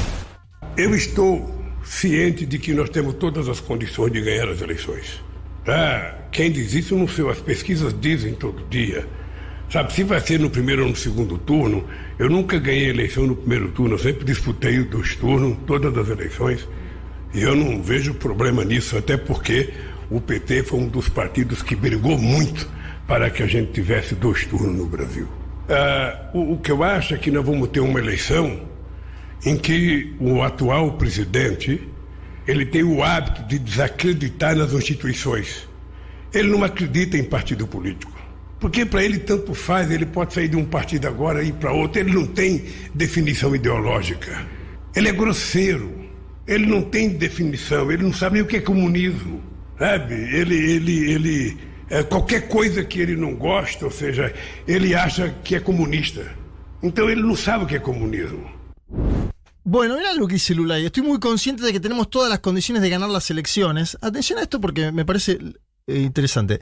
Eu estou ciente de que nós temos todas as condições de ganhar as eleições. Ah, quem diz isso não sei, as pesquisas dizem todo dia. Sabe, se vai ser no primeiro ou no segundo turno, eu nunca ganhei eleição no primeiro turno, eu sempre disputei os dois turnos, todas as eleições, e eu não vejo problema nisso, até porque o P T foi um dos partidos que brigou muito para que a gente tivesse dois turnos no Brasil. Ah, o, o que eu acho é que nós vamos ter uma eleição em que o atual presidente ele tem o hábito de desacreditar nas instituições. Ele não acredita em partido político. Porque para ele tanto faz, ele pode sair de um partido agora e ir para outro. Ele não tem definição ideológica. Ele é grosseiro. Ele não tem definição. Ele não sabe nem o que é comunismo. Sabe? Ele, ele, ele, é, qualquer coisa que ele não gosta, ou seja, ele acha que é comunista. Então ele não sabe o que é comunismo. Bueno, mira lo que dice Lula, y estoy muy consciente de que tenemos todas las condiciones de ganar las elecciones. Atención a esto porque me parece eh, interesante.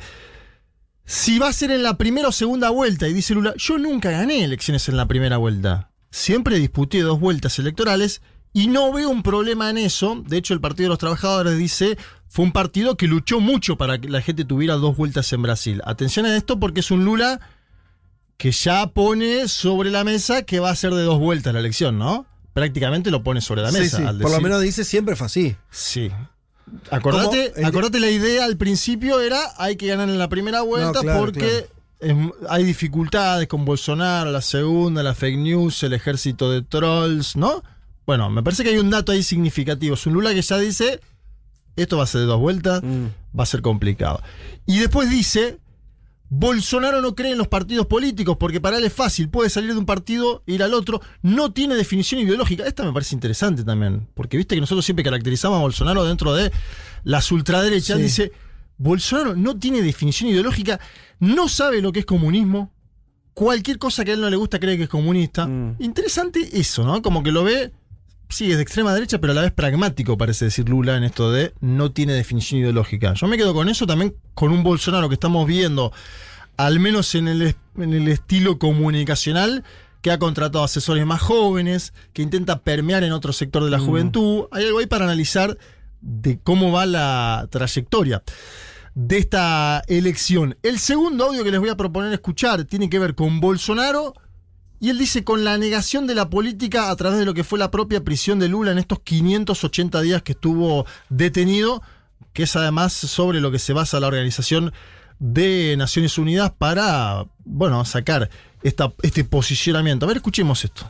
Si va a ser en la primera o segunda vuelta, y dice Lula, yo nunca gané elecciones en la primera vuelta. Siempre disputé dos vueltas electorales y no veo un problema en eso. De hecho, el Partido de los Trabajadores dice, fue un partido que luchó mucho para que la gente tuviera dos vueltas en Brasil. Atención a esto porque es un Lula que ya pone sobre la mesa que va a ser de dos vueltas la elección, ¿no? Prácticamente lo pone sobre la mesa. Sí, sí. Al Por decir, lo menos dice siempre fue así. Sí. Acordate, El... acordate la idea al principio era hay que ganar en la primera vuelta no, claro, porque claro. Es, hay dificultades con Bolsonaro, la segunda, la fake news, el ejército de trolls, ¿no? Bueno, me parece que hay un dato ahí significativo. Es un Lula que ya dice, esto va a ser de dos vueltas, mm. va a ser complicado. Y después dice, Bolsonaro no cree en los partidos políticos porque para él es fácil, puede salir de un partido e ir al otro, no tiene definición ideológica. Esta me parece interesante también, porque viste que nosotros siempre caracterizamos a Bolsonaro dentro de las ultraderechas. Sí. Dice, Bolsonaro no tiene definición ideológica, no sabe lo que es comunismo, cualquier cosa que a él no le gusta cree que es comunista. Mm. Interesante eso, ¿no? Como que lo ve, sí, es de extrema derecha, pero a la vez pragmático, parece decir Lula, en esto de no tiene definición ideológica. Yo me quedo con eso, también con un Bolsonaro que estamos viendo, al menos en el, en el estilo comunicacional, que ha contratado asesores más jóvenes, que intenta permear en otro sector de la mm. juventud. Hay algo ahí para analizar de cómo va la trayectoria de esta elección. El segundo audio que les voy a proponer escuchar tiene que ver con Bolsonaro. Y él dice, con la negación de la política a través de lo que fue la propia prisión de Lula en estos quinientos ochenta días que estuvo detenido, que es además sobre lo que se basa la Organización de Naciones Unidas para, bueno, sacar esta, este posicionamiento. A ver, escuchemos esto.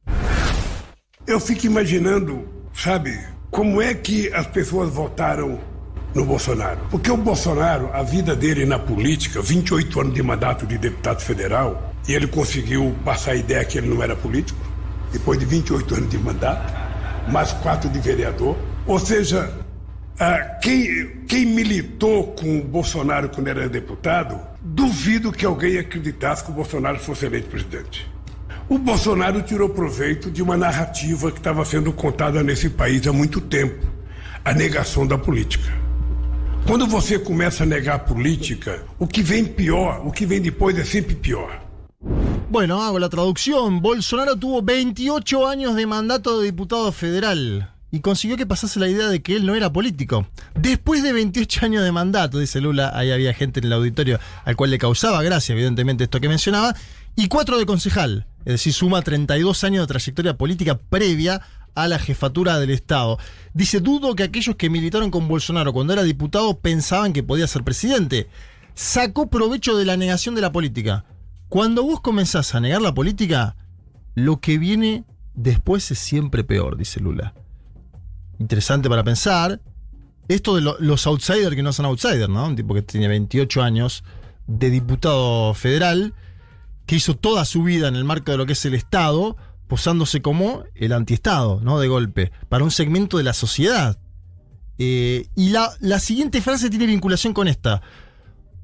Eu fico imaginando, sabe, como é que as pessoas votaram no Bolsonaro. Porque o Bolsonaro, a vida dele na política, vinte e oito anos de mandato de deputado federal, e ele conseguiu passar a ideia que ele não era político, depois de vinte e oito anos de mandato, mais quatro de vereador. Ou seja, ah, quem, quem militou com o Bolsonaro quando era deputado, duvido que alguém acreditasse que o Bolsonaro fosse eleito presidente. O Bolsonaro tirou proveito de uma narrativa que estava sendo contada nesse país há muito tempo, a negação da política. Quando você começa a negar a política, o que vem pior, o que vem depois é sempre pior. Bueno, hago la traducción. Bolsonaro tuvo veintiocho años de mandato de diputado federal y consiguió que pasase la idea de que él no era político. Después de veintiocho años de mandato, dice Lula, ahí había gente en el auditorio al cual le causaba gracia, evidentemente, esto que mencionaba, y cuatro de concejal, es decir, suma treinta y dos años de trayectoria política previa a la jefatura del Estado. Dice, dudo que aquellos que militaron con Bolsonaro cuando era diputado pensaban que podía ser presidente. Sacó provecho de la negación de la política. Cuando vos comenzás a negar la política, lo que viene después es siempre peor, dice Lula. Interesante para pensar. Esto de lo, los outsiders que no son outsiders, ¿no? Un tipo que tiene veintiocho años de diputado federal, que hizo toda su vida en el marco de lo que es el Estado, posándose como el antiestado, ¿no? De golpe, para un segmento de la sociedad. Eh, y la, la siguiente frase tiene vinculación con esta.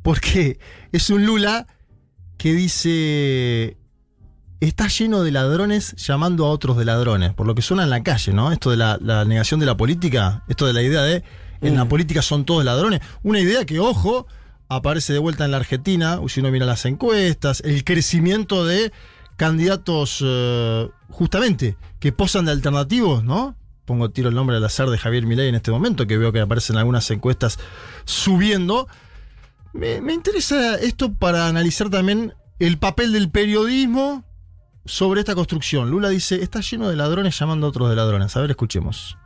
porque es un Lula que dice... Está lleno de ladrones llamando a otros de ladrones, por lo que suena en la calle, ¿no? Esto de la, la negación de la política, esto de la idea de en mm. la política son todos ladrones. Una idea que, ojo, aparece de vuelta en la Argentina, si uno mira las encuestas, el crecimiento de candidatos eh, justamente que posan de alternativos, ¿no? Pongo tiro el nombre al azar de Javier Milei en este momento, que veo que aparece en algunas encuestas subiendo. Me, me interesa esto para analizar también el papel del periodismo sobre esta construcción. Lula dice, está lleno de ladrones llamando a otros de ladrones. A ver, escuchemos.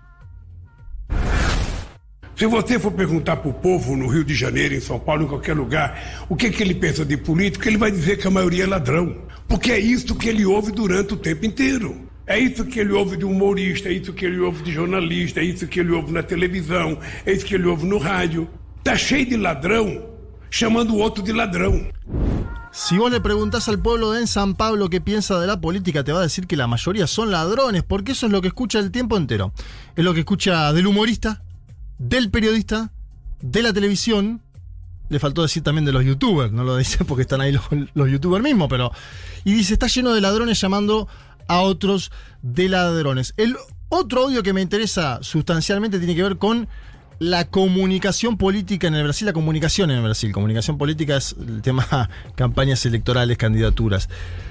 Se você for perguntar para o povo no Rio de Janeiro, em São Paulo, em qualquer lugar, o que, que ele pensa de político, ele vai dizer que a maioria é ladrão. Porque é isso que ele ouve durante o tempo inteiro. É isso que ele ouve de humorista, é isso que ele ouve de jornalista, é isso que ele ouve na televisão, é isso que ele ouve no rádio. Tá cheio de ladrão chamando o outro de ladrão. Si vos le preguntás al pueblo de San Pablo qué piensa de la política, te va a decir que la mayoría son ladrones, porque eso es lo que escucha el tiempo entero. Es lo que escucha del humorista, del periodista, de la televisión. Le faltó decir también de los youtubers, no lo dice porque están ahí los, los youtubers mismos, pero... Y dice, está lleno de ladrones llamando a otros de ladrones. El otro audio que me interesa sustancialmente tiene que ver con la comunicación política en el Brasil, la comunicación en el Brasil. Comunicación política es el tema campañas electorales, candidaturas.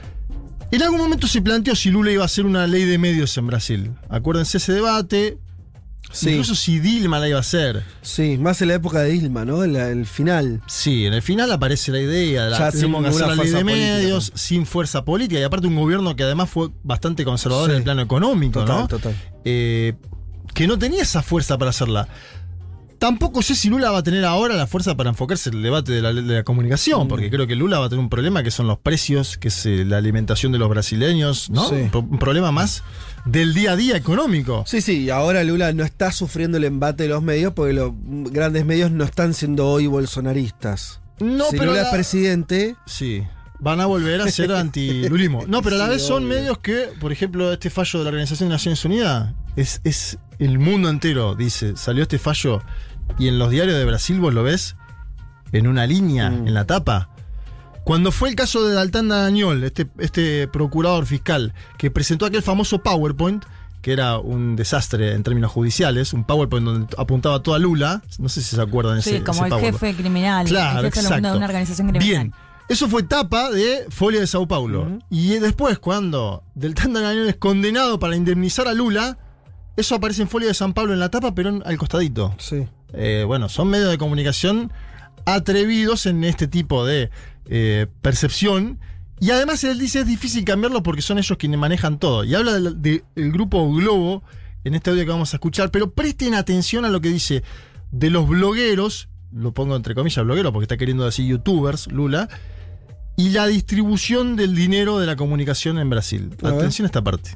En algún momento se planteó si Lula iba a hacer una ley de medios en Brasil. Acuérdense ese debate. Sí. Incluso si Dilma la iba a hacer. Sí, más en la época de Dilma, ¿no? En la, el final. Sí, en el final aparece la idea de la, tenemos que hacer la ley de medios política, sin fuerza política. Y aparte un gobierno que además fue bastante conservador sí. en el plano económico, total, ¿no? Total. Eh, que no tenía esa fuerza para hacerla. Tampoco sé si Lula va a tener ahora la fuerza para enfocarse en el debate de la, de la comunicación, mm. porque creo que Lula va a tener un problema que son los precios, que es eh, la alimentación de los brasileños, ¿no? Sí. Un, pro, un problema más del día a día económico. Sí, sí, y ahora Lula no está sufriendo el embate de los medios porque los grandes medios no están siendo hoy bolsonaristas. No, si pero Lula la... es presidente... Sí. Van a volver a ser anti-lulismo. No, pero a la sí, vez son obvio. medios que, por ejemplo, este fallo de la Organización de Naciones Unidas es, es el mundo entero, dice, salió este fallo y en los diarios de Brasil vos lo ves en una línea, mm. en la tapa. Cuando fue el caso de Daltán Dallagnol, este, este procurador fiscal que presentó aquel famoso PowerPoint, que era un desastre en términos judiciales, un PowerPoint donde apuntaba todo a Lula, no sé si se acuerdan de sí, ese Sí, como ese el jefe criminal, claro, el jefe exacto. de una organización criminal. Bien. Eso fue tapa de Folha de Sao Paulo. Uh-huh. Y después, cuando Deltan Dallagnol es condenado para indemnizar a Lula, eso aparece en Folha de San Pablo en la tapa, pero al costadito. Sí. Eh, bueno, son medios de comunicación atrevidos en este tipo de eh, percepción. Y además él dice es difícil cambiarlo porque son ellos quienes manejan todo. Y habla del de, de grupo Globo en este audio que vamos a escuchar, pero presten atención a lo que dice de los blogueros, lo pongo entre comillas blogueros porque está queriendo decir youtubers, Lula, y la distribución del dinero de la comunicación en Brasil. A Atención a esta parte.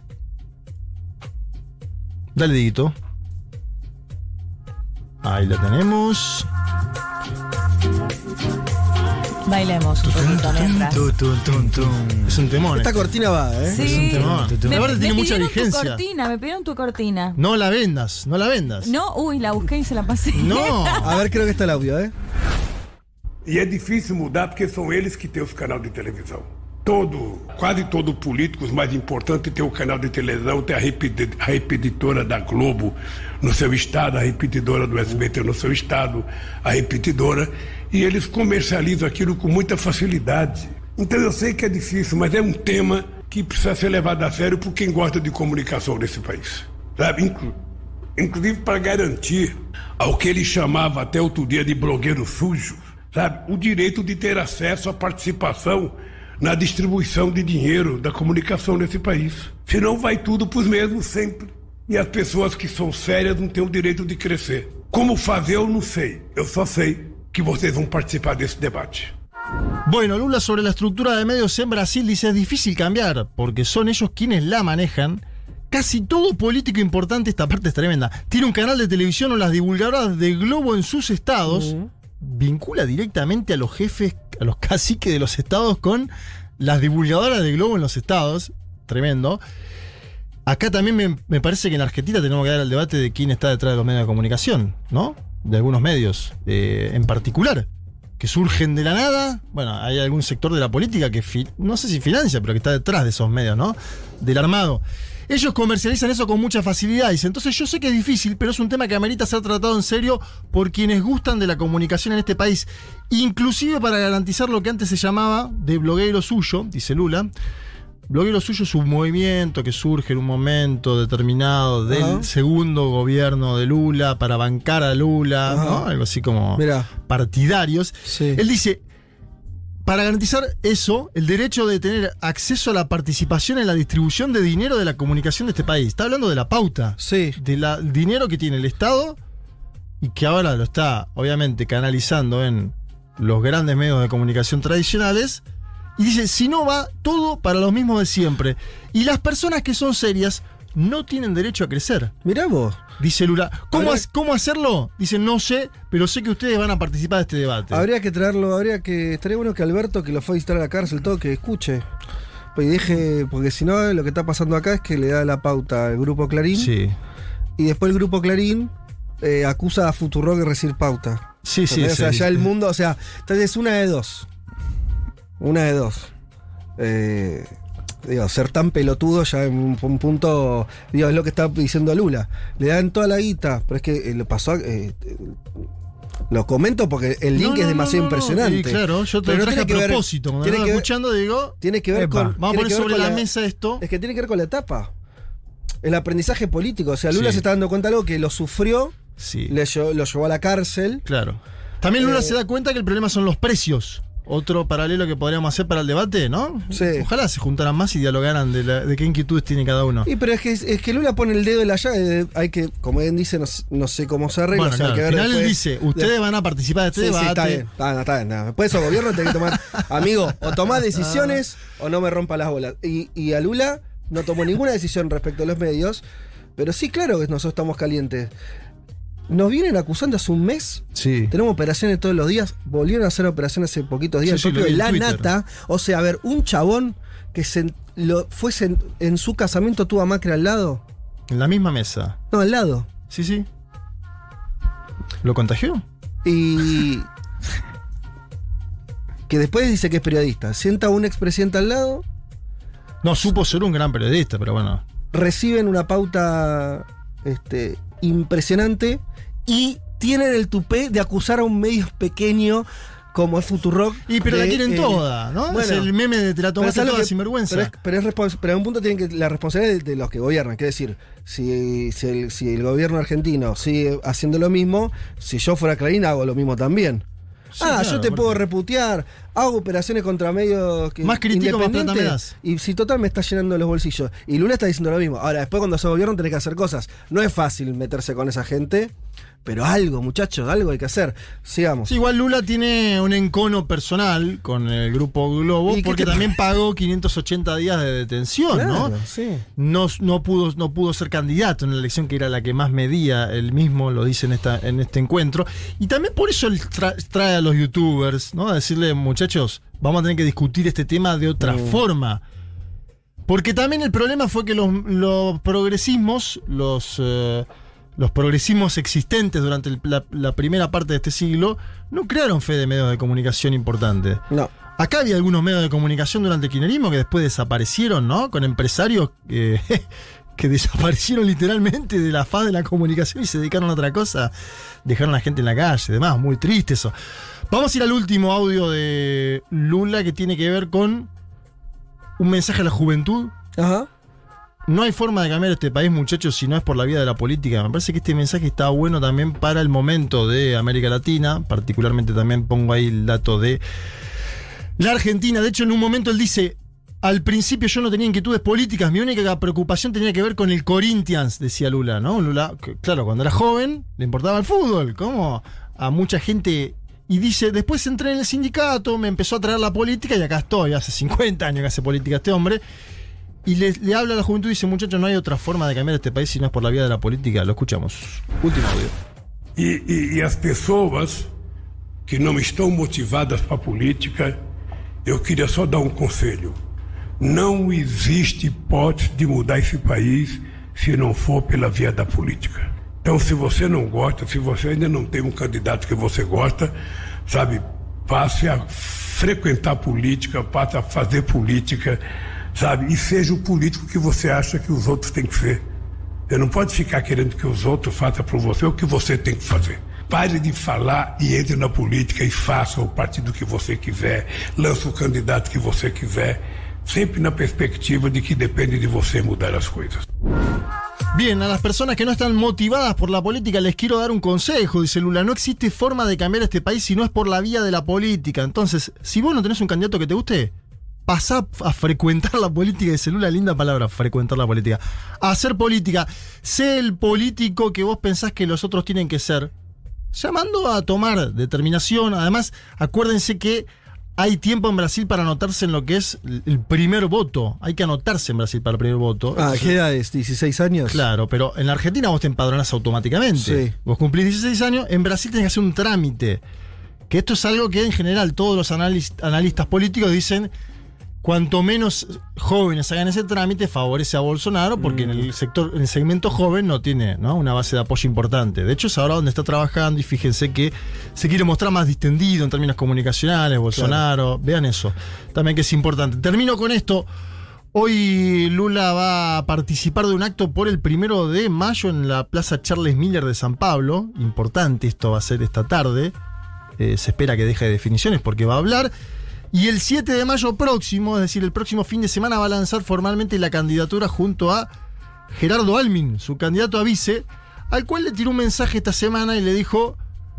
Dale, Diguito. Ahí la tenemos. Bailemos un poquito mientras. Es un temón. Esta cortina va, ¿eh? Sí. Es un temón. Me, Aparte me tiene mucha pidieron vigencia. Tu cortina, me pidieron tu cortina. No la vendas, no la vendas. No, uy, la busqué y se la pasé. No. A ver, creo que está el audio, ¿eh? E é difícil mudar porque são eles que têm os canais de televisão. Todo, quase todo político, os mais importantes, tem o canal de televisão, tem a, repeti- a repetidora da Globo no seu estado, a repetidora do S B T no seu estado, a repetidora, e eles comercializam aquilo com muita facilidade. Então eu sei que é difícil, mas é um tema que precisa ser levado a sério por quem gosta de comunicação nesse país. Sabe? Inclu- inclusive para garantir ao que ele chamava até outro dia de blogueiro sujo, sabe, o direito de ter acesso à participação na distribuição de dinheiro da comunicação nesse país. Senão vai tudo para os mesmos sempre. E as pessoas que são sérias não têm o direito de crescer. Como fazer eu não sei. Eu só sei que vocês vão participar desse debate. Bueno, Lula sobre la estructura de medios en Brasil dice es difícil cambiar porque son ellos quienes la manejan. Casi todo político importante, esta parte es tremenda, tiene un canal de televisión o las divulgadoras de Globo en sus estados. Uh-huh. Vincula directamente a los jefes, a los caciques de los estados con las divulgadoras de Globo en los estados. Tremendo. Acá también me, me parece que en Argentina tenemos que dar el debate de quién está detrás de los medios de comunicación, ¿no? De algunos medios eh, en particular, que surgen de la nada. Bueno, hay algún sector de la política que, fi- no sé si financia, pero que está detrás de esos medios, ¿no? Del armado. Ellos comercializan eso con mucha facilidad. Dicen, entonces yo sé que es difícil, pero es un tema que amerita ser tratado en serio por quienes gustan de la comunicación en este país. Inclusive para garantizar lo que antes se llamaba de bloguero suyo, dice Lula. Bloguero suyo es un movimiento que surge en un momento determinado del uh-huh. segundo gobierno de Lula para bancar a Lula, uh-huh. ¿no? Algo así como Mirá. partidarios. Sí. Él dice, para garantizar eso, el derecho de tener acceso a la participación en la distribución de dinero de la comunicación de este país. Está hablando de la pauta. Sí. Del dinero que tiene el Estado y que ahora lo está, obviamente, canalizando en los grandes medios de comunicación tradicionales. Y dice, si no va todo para los mismos de siempre. Y las personas que son serias no tienen derecho a crecer. Mirá vos. Dice Lula. ¿Cómo, habría... ¿Cómo hacerlo? Dice, no sé, pero sé que ustedes van a participar de este debate. Habría que traerlo, habría que... Estaría bueno que Alberto, que lo fue a visitar a la cárcel, todo, que escuche. Pues deje, porque si no, lo que está pasando acá es que le da la pauta al Grupo Clarín. Sí. Y después el Grupo Clarín eh, acusa a Futurock de recibir pauta. Sí, sí, sí. O sea, sí, ya sí. el mundo, o sea, entonces es una de dos. Una de dos. Eh, digo, ser tan pelotudo ya en un, un punto, digo, es lo que está diciendo Lula. Le dan toda la guita, pero es que eh, lo pasó. Eh, lo comento porque el link no, no, es demasiado no, no, impresionante. Sí, claro, yo te pero lo traje tiene a que propósito. Ver, cuando tiene estaba que escuchando, ver, digo. Tiene que ver epa, con. Vamos a poner sobre la la, mesa esto. Es que tiene que ver con la etapa. El aprendizaje político. O sea, Lula sí. se está dando cuenta de algo que lo sufrió, sí. le, lo llevó a la cárcel. Claro. También Lula eh, se da cuenta que el problema son los precios. Otro paralelo que podríamos hacer para el debate, ¿no? Sí. Ojalá se juntaran más y dialogaran de, la, de qué inquietudes tiene cada uno. Y pero es que, es que Lula pone el dedo en la llaga. Hay que, como él dice, no, no sé cómo se arregla. Bueno, o sea, claro, hay que ver al final después, dice, ustedes de, van a participar de este sí, debate. Sí, está bien, está bien, está bien, está bien. Después esos gobiernos tienen que tomar, amigo, o tomás decisiones o no me rompa las bolas. Y, y a Lula no tomó ninguna decisión respecto a los medios, pero sí, claro que nosotros estamos calientes. Nos vienen acusando hace un mes. Sí. Tenemos operaciones todos los días. Volvieron a hacer operaciones hace poquitos días. Sí, el propio sí, de La Twitter. Nata. O sea, a ver, un chabón que se lo, fuese en, en su casamiento tuvo a Macri al lado. En la misma mesa. No, al lado. Sí, sí. ¿Lo contagió? Y que después dice que es periodista. Sienta a un expresidente al lado. No, supo ser un gran periodista, pero bueno. Reciben una pauta este, impresionante. Y tienen el tupé de acusar a un medio pequeño como es Futurock. Y pero de, la quieren eh, toda, ¿no? Bueno, es el meme de te la tomaste toda que, sinvergüenza. Pero, es, pero, es respons- pero en un punto tienen que la responsabilidad de, de los que gobiernan. Es decir, si, si, el, si el gobierno argentino sigue haciendo lo mismo, si yo fuera Clarín hago lo mismo también. Sí, ah, claro, yo te porque... puedo reputear, hago operaciones contra medios que más critico, más plata me das. Y si total me está llenando los bolsillos. Y Lula está diciendo lo mismo. Ahora, después cuando sos gobierno tenés que hacer cosas. No es fácil meterse con esa gente, pero algo, muchachos, algo hay que hacer. Sigamos. Sí, igual Lula tiene un encono personal con el Grupo Globo, porque también pagó quinientos ochenta días de detención, claro, ¿no? Sí. No, no, pudo, no pudo ser candidato en la elección que era la que más medía, él mismo lo dice en, esta, en este encuentro. Y también por eso él tra- trae a los youtubers, ¿no? A decirle, muchachos, vamos a tener que discutir este tema de otra mm. forma. Porque también el problema fue que los, los progresismos, los... Eh, Los progresismos existentes durante el, la, la primera parte de este siglo no crearon fe de medios de comunicación importantes. No. Acá había algunos medios de comunicación durante el kirchnerismo que después desaparecieron, ¿no? Con empresarios eh, que desaparecieron literalmente de la faz de la comunicación y se dedicaron a otra cosa. Dejaron a la gente en la calle, demás, muy triste eso. Vamos a ir al último audio de Lula que tiene que ver con un mensaje a la juventud. Ajá. No hay forma de cambiar este país, muchachos, si no es por la vía de la política. Me parece que este mensaje está bueno también para el momento de América Latina. Particularmente también pongo ahí el dato de la Argentina. De hecho, en un momento él dice, al principio yo no tenía inquietudes políticas, mi única preocupación tenía que ver con el Corinthians, decía Lula, ¿no? Lula, que, claro, cuando era joven le importaba el fútbol, como a mucha gente. Y dice, después entré en el sindicato, me empezó a traer la política y acá estoy, hace cincuenta años que hace política este hombre. Y le, le habla a la juventud y dice, muchachos, no hay otra forma de cambiar este país si no es por la vía de la política. Lo escuchamos. Último audio. E, e, e as pessoas que não estão motivadas para a política, eu queria só dar um conselho. Não existe hipótese de mudar esse país se não for pela via da política. Então, se você não gosta, se você ainda não tem um candidato que você gosta, sabe, passe a frequentar política, passe a fazer política, sabe? E seja o político que você acha que os outros têm que ser. Você não pode ficar querendo que os outros façam por você o que você tem que fazer. Pare de falar e entre na política e faça o partido que você quiser, lança o candidato que você quiser, sempre na perspectiva de que depende de você mudar as coisas. Bien, a las personas que no están motivadas por la política les quiero dar un consejo, dice Lula. No existe forma de cambiar este país si no es por la vía de la política. Entonces, si vos no tenés un candidato que te guste, pasá a frecuentar la política, dice Lula, linda palabra, frecuentar la política. A hacer política. Sé el político que vos pensás que los otros tienen que ser, llamando a tomar determinación. Además, acuérdense que hay tiempo en Brasil para anotarse en lo que es el primer voto. Hay que anotarse en Brasil para el primer voto. Ah, ¿qué edad es? ¿dieciséis años? Claro, pero en la Argentina vos te empadronás automáticamente. Sí. Vos cumplís dieciséis años, en Brasil tenés que hacer un trámite. Que esto es algo que en general todos los analis- analistas políticos dicen, cuanto menos jóvenes hagan ese trámite, favorece a Bolsonaro, porque mm. en el sector, en el segmento joven no tiene, ¿no?, una base de apoyo importante. De hecho, es ahora donde está trabajando, y fíjense que se quiere mostrar más distendido en términos comunicacionales, Bolsonaro. Claro. Vean eso. También que es importante. Termino con esto. Hoy Lula va a participar de un acto por el primero de mayo en la Plaza Charles Miller de San Pablo. Importante, esto va a ser esta tarde. Eh, se espera que deje definiciones porque va a hablar. Y el siete de mayo próximo, es decir, el próximo fin de semana, va a lanzar formalmente la candidatura junto a Gerardo Almin, su candidato a vice, al cual le tiró un mensaje esta semana y le dijo: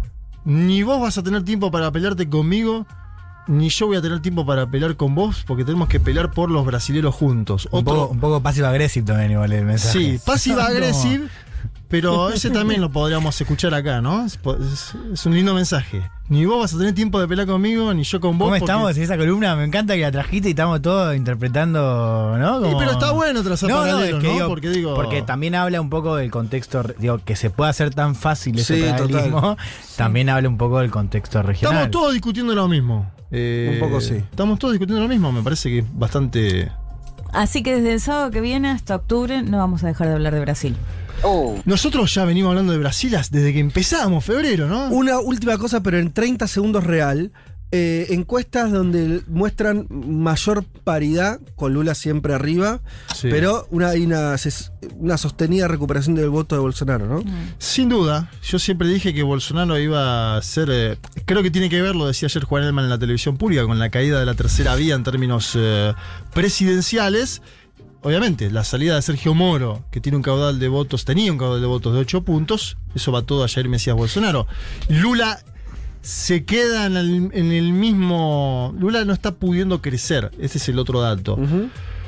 ni vos vas a tener tiempo para pelearte conmigo, ni yo voy a tener tiempo para pelear con vos, porque tenemos que pelear por los brasileros juntos. Un Otro, poco, un poco passive-aggressive también igual el mensaje. Sí, passive-aggressive, pero ese también lo podríamos escuchar acá, ¿no? Es, es, es un lindo mensaje. Ni vos vas a tener tiempo de pelear conmigo, ni yo con vos. ¿Cómo porque... estamos en esa columna? Me encanta que la trajiste y estamos todos interpretando, ¿no? Como... Sí, pero está bueno trazar no, paralelos, no, es que ¿no? digo, porque digo... porque también habla un poco del contexto, digo, que se puede hacer tan fácil ese sí, paralelismo, total. También habla un poco del contexto regional. Estamos todos discutiendo lo mismo. Eh, un poco sí. Estamos todos discutiendo lo mismo, me parece que es bastante... Así que desde el sábado que viene hasta octubre no vamos a dejar de hablar de Brasil. Oh. Nosotros ya venimos hablando de Brasil desde que empezamos, febrero, ¿no? Una última cosa, pero en treinta segundos real. Eh, encuestas donde muestran mayor paridad, con Lula siempre arriba, sí. Pero una, hay una, una sostenida recuperación del voto de Bolsonaro, ¿no? Sin duda. Yo siempre dije que Bolsonaro iba a ser... Eh, creo que tiene que ver, lo decía ayer Juan Elman en la televisión pública, con la caída de la tercera vía en términos eh, presidenciales. Obviamente, la salida de Sergio Moro, que tiene un caudal de votos, tenía un caudal de votos de ocho puntos, eso va todo a Jair Mesías Bolsonaro. Lula se queda en el, en el mismo... Lula no está pudiendo crecer, ese es el otro dato. Uh-huh.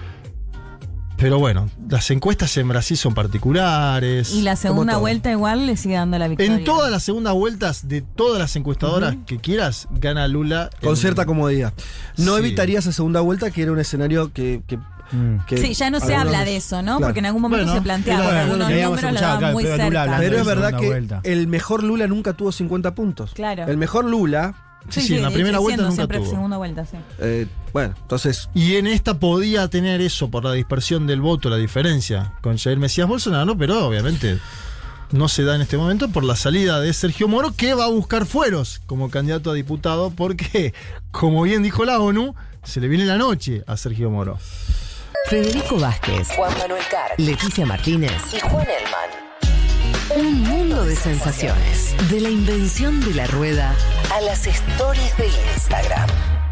Pero bueno, las encuestas en Brasil son particulares. Y la segunda vuelta igual le sigue dando la victoria. En todas las segundas vueltas de todas las encuestadoras uh-huh. que quieras, gana Lula. Con en... cierta comodidad. No sí. evitaría esa segunda vuelta, que era un escenario que... que Que sí, ya no se habla de eso, ¿no? Claro. Porque en algún momento bueno, se planteaba, bueno, algunos bueno, números la daban muy cerca. Pero es verdad que vuelta. El mejor Lula nunca tuvo cincuenta puntos. Claro. El mejor Lula... Sí, sí, sí, en la primera vuelta nunca siempre tuvo. segunda vuelta, sí. Eh, bueno, entonces... Y en esta podía tener eso por la dispersión del voto, la diferencia con Jair Mesías Bolsonaro, pero obviamente no se da en este momento por la salida de Sergio Moro, que va a buscar fueros como candidato a diputado, porque, como bien dijo la ONU, se le viene la noche a Sergio Moro. Federico Vázquez, Juan Manuel Carr, Leticia Martínez y Juan Elman. Un mundo de sensaciones. De la invención de la rueda a las stories de Instagram.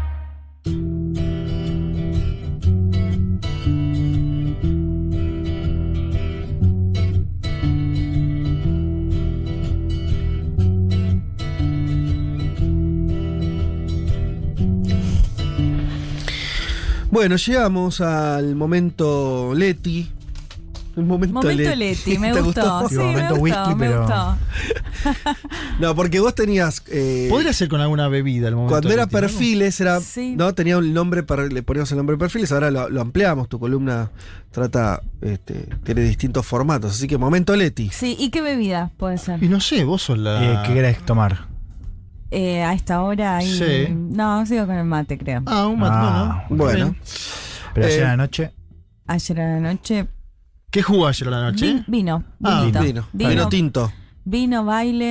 Bueno, llegamos al momento Leti. El momento, momento Leti. Leti, me gustó. gustó. Sí, momento me whisky, gustó, pero... me gustó. No, porque vos tenías... Eh, Podría ser con alguna bebida el momento Cuando era Leti, perfiles, ¿no? era... Sí. No, tenía un nombre, para, le poníamos el nombre de perfiles, ahora lo, lo ampliamos, tu columna trata, este, tiene distintos formatos, así que momento Leti. Sí, ¿y qué bebida puede ser? Y no sé, vos sos la... Eh, ¿Qué querés tomar? Eh, a esta hora ahí... Sí. No, sigo con el mate, creo. Ah, un mate, Ah, bueno. Bueno. Pero ayer Eh, a la noche... Ayer a la noche... ¿Qué jugó ayer a la noche? Vi- vino. Ah, vinito. Vino, vino, vino tinto. Vino, baile,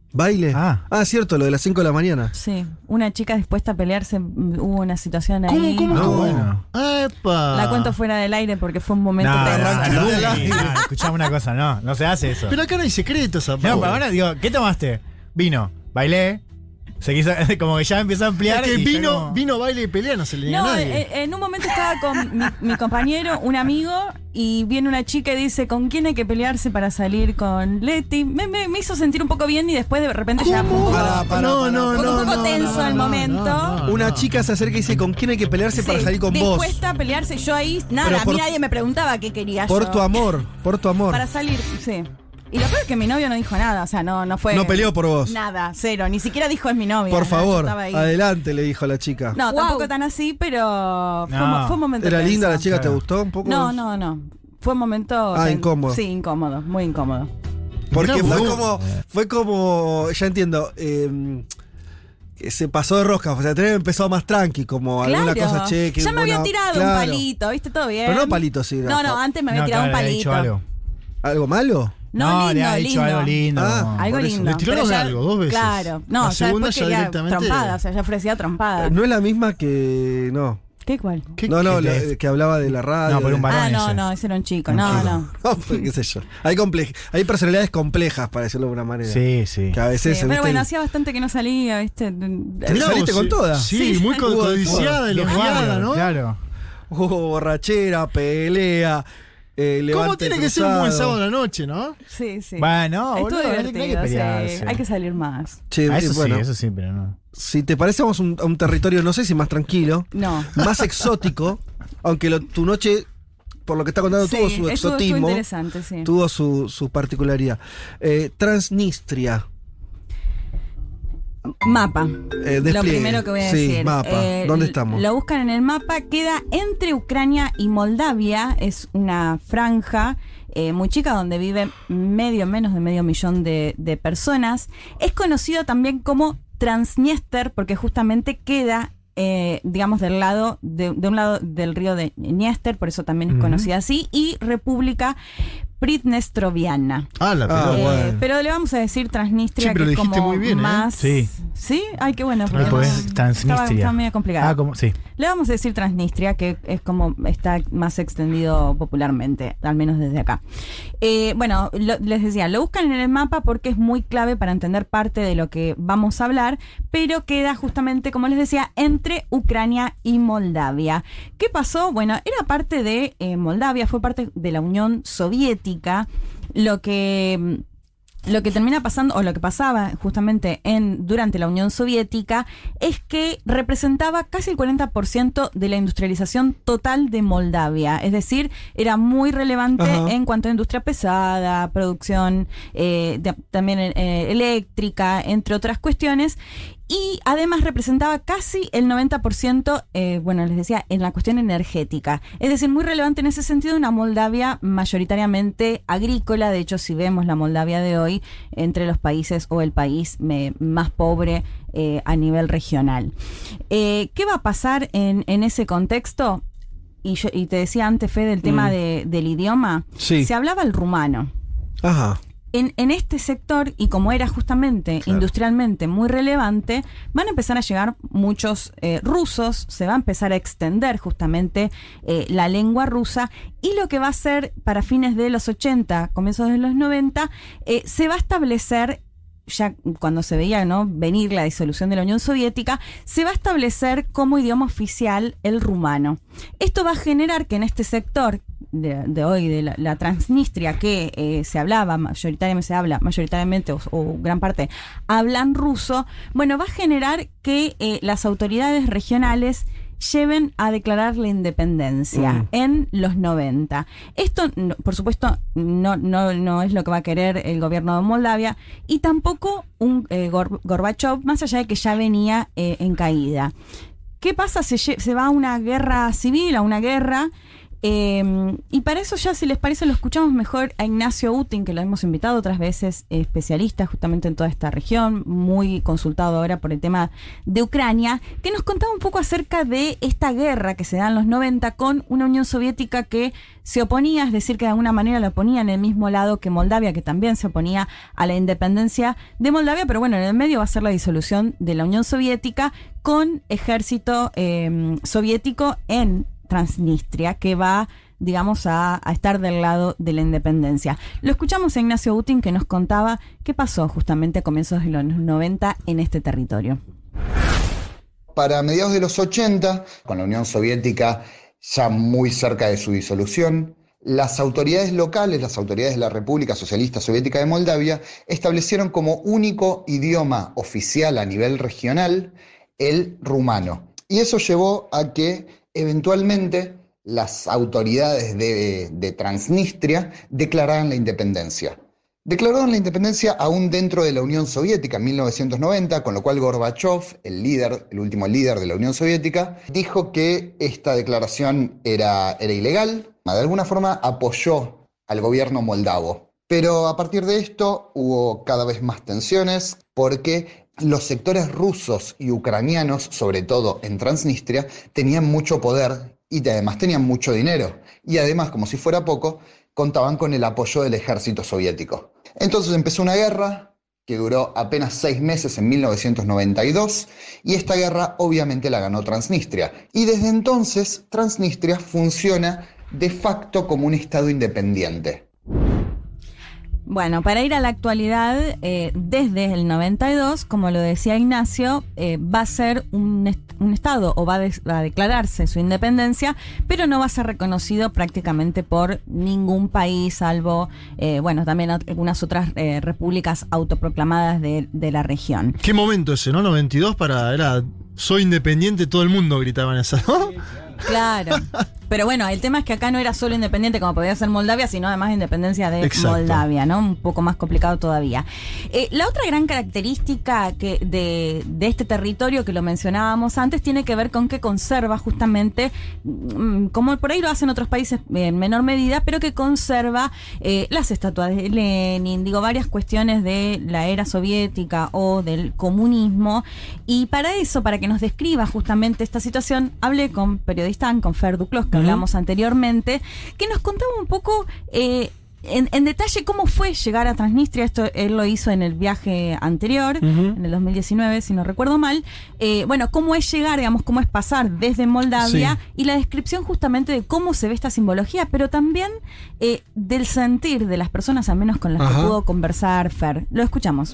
¿Baile? Ah. ah, cierto, lo de las cinco de la mañana. Sí, una chica dispuesta a pelearse, hubo una situación ahí. ¿Cómo, cómo, no, cómo? Bueno. ¡Epa! La cuento fuera del aire porque fue un momento no, tenso. No, no, no, escuchame una cosa, no, no se hace eso. Pero acá no hay secretos, No, pero ahora digo, ¿qué tomaste? Vino, bailé. Se quiso, como que ya empezó a ampliar. Es que y vino, como... vino, baile y pelea, no se le diga No, a nadie. en, en un momento estaba con mi, mi compañero, un amigo, y viene una chica y dice, ¿con quién hay que pelearse para salir con Leti? Me, me, me hizo sentir un poco bien y después de repente ¿Cómo? ya fue un poco, Para, para, no, para, no, fue no, un poco no, tenso no, el no, momento. no, no, Una no. chica se acerca y dice, ¿con quién hay que pelearse Sí, para salir con vos? dispuesta a pelearse. Yo ahí, nada, Pero a por- mí nadie me preguntaba qué quería Por yo. tu amor, por tu amor. Para salir, sí. Y lo peor es que mi novio no dijo nada, o sea, no, no fue... No peleó por vos. Nada, cero, ni siquiera dijo es mi novia. Por no, yo favor, estaba ahí. adelante, le dijo la chica. No, Wow. tampoco tan así, pero fue, No. un- fue un momento ¿Era tenso. linda la chica? ¿Te Claro. gustó un poco? No, no, no. Fue un momento... Ah, ten- incómodo. Sí, incómodo, muy incómodo. Porque Mirá fue vos. como, fue como, ya entiendo, eh, que se pasó de rosca. O sea, tenía empezó más tranqui, como alguna Claro. cosa, che, que ya me buena- había tirado claro. un palito, ¿viste? Todo bien. Pero no palito, sí. No, no, antes me había No, tirado claro, un le ha palito. dicho algo. ¿Algo malo? No, le lindo, ha dicho lindo. algo lindo. Ah, como- Algo Por eso. lindo. Le tiraron Pero ya- algo, dos veces. Claro. No, La ya segunda después ya quería directamente- trompada, o sea, ya ofrecía trompada. No es la misma que. No. ¿Qué cuál? ¿Qué- no, no, qué la- te- que hablaba de la radio. No, pero un de- varón Ah, no, ese. no, ese era un chico. No, no. No, pues, qué sé yo. Hay, comple- hay personalidades complejas, para decirlo de una manera. Sí, sí. Que a veces Sí, se pero viste bueno, el- hacía bastante que no salía, ¿viste? Mirá, saliste vos, con sí. toda. Sí, Sí, muy hubo- codiciada, Bien elogiada, Warrior, ¿no? Claro. Hubo borrachera, pelea. Eh, ¿Cómo levante tiene que ser un buen cruzado. sábado a la noche, no? Sí, sí. Bueno, Estuvo boludo, no hay que divertido, sí. pelearse. Hay que salir más. Che, Ah, eso bueno, sí, eso sí, pero no. si te parece, vamos a un, a un territorio, no sé si más tranquilo, No. más exótico, aunque lo- tu noche, por lo que está contando, Sí, tuvo su estuvo- estuvo exotismo, interesante, sí. tuvo su, su particularidad. Eh, Transnistria. Mapa. Eh, Lo despliegue. primero que voy a Sí, decir. mapa. Eh, ¿Dónde estamos? Lo buscan en el mapa, queda entre Ucrania y Moldavia, es una franja eh, muy chica donde vive medio, menos de medio millón de, de personas. Es conocido también como Transnistria porque justamente queda eh, digamos, del lado, de, de un lado del río de Dniester, por eso también es Ujú. conocida así, y República Pridnestroviana. Ah, la Ah, pelota. Eh, bueno. Pero le vamos a decir Transnistria, Sí, pero que es lo dijiste como muy bien, ¿eh? más... Sí. ¿Sí? Ay, qué bueno. Ah, porque pues, no- Transnistria. Estaba, estaba medio complicado. Ah, como, sí. Le vamos a decir Transnistria, que es como está más extendido popularmente, al menos desde acá. Eh, bueno, lo- les decía, lo buscan en el mapa porque es muy clave para entender parte de lo que vamos a hablar, pero queda justamente, como les decía, entre Ucrania y Moldavia. ¿Qué pasó? Bueno, era parte de eh, Moldavia, fue parte de la Unión Soviética, lo que... mm, Lo que termina pasando, o lo que pasaba justamente en durante la Unión Soviética, es que representaba casi el cuarenta por ciento de la industrialización total de Moldavia. Es decir, era muy relevante Ajá. en cuanto a industria pesada, producción eh, de- también eh, eléctrica, entre otras cuestiones. Y además representaba casi el noventa por ciento, eh, bueno, les decía, en la cuestión energética. Es decir, muy relevante en ese sentido, una Moldavia mayoritariamente agrícola. De hecho, si vemos la Moldavia de hoy, entre los países o el país me- más pobre eh, a nivel regional. Eh, ¿Qué va a pasar en, en ese contexto? Y, yo, y te decía antes, Fede, del tema Mm. de, del idioma. Sí. Se hablaba el rumano. Ajá. En, en este sector, y como era justamente Claro. industrialmente muy relevante, van a empezar a llegar muchos eh, rusos, se va a empezar a extender justamente eh, la lengua rusa, y lo que va a ser para fines de los ochenta, comienzos de los noventa, eh, se va a establecer, ya cuando se veía, ¿no?, venir la disolución de la Unión Soviética, se va a establecer como idioma oficial el rumano. Esto va a generar que en este sector de, de hoy, de la, la Transnistria, que eh, se hablaba, mayoritariamente se habla, mayoritariamente o, o gran parte, hablan ruso, bueno, va a generar que eh, las autoridades regionales lleven a declarar la independencia Mm. en los noventa. Esto, no, por supuesto, no, no, no es lo que va a querer el gobierno de Moldavia, y tampoco un eh, Gor- Gorbachev, más allá de que ya venía eh, en caída. ¿Qué pasa? Se, lle- se va a una guerra civil, a una guerra, Eh, y para eso ya, si les parece, lo escuchamos mejor a Ignacio Utin, que lo hemos invitado otras veces, especialista justamente en toda esta región, muy consultado ahora por el tema de Ucrania, que nos contaba un poco acerca de esta guerra que se da en los noventa con una Unión Soviética que se oponía, es decir, que de alguna manera la ponía en el mismo lado que Moldavia, que también se oponía a la independencia de Moldavia, pero bueno, en el medio va a ser la disolución de la Unión Soviética con ejército eh, soviético en Transnistria, que va, digamos, a, a estar del lado de la independencia. Lo escuchamos a Ignacio Utin, que nos contaba qué pasó justamente a comienzos de los noventa en este territorio. Para mediados de los ochenta, con la Unión Soviética ya muy cerca de su disolución, las autoridades locales, las autoridades de la República Socialista Soviética de Moldavia, establecieron como único idioma oficial a nivel regional el rumano. Y eso llevó a que eventualmente las autoridades de, de Transnistria declararon la independencia. Declararon la independencia aún dentro de la Unión Soviética en mil novecientos noventa, con lo cual Gorbachov, el líder, el último líder de la Unión Soviética, dijo que esta declaración era, era ilegal, de alguna forma apoyó al gobierno moldavo. Pero a partir de esto hubo cada vez más tensiones porque los sectores rusos y ucranianos, sobre todo en Transnistria, tenían mucho poder y además tenían mucho dinero. Y además, como si fuera poco, contaban con el apoyo del ejército soviético. Entonces empezó una guerra que duró apenas seis meses en mil novecientos noventa y dos, y esta guerra obviamente la ganó Transnistria. Y desde entonces Transnistria funciona de facto como un estado independiente. Bueno, para ir a la actualidad, eh, desde el noventa y dos, como lo decía Ignacio, eh, va a ser un, est- un Estado o va a, de- va a declararse su independencia, pero no va a ser reconocido prácticamente por ningún país, salvo, eh, bueno, también algunas otras eh, repúblicas autoproclamadas de, de la región. ¿Qué momento ese, no? noventa y dos para... era soy independiente, todo el mundo gritaban esa, ¿no? Claro. Pero bueno, el tema es que acá no era solo independiente como podía ser Moldavia, sino además independencia de Exacto. Moldavia, ¿no? Un poco más complicado todavía. Eh, la otra gran característica que de, de este territorio que lo mencionábamos antes tiene que ver con que conserva justamente, como por ahí lo hacen otros países en menor medida, pero que conserva eh, las estatuas de Lenin, digo, varias cuestiones de la era soviética o del comunismo. Y para eso, para que nos describa justamente esta situación, hablé con periodista, con Fer Duclos, que hablamos anteriormente, que nos contaba un poco eh, en, en detalle cómo fue llegar a Transnistria. Esto él lo hizo en el viaje anterior, uh-huh. en el dos mil diecinueve, si no recuerdo mal. Eh, bueno, cómo es llegar, digamos, cómo es pasar desde Moldavia, sí. y la descripción justamente de cómo se ve esta simbología, pero también eh, del sentir de las personas, al menos con las Ajá. que pudo conversar Fer. Lo escuchamos.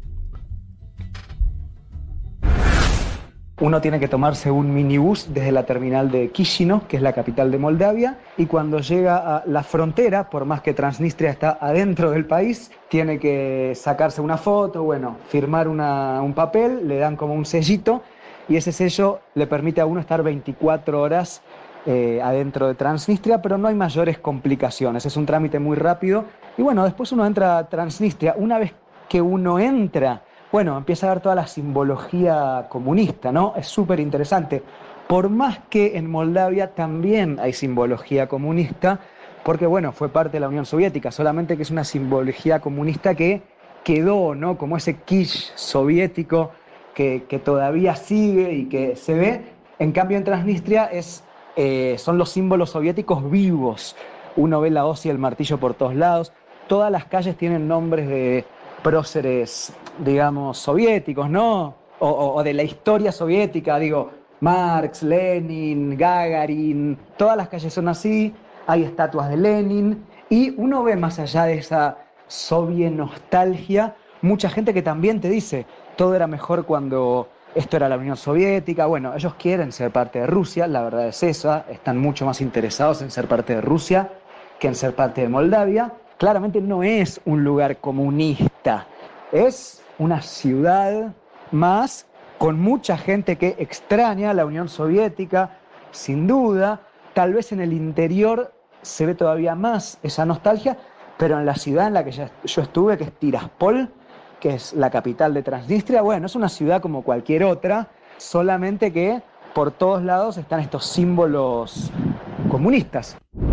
Uno tiene que tomarse un minibús desde la terminal de Chisinau, que es la capital de Moldavia, y cuando llega a la frontera, por más que Transnistria está adentro del país, tiene que sacarse una foto, bueno, firmar una, un papel, le dan como un sellito, y ese sello le permite a uno estar veinticuatro horas eh, adentro de Transnistria, pero no hay mayores complicaciones, es un trámite muy rápido. Y bueno, después uno entra a Transnistria. Una vez que uno entra, bueno, empieza a ver toda la simbología comunista, ¿no? Es súper interesante. Por más que en Moldavia también hay simbología comunista, porque, bueno, fue parte de la Unión Soviética, solamente que es una simbología comunista que quedó, ¿no? Como ese kitsch soviético que, que todavía sigue y que se ve. En cambio, en Transnistria es, eh, son los símbolos soviéticos vivos. Uno ve la hoz y el martillo por todos lados. Todas las calles tienen nombres de próceres, digamos, soviéticos, ¿no? O, o, o de la historia soviética, digo, Marx, Lenin, Gagarin, todas las calles son así, hay estatuas de Lenin, y uno ve más allá de esa sovienostalgia, mucha gente que también te dice, todo era mejor cuando esto era la Unión Soviética. Bueno, ellos quieren ser parte de Rusia, la verdad es esa, están mucho más interesados en ser parte de Rusia que en ser parte de Moldavia. Claramente no es un lugar comunista, es una ciudad más con mucha gente que extraña la Unión Soviética, sin duda. Tal vez en el interior se ve todavía más esa nostalgia, pero en la ciudad en la que ya yo estuve, que es Tiraspol, que es la capital de Transnistria, bueno, es una ciudad como cualquier otra, solamente que por todos lados están estos símbolos comunistas.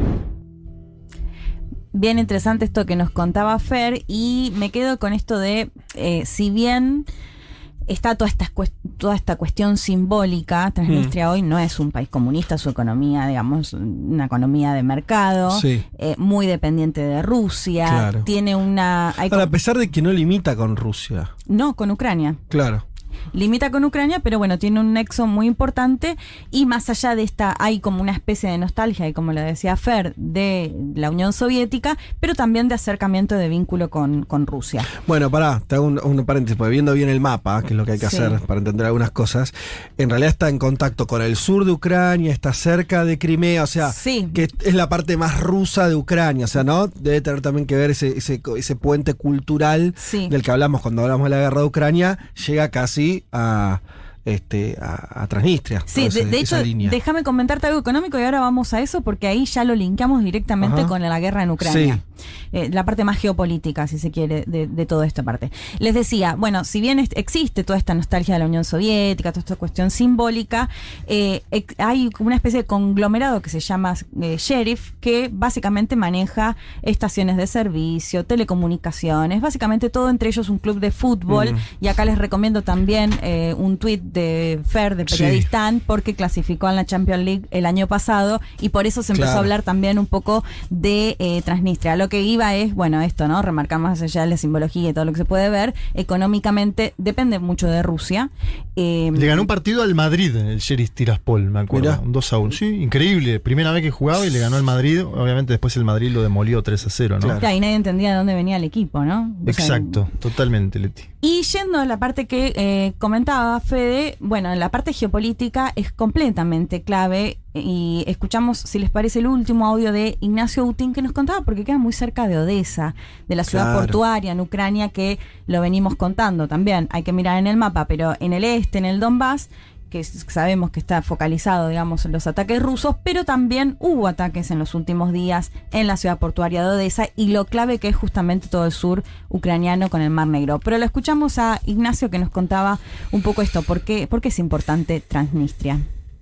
Bien interesante esto que nos contaba Fer, y me quedo con esto de, eh, si bien está toda esta, toda esta cuestión simbólica, Transnistria mm. hoy no es un país comunista, su economía, digamos, una economía de mercado, sí. eh, muy dependiente de Rusia, claro. tiene una... Hay Ahora, a pesar de que no limita con Rusia. No, con Ucrania. Claro. Limita con Ucrania, pero bueno, tiene un nexo muy importante, y más allá de esta, hay como una especie de nostalgia, y como lo decía Fer, de la Unión Soviética, pero también de acercamiento de vínculo con, con Rusia. Bueno, pará, te hago un, un paréntesis, porque viendo bien el mapa, que es lo que hay que sí. hacer para entender algunas cosas, en realidad está en contacto con el sur de Ucrania, está cerca de Crimea, o sea, sí. que es la parte más rusa de Ucrania, o sea, ¿no? Debe tener también que ver ese, ese, ese puente cultural sí. del que hablamos cuando hablamos de la guerra de Ucrania, llega casi a, este, a, a Transnistria. Sí, ese, de, de hecho, déjame comentarte algo económico y ahora vamos a eso, porque ahí ya lo linkamos directamente Ajá. con la guerra en Ucrania. Sí. Eh, la parte más geopolítica, si se quiere, de, de toda esta parte. Les decía, bueno, si bien es, existe toda esta nostalgia de la Unión Soviética, toda esta cuestión simbólica, eh, hay una especie de conglomerado que se llama eh, Sheriff, que básicamente maneja estaciones de servicio, telecomunicaciones, básicamente todo, entre ellos un club de fútbol, mm. y acá les recomiendo también eh, un tuit de Fer, de Periodistán, sí. porque clasificó a la Champions League el año pasado, y por eso se empezó claro. a hablar también un poco de eh, Transnistria. Lo que iba es, bueno, esto, ¿no? Remarcar más allá de la simbología y todo lo que se puede ver, económicamente depende mucho de Rusia. Eh, Le ganó un partido al Madrid, el Sheriff Tiraspol, me acuerdo. Mirá. Un dos a uno. Sí, increíble. Primera vez que jugaba y le ganó al Madrid. Obviamente después el Madrid lo demolió tres a cero, ¿no? Claro, y nadie entendía de dónde venía el equipo, ¿no? O Exacto, sea, totalmente, Leti. Y yendo a la parte que eh, comentaba Fede, bueno, la parte geopolítica es completamente clave, y escuchamos, si les parece, el último audio de Ignacio Utin, que nos contaba, porque queda muy cerca de Odessa, de la ciudad claro. portuaria en Ucrania, que lo venimos contando también. Hay que mirar en el mapa, pero en el este, en el Donbass, que sabemos que está focalizado, digamos, en los ataques rusos, pero también hubo ataques en los últimos días en la ciudad portuaria de Odessa, y lo clave que es justamente todo el sur ucraniano con el Mar Negro. Pero lo escuchamos a Ignacio, que nos contaba un poco esto, ¿por qué, por qué es importante Transnistria?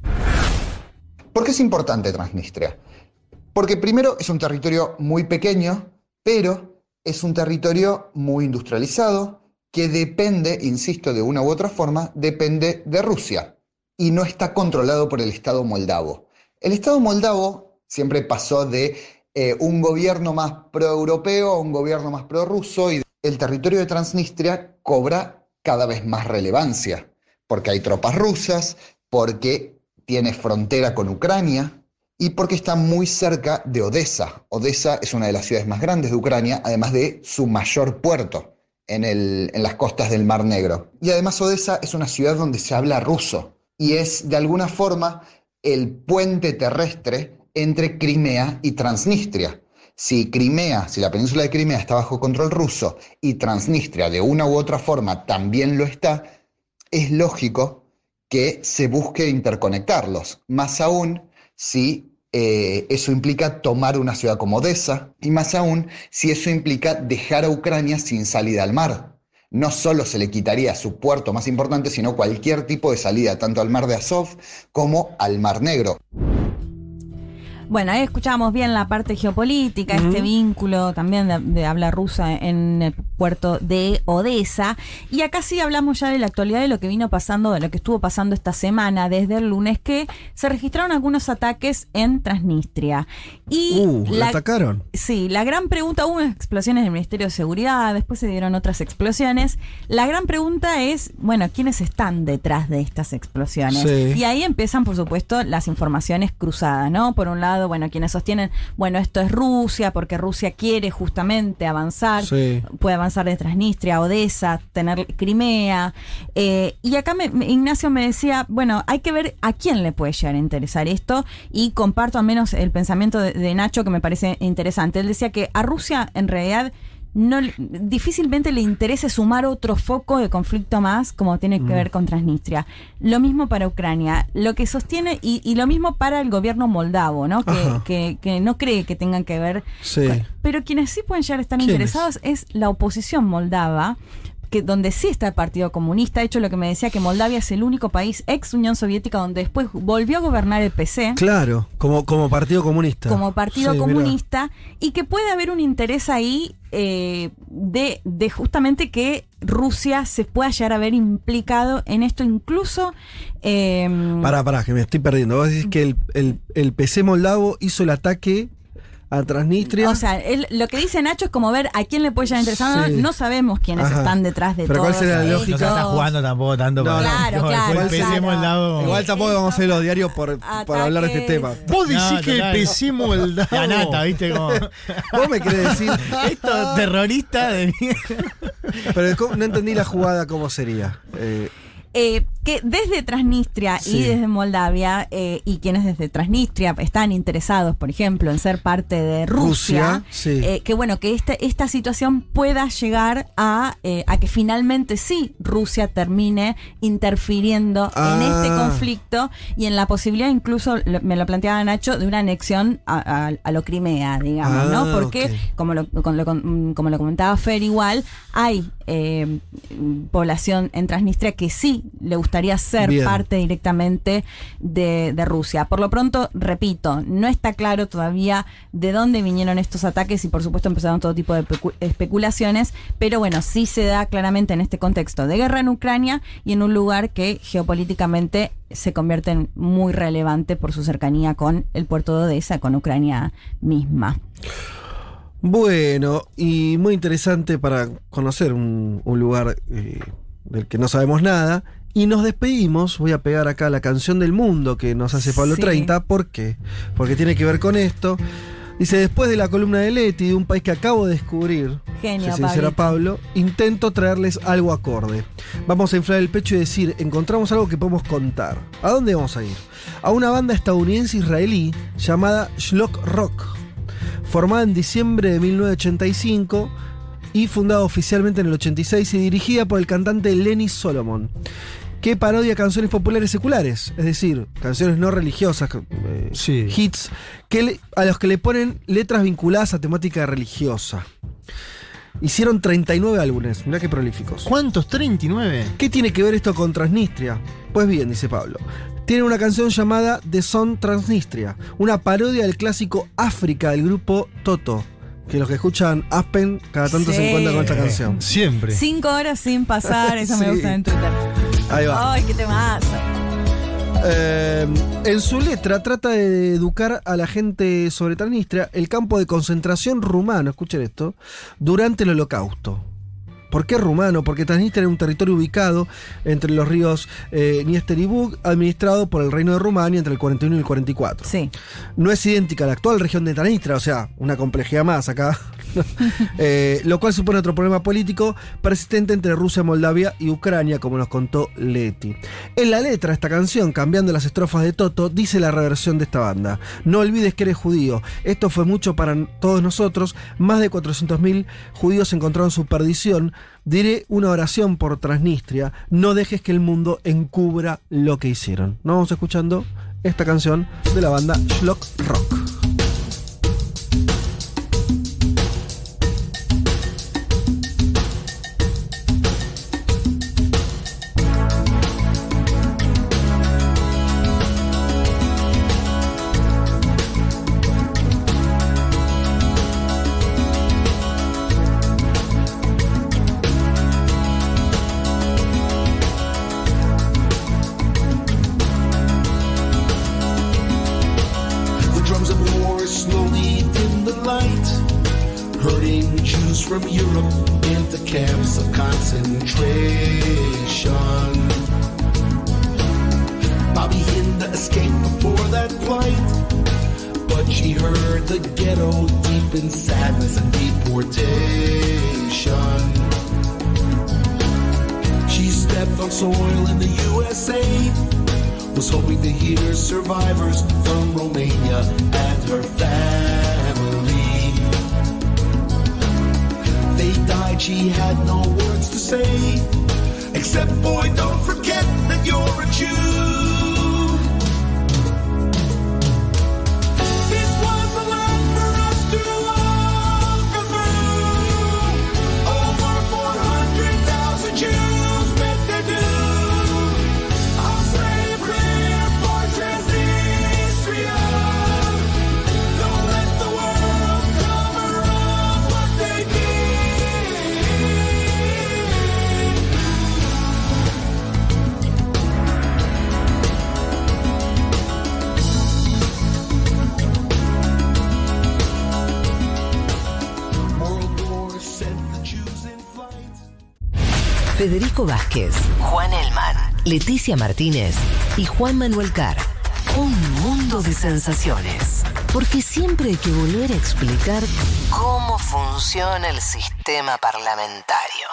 ¿Por qué es importante Transnistria? Porque primero es un territorio muy pequeño, pero es un territorio muy industrializado, que depende, insisto, de una u otra forma, depende de Rusia, y no está controlado por el Estado moldavo. El Estado moldavo siempre pasó de eh, un gobierno más pro-europeo a un gobierno más pro-ruso, y el territorio de Transnistria cobra cada vez más relevancia, porque hay tropas rusas, porque tiene frontera con Ucrania, y porque está muy cerca de Odessa. Odessa es una de las ciudades más grandes de Ucrania, además de su mayor puerto en, el, en las costas del Mar Negro. Y además Odessa es una ciudad donde se habla ruso, y es de alguna forma el puente terrestre entre Crimea y Transnistria. Si Crimea, si la península de Crimea está bajo control ruso y Transnistria de una u otra forma también lo está, es lógico que se busque interconectarlos. Más aún si eh, eso implica tomar una ciudad como Odessa, y más aún si eso implica dejar a Ucrania sin salida al mar. No solo se le quitaría su puerto más importante, sino cualquier tipo de salida, tanto al mar de Azov como al Mar Negro. Bueno, ahí escuchábamos bien la parte geopolítica, uh-huh. este vínculo también de, de habla rusa en el puerto de Odessa. Y acá sí hablamos ya de la actualidad, de lo que vino pasando, de lo que estuvo pasando esta semana, desde el lunes, que se registraron algunos ataques en Transnistria. Y uh, la, atacaron. Sí, la gran pregunta, hubo explosiones en el Ministerio de Seguridad, después se dieron otras explosiones. La gran pregunta es, bueno, ¿quiénes están detrás de estas explosiones? Sí. Y ahí empiezan, por supuesto, las informaciones cruzadas, ¿no? Por un lado, bueno, quienes sostienen, bueno, esto es Rusia, porque Rusia quiere justamente avanzar, sí. puede avanzar de Transnistria, Odessa, tener Crimea. Eh, y acá me, Ignacio me decía, bueno, hay que ver a quién le puede llegar a interesar esto, y comparto al menos el pensamiento de, de Nacho, que me parece interesante. Él decía que a Rusia, en realidad, no, difícilmente le interese sumar otro foco de conflicto más, como tiene que mm. ver con Transnistria. Lo mismo para Ucrania, lo que sostiene, y, y lo mismo para el gobierno moldavo, ¿no? Que, que, que no cree que tengan que ver. Sí. Con, pero quienes sí pueden llegar a estar interesados es la oposición moldava, que donde sí está el Partido Comunista. De hecho, lo que me decía que Moldavia es el único país ex Unión Soviética donde después volvió a gobernar el P C. Claro, como, como Partido Comunista. Como Partido Sí, Comunista. Mirá. Y que puede haber un interés ahí eh, de, de justamente que Rusia se pueda llegar a ver implicado en esto, incluso... Eh, pará, pará, que me estoy perdiendo. Vos decís que el, el, el P C moldavo hizo el ataque a Transnistria. O sea, él, lo que dice Nacho es como ver a quién le puede llegar a interesar. Sí. No, no sabemos quiénes Ajá. están detrás de todo. Pero ¿cuál será la lógica? No se está jugando tampoco tanto no, para... Claro, no, claro, el P C claro. moldavo. Igual tampoco vamos a hacer los diarios por, por hablar de este tema. Vos decís no, que total, el P C moldavo... La nata, ¿viste? Como... Vos me querés decir... Esto terrorista de mierda. Pero no entendí la jugada cómo sería. Eh... Eh, que desde Transnistria sí. y desde Moldavia, eh, y quienes desde Transnistria están interesados, por ejemplo, en ser parte de Rusia, Rusia sí. eh, que bueno, que esta, esta situación pueda llegar a, eh, a que finalmente sí Rusia termine interfiriendo ah. en este conflicto y en la posibilidad, incluso me lo planteaba Nacho, de una anexión a, a, a lo Crimea, digamos, ah, ¿no? Porque, okay. como, lo, como, lo, como lo comentaba Fer, igual hay eh, población en Transnistria que sí le gustaría ser Bien. parte directamente de, de Rusia. Por lo pronto, repito, no está claro todavía de dónde vinieron estos ataques y por supuesto empezaron todo tipo de especulaciones, pero bueno, sí se da claramente en este contexto de guerra en Ucrania y en un lugar que geopolíticamente se convierte en muy relevante por su cercanía con el puerto de Odesa, con Ucrania misma. Bueno, y muy interesante para conocer un, un lugar eh, del que no sabemos nada. Y nos despedimos, voy a pegar acá la canción del mundo que nos hace Pablo sí. treinta. ¿Por qué? Porque tiene que ver con esto. Dice, después de la columna de Leti, de un país que acabo de descubrir, Genio, se sincera Pablo, intento traerles algo acorde. Vamos a inflar el pecho y decir, encontramos algo que podemos contar. ¿A dónde vamos a ir? A una banda estadounidense-israelí llamada Shlock Rock, formada en diciembre de mil novecientos ochenta y cinco y fundada oficialmente en el ochenta y seis y dirigida por el cantante Lenny Solomon, que parodia canciones populares seculares, es decir, canciones no religiosas, eh, sí. hits, que le, a los que le ponen letras vinculadas a temática religiosa. Hicieron treinta y nueve álbumes, mirá qué prolíficos. ¿Cuántos? ¿treinta y nueve? ¿Qué tiene que ver esto con Transnistria? Pues bien, dice Pablo, tiene una canción llamada The Song Transnistria, una parodia del clásico África del grupo Toto, que los que escuchan Aspen cada tanto sí. se encuentran con esta canción. Siempre. Cinco horas sin pasar, eso sí. me gusta en Twitter. Ahí va. Ay, qué temazo. Eh, en su letra trata de educar a la gente sobre Transnistria, el campo de concentración rumano, escuchen esto, durante el Holocausto. ¿Por qué rumano? Porque Transnistria era un territorio ubicado entre los ríos eh, Dniester y Bug, administrado por el Reino de Rumania entre el cuarenta y uno y el cuarenta y cuatro. Sí. No es idéntica a la actual región de Transnistria, o sea, una complejidad más acá, eh, lo cual supone otro problema político persistente entre Rusia, Moldavia y Ucrania, como nos contó Leti. En la letra de esta canción, cambiando las estrofas de Toto, dice la reversión de esta banda: no olvides que eres judío, esto fue mucho para todos nosotros, más de cuatrocientos mil judíos encontraron su perdición. Diré una oración por Transnistria, no dejes que el mundo encubra lo que hicieron. Nos vamos escuchando esta canción de la banda Shlock Rock. From Europe into camps of concentration. Bobby Hinda escaped before that flight, but she heard the ghetto deep in sadness and deportation. She stepped on soil in the U S A, was hoping to hear survivors from Romania and her family. They died, she had no words to say, except, boy, don't forget that you're a Jew. This was a land for us to walk through. Over four hundred thousand Federico Vázquez, Juan Elman, Leticia Martínez y Juan Manuel Carr. Un mundo de sensaciones. Porque siempre hay que volver a explicar cómo funciona el sistema parlamentario.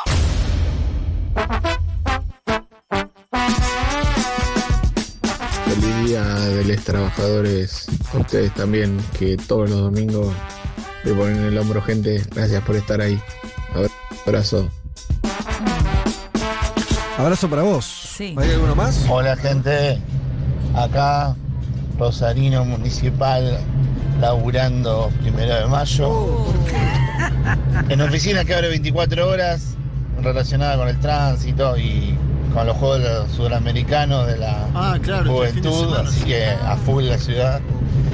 Feliz día de los trabajadores. A ustedes también, que todos los domingos le ponen el hombro, gente. Gracias por estar ahí. Abrazo. Abrazo para vos. Sí. ¿Hay alguno más? Hola, gente. Acá, Rosarino Municipal, laburando primero de mayo. Uh. En oficina que abre veinticuatro horas, relacionada con el tránsito y con los Juegos Sudamericanos de la ah, claro, Juventud, semana, así sí. que a full la ciudad.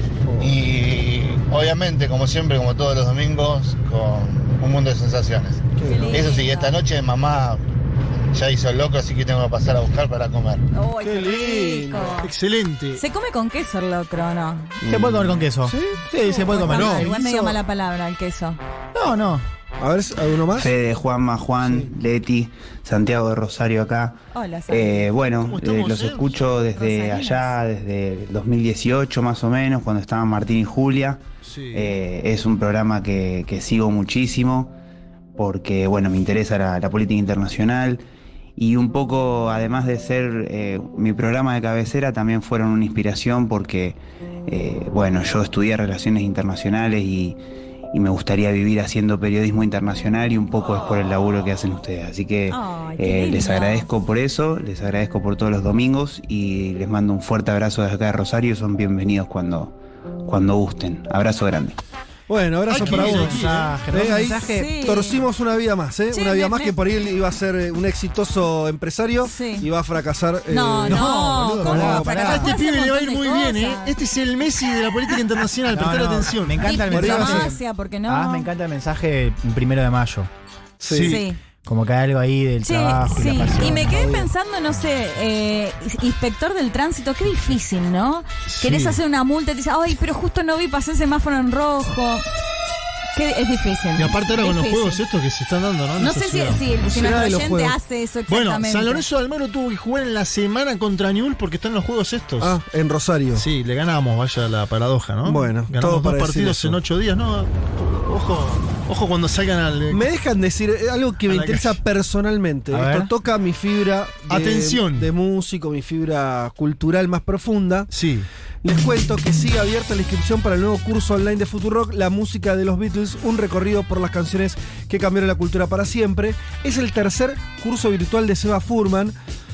Y obviamente, como siempre, como todos los domingos, con un mundo de sensaciones. Eso sí, esta noche mamá ya hizo el loco, así que tengo que pasar a buscar para comer. ¡Ay, qué rico! Excelente. ¿Se come con queso el locro o no? ¿Se puede comer con queso? ¿Sí? Sí, se puede comer. No, No. igual medio mala palabra el queso. No, no. A ver, ¿alguno más? Fede, Juanma, Juan, sí. Leti, Santiago de Rosario acá. Hola, eh, Bueno, eh, los eh? escucho desde Rosarinas. allá, desde el dos mil dieciocho más o menos, cuando estaban Martín y Julia. Sí. Eh, es un programa que, que sigo muchísimo porque, bueno, me interesa la, la política internacional y un poco, además de ser eh, mi programa de cabecera, también fueron una inspiración porque, eh, bueno, yo estudié Relaciones Internacionales y y me gustaría vivir haciendo periodismo internacional y un poco es por el laburo que hacen ustedes. Así que Ay, qué eh, lindo. les agradezco por eso, les agradezco por todos los domingos y les mando un fuerte abrazo desde acá de Rosario. Son bienvenidos cuando, cuando gusten. Abrazo grande. Bueno, abrazo Ay, para qué vos. bien, mensaje, Ven, ahí mensaje. Sí. torcimos una vida más, ¿eh? Sí, una vida me- más me- que por ahí él iba a ser eh, un exitoso empresario Sí. y va a fracasar. eh, No, no, boludo, ¿cómo? pará, Fracasó pará. A este hace pibe un le va a ir montón muy de bien, ¿eh? cosas. Este es el Messi de la política internacional, No, prestar no, atención. Me encanta el Y mensaje. diplomacia, porque no. Ah, me encanta el mensaje primero de mayo. Sí. Sí. Como que hay algo ahí del Sí, trabajo y sí. la pasión. Y me quedé Obvio. pensando, no sé, eh, inspector del tránsito, qué difícil, ¿no? Sí. Querés hacer una multa y te dices, ay, pero justo no vi, pasé el semáforo en rojo. Qué, es difícil. Y aparte ahora Es con los difícil. juegos estos que se están dando, ¿no? En No esta sé si, ciudad. si, si Será nuestro de los oyente juegos. hace eso Bueno, exactamente. San Lorenzo de Almagro tuvo que jugar en la semana contra Newell's porque están los juegos estos. Ah, en Rosario. Sí, le ganamos, vaya la paradoja, ¿no? Bueno, todo ganamos para dos decir partidos eso. en ocho días, ¿no? Ojo, ojo cuando salgan al. Me dejan decir eh, algo que A me la interesa calle. personalmente. A Esto ver. toca mi fibra de, Atención. de músico, mi fibra cultural más profunda. Sí. Les cuento que sigue abierta la inscripción para el nuevo curso online de Futurock, la música de los Beatles, un recorrido por las canciones que cambiaron la cultura para siempre. Es el tercer curso virtual de Seba Furman,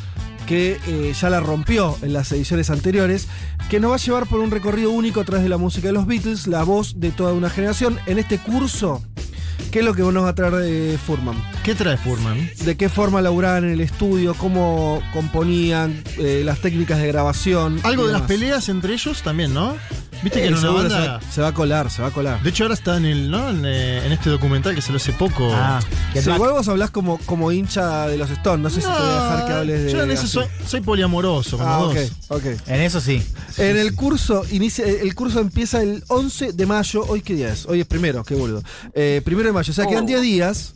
que eh, ya la rompió en las ediciones anteriores, que nos va a llevar por un recorrido único a través de la música de los Beatles, la voz de toda una generación. En este curso, ¿qué es lo que nos va a traer de Furman? ¿Qué trae Furman? De qué forma laburaban en el estudio, cómo componían, eh, las técnicas de grabación. Algo y de las demás. peleas entre ellos también, ¿no? Viste que Eh, en una seguro banda. se, va, se va a colar, se va a colar. De hecho, ahora está en el, ¿no? En, eh, en este documental que se lo hace poco. Ah, Si igual vos hablás como, como hincha de los Stones, no sé si te voy a dejar que hables de. Yo en eso así. soy, soy poliamoroso, como Ah, vos. ok, ok. En eso sí. En el curso, inicia, el curso empieza el once de mayo. ¿Hoy qué día es? Hoy es primero, qué boludo. Eh, primero de mayo, o sea, quedan diez días.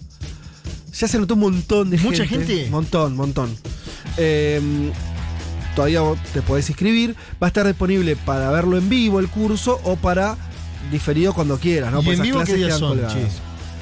Ya se notó un montón de ¿Mucha gente. gente? Montón, montón. Eh, todavía vos te podés inscribir. Va a estar disponible para verlo en vivo el curso o para diferido cuando quieras, ¿no? ¿Y Porque en esas vivo qué clases días quedan son, colgadas. chis?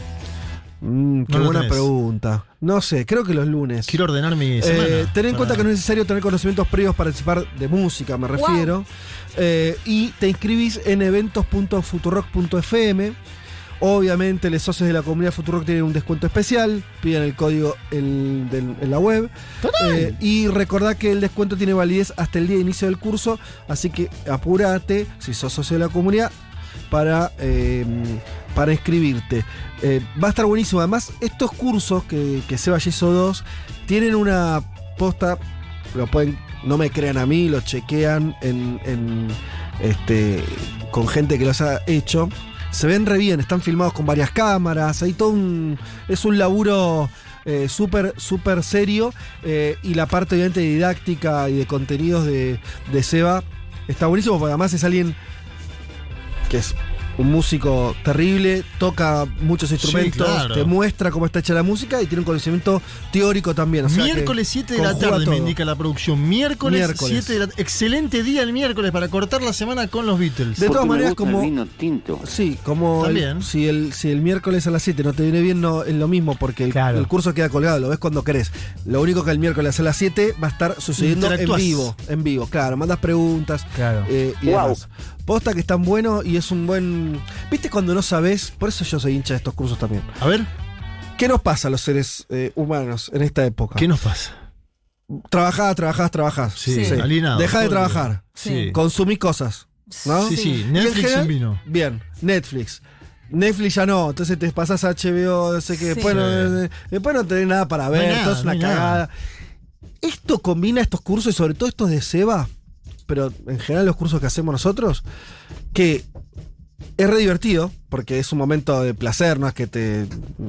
Mm, qué No lo buena tenés. pregunta. No sé, creo que los lunes. Quiero ordenar mi semana. Eh, ten en para- cuenta que no es necesario tener conocimientos previos para participar de música, me refiero. Eh, y te inscribís en eventos punto futurock punto f m. Obviamente, los socios de la comunidad Futurock tienen un descuento especial. Piden el código en, del- en la web. Eh, y recordá que el descuento tiene validez hasta el día de inicio del curso. Así que apúrate, si sos socio de la comunidad, para, eh, para inscribirte. Eh, va a estar buenísimo. Además, estos cursos que, que Seba ya hizo dos, tienen una posta, lo pueden, no me crean a mí, lo chequean en, en, este, con gente que los ha hecho. Se ven re bien, están filmados con varias cámaras, hay todo un. Es un laburo eh, súper, súper serio. Eh, y la parte obviamente didáctica y de contenidos de, de Seba está buenísimo, porque además es alguien que es un músico terrible, toca muchos instrumentos, Sí, claro. te muestra cómo está hecha la música y tiene un conocimiento teórico también. O sea miércoles que siete de la conjuga tarde, me todo. indica la producción. Miércoles, Miércoles. siete de la Excelente día el miércoles para cortar la semana con los Beatles. De todas maneras, como. vino tinto. Sí, como. el- También. si, el, si el miércoles a las siete no te viene bien, no es lo mismo, porque el, Claro. el curso queda colgado, lo ves cuando querés. Lo único que el miércoles a las siete va a estar sucediendo en Interactuás. vivo. En vivo, claro. Mandas preguntas. Claro. eh, y Wow. demás. Posta que es tan bueno y es un buen. ¿Viste cuando no sabés? Por eso yo soy hincha de estos cursos también. A ver, ¿Qué nos pasa a los seres eh, humanos en esta época? ¿qué nos pasa? Trabajás, trabajás, trabajás. Sí, alienado. Dejá de todo el día. trabajar. Sí. Consumís cosas. ¿No? Sí, sí, Y en Netflix general- sin vino. Bien, Netflix. Netflix ya no, entonces te pasás a H B O, no sé qué, Sí. después, no, Sí. después no tenés nada para No hay ver, nada, todo es una no hay nada. cagada. Esto combina estos cursos y sobre todo estos de Seba, pero en general los cursos que hacemos nosotros, que es re divertido, porque es un momento de placer, no es que te...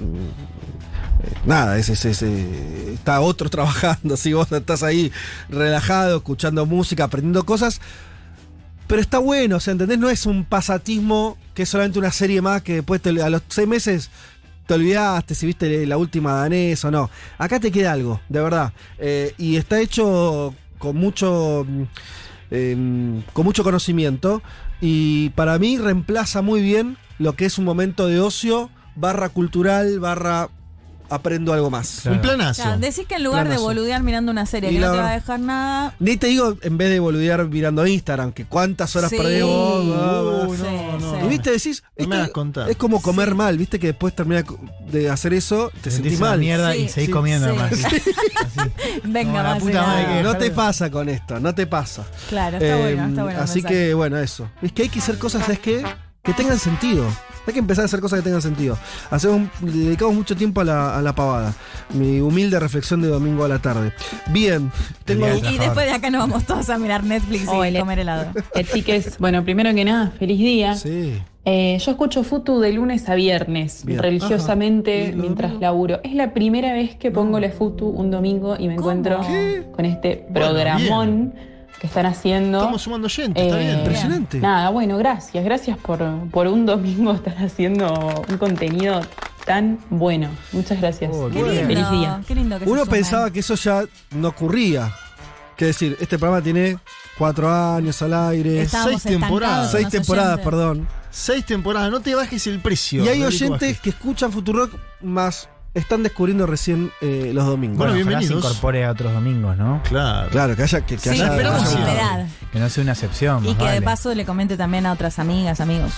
mm, Nada, es, es, es, eh, está otro trabajando, si vos estás ahí relajado, escuchando música, aprendiendo cosas, pero está bueno, o sea, ¿entendés? No es un pasatismo que es solamente una serie más que después te- a los seis meses te olvidaste si viste la última danés o no. Acá te queda algo, de verdad. Eh, y está hecho con mucho, mm, eh, con mucho conocimiento y para mí reemplaza muy bien lo que es un momento de ocio, barra cultural, barra aprendo algo más. Un planazo. O sea, decís que en lugar Planazo. de boludear mirando una serie Y que la no te va a verdad- dejar nada. Ni te digo en vez de boludear mirando Instagram, que cuántas horas Sí. perdés vos. bla, bla, bla. Uy, no, no. Y viste, decís, No me esto hagas contar. es como comer mal, viste que después termina de hacer eso, te, Te sentís sentís una mal. mierda Sí, y seguís sí, comiendo sí. nomás. Así. Venga, No, la más. puta de madre nada. que- No te pasa con esto, no te pasa. Claro, está Eh, bueno, está bueno. el Así mensaje. que bueno, eso. Es que hay que hacer cosas, ¿sabes qué? Que tengan sentido. Hay que empezar a hacer cosas que tengan sentido. Hacemos, le dedicamos mucho tiempo a la, a la pavada. Mi humilde reflexión de domingo a la tarde. Bien, tengo. Bien. Y después de acá nos vamos todos a mirar Netflix y Hola. comer helado. Eh, chiques, bueno, primero que nada, feliz día. Sí. Eh, yo escucho Futu de lunes a viernes, Bien. religiosamente, Ajá. mientras laburo. Es la primera vez que pongo la Futu un domingo y me ¿Cómo? encuentro ¿Qué? con este Bueno, programón que están haciendo. Estamos sumando gente, está Eh, bien. Impresionante. Nada, bueno, gracias. Gracias por, por un domingo estar haciendo un contenido tan bueno. Muchas gracias. Oh, Qué Bueno. Feliz lindo, día. qué lindo que se Uno sumen. pensaba que eso ya no ocurría. Que decir, este programa tiene cuatro años al aire. Estábamos seis temporadas. estancados Seis con los temporadas, oyentes. perdón. Seis temporadas, no te bajes el precio. Y hay Federico oyentes Vázquez. que escuchan Futurock más están descubriendo recién eh, los domingos. Bueno, Bueno, ojalá se bienvenidos. incorpore a otros domingos, ¿no? Claro. Claro, que haya. Que, que Sí, haya, esperamos haya- sí. novedad. Que no sea una excepción. Y más que de vale. paso le comente también a otras amigas, amigos.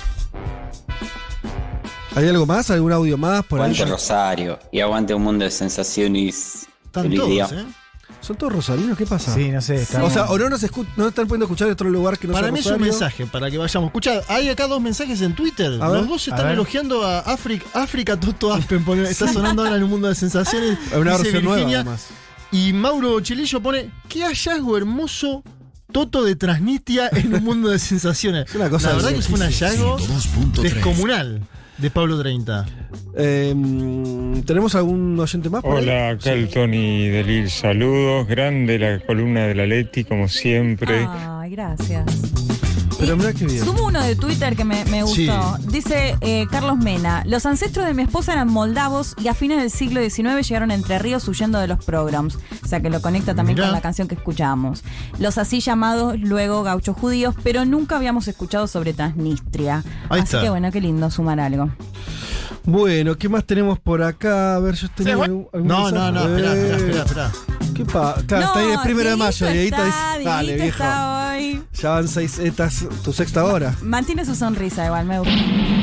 ¿Hay algo más? ¿Algún audio más por ahí? Aguante Rosario y aguante un mundo de sensaciones. Están Feliz todos, día. ¿eh? ¿Son todos rosarinos? ¿Qué pasa? Sí, no sé. Está O sea, o no nos escu- no están pudiendo escuchar en otro lugar que no Para sea mí es un Rosario. mensaje, para que vayamos. Escucha, hay acá dos mensajes en Twitter. A ver, Los dos a están ver. elogiando a África, África Toto Aspen. pone- Está sonando ahora en un mundo de sensaciones. Es una Dice versión nueva, Virginia. además. Y Mauro Chilillo pone: qué hallazgo hermoso Toto de Transnistria en un mundo de sensaciones. Es una cosa La verdad que fue un hallazgo ciento dos punto tres. descomunal de Pablo treinta. Eh, ¿Tenemos algún oyente más? por ahí? Hola, acá el Tony Delir, saludos, grande la columna de la Leti como siempre. Ay, gracias. Pero mirá qué bien. Sumo uno de Twitter que me, me gustó. Sí. Dice eh, Carlos Mena: los ancestros de mi esposa eran moldavos y a fines del siglo diecinueve llegaron a Entre Ríos huyendo de los pogroms. O sea que lo conecta también Mirá. con la canción que escuchamos. Los así llamados luego gauchos judíos, pero nunca habíamos escuchado sobre Transnistria. Ahí Así está. que bueno, qué lindo sumar algo. Bueno, ¿qué más tenemos por acá? A ver, yo tenía Sí, algún, algún No, no, no, mensaje. espera, Eh, espera, espera, espera. ¿Qué pasa? Claro, está ahí el primero de mayo. Dieguito está, dice, dale, Dieguito viejo. está hoy. Ya van seis, esta es tu sexta hora. Mantiene su sonrisa igual, me gusta.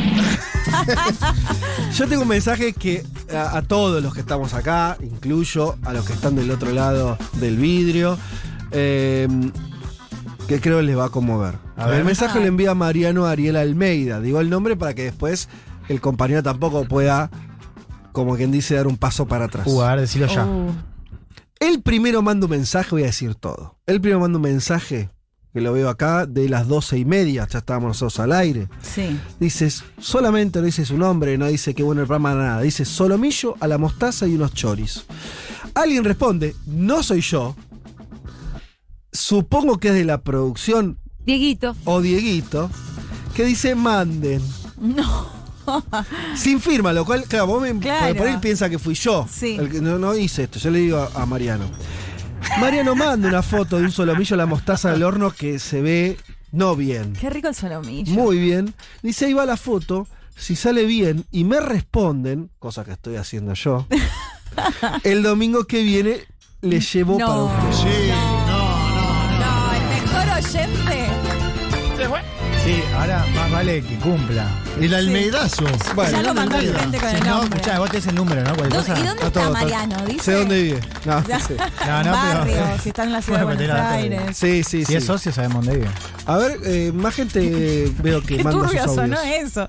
Yo tengo un mensaje que a, a todos los que estamos acá, incluyo a los que están del otro lado del vidrio, eh, que creo les va a conmover. A ver. El mensaje Ah. lo envía Mariano Ariel Almeida. Digo el nombre para que después el compañero tampoco pueda, como quien dice, dar un paso para atrás. Uh, a ver, decilo ya. Uh, El primero manda un mensaje, voy a decir todo. El primero manda un mensaje, que lo veo acá, de las doce y media, ya estábamos nosotros al aire. sí. Dices, solamente no dice su nombre, no dice qué bueno el programa, nada. Dice solomillo a la mostaza y unos choris. Alguien responde, no soy yo. Supongo que es de la producción Dieguito. o Dieguito, que dice manden. No. Sin firma, lo cual, claro, vos me, Claro. porque por ahí piensa que fui yo Sí. el que no, no hice esto. Yo le digo a, a Mariano. Mariano manda una foto de un solomillo a la mostaza del horno que se ve no bien. Qué rico el solomillo. Muy bien. Dice, ahí va la foto. Si sale bien y me responden, cosa que estoy haciendo yo, el domingo que viene le llevo No. para ustedes. Sí, No, el mejor oyente. Sí, ahora más vale que cumpla. El Almeidazo. Bueno, Ya lo mandó el Almeida. frente con Si el no, nombre. escuchá, vos tenés el número, ¿no? Cualquier ¿Dónde- cosa. ¿Y dónde Está está todo, Mariano? Dice. Sé dónde vive. No, Ya. sí. No, no, Barrio, pero- si está en la ciudad Bueno, de metela Buenos la tele. Aires. Sí, sí, Si sí. es socio, sabemos dónde vive. A ver, eh, más gente veo que Qué manda sus turbio audios. sonó eso.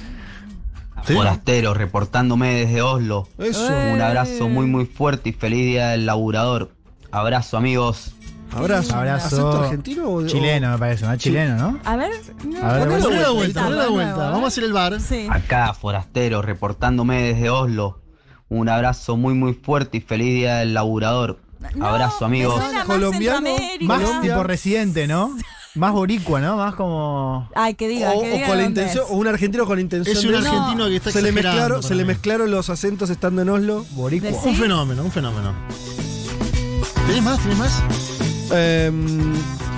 ¿Sí? Forastero, reportándome desde Oslo. Eso. Un abrazo muy muy fuerte y feliz día del laburador. Abrazo amigos. Abrazo. Abrazo. ¿Acento argentino o Chileno, me parece, ¿no? Chileno, ¿no? A ver. A ver, Poné bueno, la vuelta, vuelta, poné la de vuelta. nuevo, Vamos a hacer el bar. Sí. Acá, forastero, reportándome desde Oslo. Un abrazo muy muy fuerte y feliz día del laburador. No, Abrazo amigos. me suena más Colombiano, Centroamérica. Más Colombia. tipo residente, ¿no? Más boricua, ¿no? Más como... Ay, que diga, O, que o diga con la dónde intención, es. o un argentino con la intención Es un de. argentino que está se le exagerando mezclaron, para se le mí. mezclaron los acentos estando en Oslo. Boricua. De- Un ¿Sí? fenómeno, un fenómeno. ¿Tenés más? ¿Tenés más? Em,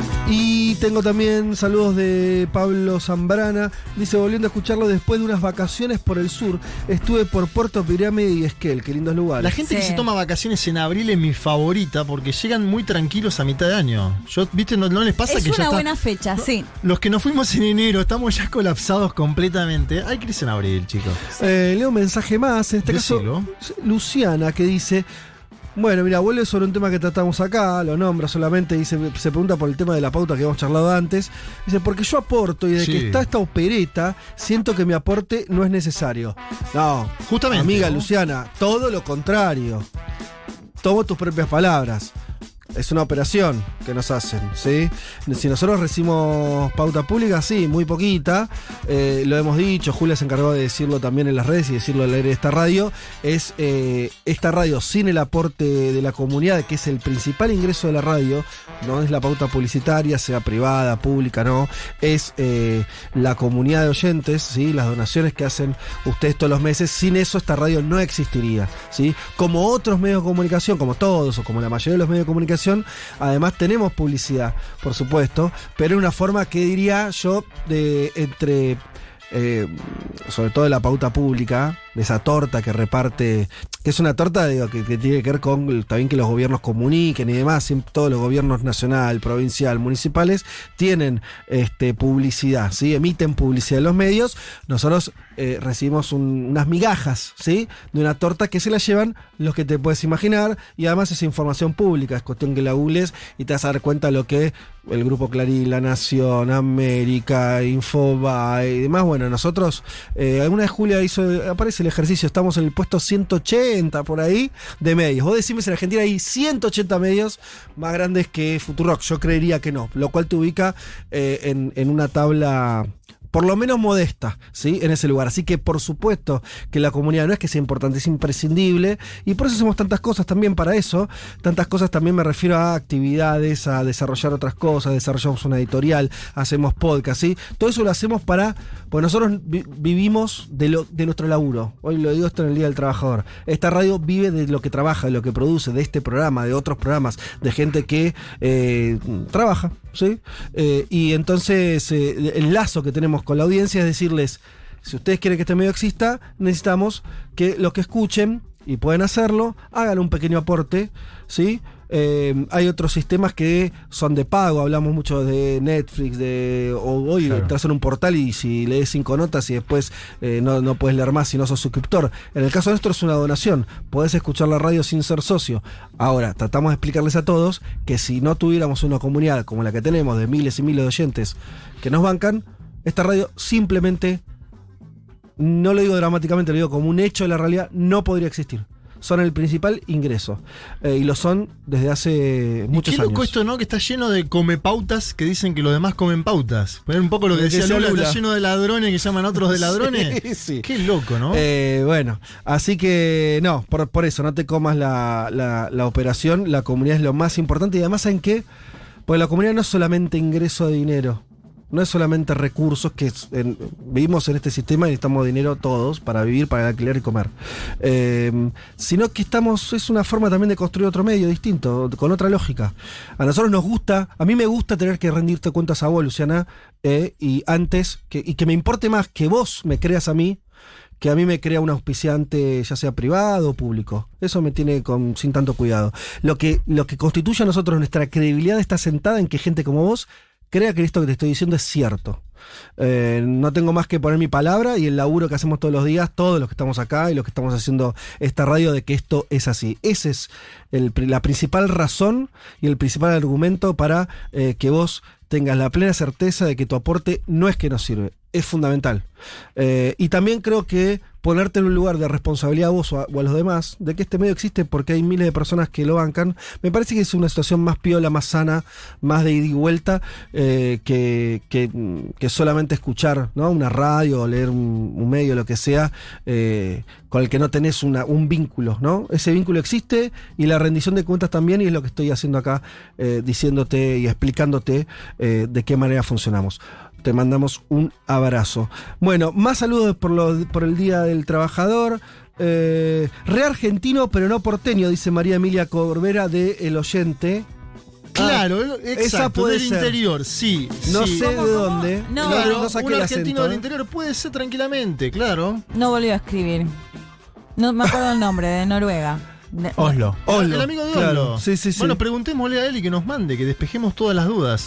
y tengo también saludos de Pablo Zambrana. Dice, volviendo a escucharlo después de unas vacaciones por el sur, estuve por Puerto Pirámide y Esquel, qué lindos lugares. La gente que Sí. se toma vacaciones en abril es mi favorita porque llegan muy tranquilos a mitad de año. Yo, ¿viste? ¿No, no les pasa Es que ya una está- buena fecha, sí. Los que nos fuimos en enero estamos ya colapsados completamente. Hay que irse en abril, chicos. Eh, leo un mensaje más, en este Decilo. caso Luciana, que dice, bueno, mira, vuelve sobre un tema que tratamos acá, lo nombra solamente, dice, se pregunta por el tema de la pauta que hemos charlado antes. Dice, porque yo aporto y de Sí. que está esta opereta, siento que mi aporte no es necesario. No, Justamente, amiga ¿no? Luciana, todo lo contrario. Tomo tus propias palabras. Es una operación que nos hacen, ¿sí? Si nosotros recibimos pauta pública, sí, muy poquita. Eh, lo hemos dicho, Julia se encargó de decirlo también en las redes y decirlo al aire de esta radio. Es eh, esta radio sin el aporte de la comunidad, que es el principal ingreso de la radio. No es la pauta publicitaria, sea privada, pública, no. Es eh, la comunidad de oyentes, ¿sí? Las donaciones que hacen ustedes todos los meses. Sin eso esta radio no existiría, ¿sí? Como otros medios de comunicación, como todos o como la mayoría de los medios de comunicación, además tenemos publicidad, por supuesto, pero es una forma que diría yo de entre eh, sobre todo de la pauta pública, de esa torta que reparte, que es una torta digo, que, que tiene que ver con también que los gobiernos comuniquen y demás. Siempre, todos los gobiernos nacional, provincial, municipales tienen este, publicidad, ¿sí? Emiten publicidad en los medios. Nosotros eh, recibimos un- unas migajas, ¿sí? De una torta que se la llevan los que te puedes imaginar, y además es información pública, es cuestión que la googles y te vas a dar cuenta de lo que el Grupo Clarín, La Nación, América, Infobae y demás. Bueno, nosotros, eh, alguna vez Julia hizo, aparece el ejercicio, estamos en el puesto ciento ochenta por ahí de medios. Vos decime si en Argentina hay ciento ochenta medios más grandes que Futurock. Yo creería que no, lo cual te ubica eh, en, en una tabla por lo menos modesta, ¿sí? En ese lugar. Así que por supuesto que la comunidad no es que sea importante, es imprescindible, y por eso hacemos tantas cosas también para eso. Tantas cosas también me refiero a actividades, a desarrollar otras cosas, desarrollamos una editorial, hacemos podcast, ¿sí? Todo eso lo hacemos para, pues nosotros vi- vivimos de, lo, de nuestro laburo. Hoy lo digo esto en el Día del Trabajador. Esta radio vive de lo que trabaja, de lo que produce, de este programa, de otros programas, de gente que eh, trabaja, ¿sí? Eh, y entonces eh, el lazo que tenemos con la audiencia es decirles, si ustedes quieren que este medio exista, necesitamos que los que escuchen, y pueden hacerlo, hagan un pequeño aporte, ¿sí? Eh, hay otros sistemas que son de pago, hablamos mucho de Netflix, de o hoy Claro. entras en un portal y si lees cinco notas y después eh, no, no puedes leer más si no sos suscriptor. En el caso nuestro es una donación, podés escuchar la radio sin ser socio. Ahora, tratamos de explicarles a todos que si no tuviéramos una comunidad como la que tenemos de miles y miles de oyentes que nos bancan, esta radio simplemente, no lo digo dramáticamente, lo digo como un hecho de la realidad, no podría existir. Son el principal ingreso. Eh, y lo son desde hace muchos Qué loco años. esto, ¿no? Que está lleno de comepautas que dicen que los demás comen pautas. Poner un poco lo que Lo que decía decía Lula, Lula. está lleno de ladrones que llaman a otros de ladrones. Sí, sí. Qué loco, ¿no? Eh, bueno, así que no, por, por eso, no te comas la, la, la operación. La comunidad es lo más importante y además, ¿saben qué? Porque la comunidad no es solamente ingreso de dinero. No es solamente recursos, que es, en, vivimos en este sistema y necesitamos dinero todos para vivir, para alquilar y comer. Eh, sino que estamos, es una forma también de construir otro medio distinto, con otra lógica. A nosotros nos gusta, a mí me gusta tener que rendirte cuentas a vos, Luciana, eh, y antes, que, y que me importe más que vos me creas a mí, que a mí me crea un auspiciante, ya sea privado o público. Eso me tiene con, sin tanto cuidado. Lo que, lo que constituye a nosotros nuestra credibilidad está sentada en que gente como vos crea que esto que te estoy diciendo es cierto. Eh, no tengo más que poner mi palabra y el laburo que hacemos todos los días, todos los que estamos acá y los que estamos haciendo esta radio, de que esto es así. Esa es el, la principal razón y el principal argumento para eh, que vos tengas la plena certeza de que tu aporte no es que no sirve, es fundamental. Eh, y también creo que ponerte en un lugar de responsabilidad a vos o a, o a los demás, de que este medio existe porque hay miles de personas que lo bancan, me parece que es una situación más piola, más sana, más de ida y vuelta, eh, que, que, que solamente escuchar, ¿no?, una radio o leer un, un medio, lo que sea, eh, con el que no tenés una, un vínculo, ¿no? Ese vínculo existe y la rendición de cuentas también, y es lo que estoy haciendo acá, eh, diciéndote y explicándote eh, de qué manera funcionamos. Te mandamos un abrazo. Bueno, más saludos por, lo, por el Día del Trabajador. Eh, re argentino, pero no porteño, dice María Emilia Corbera de El Oyente. Claro, Ah, exacto, esa puede del ser. interior, sí. No sí. sé de dónde. No. Claro, no saqué un el argentino acento, del ¿eh? interior puede ser tranquilamente, claro. No volvió a escribir. No me acuerdo el nombre, de Noruega. De- Oslo. Oslo, El amigo de claro. Oslo. Sí, sí, sí. Bueno, preguntémosle a él y que nos mande, que despejemos todas las dudas.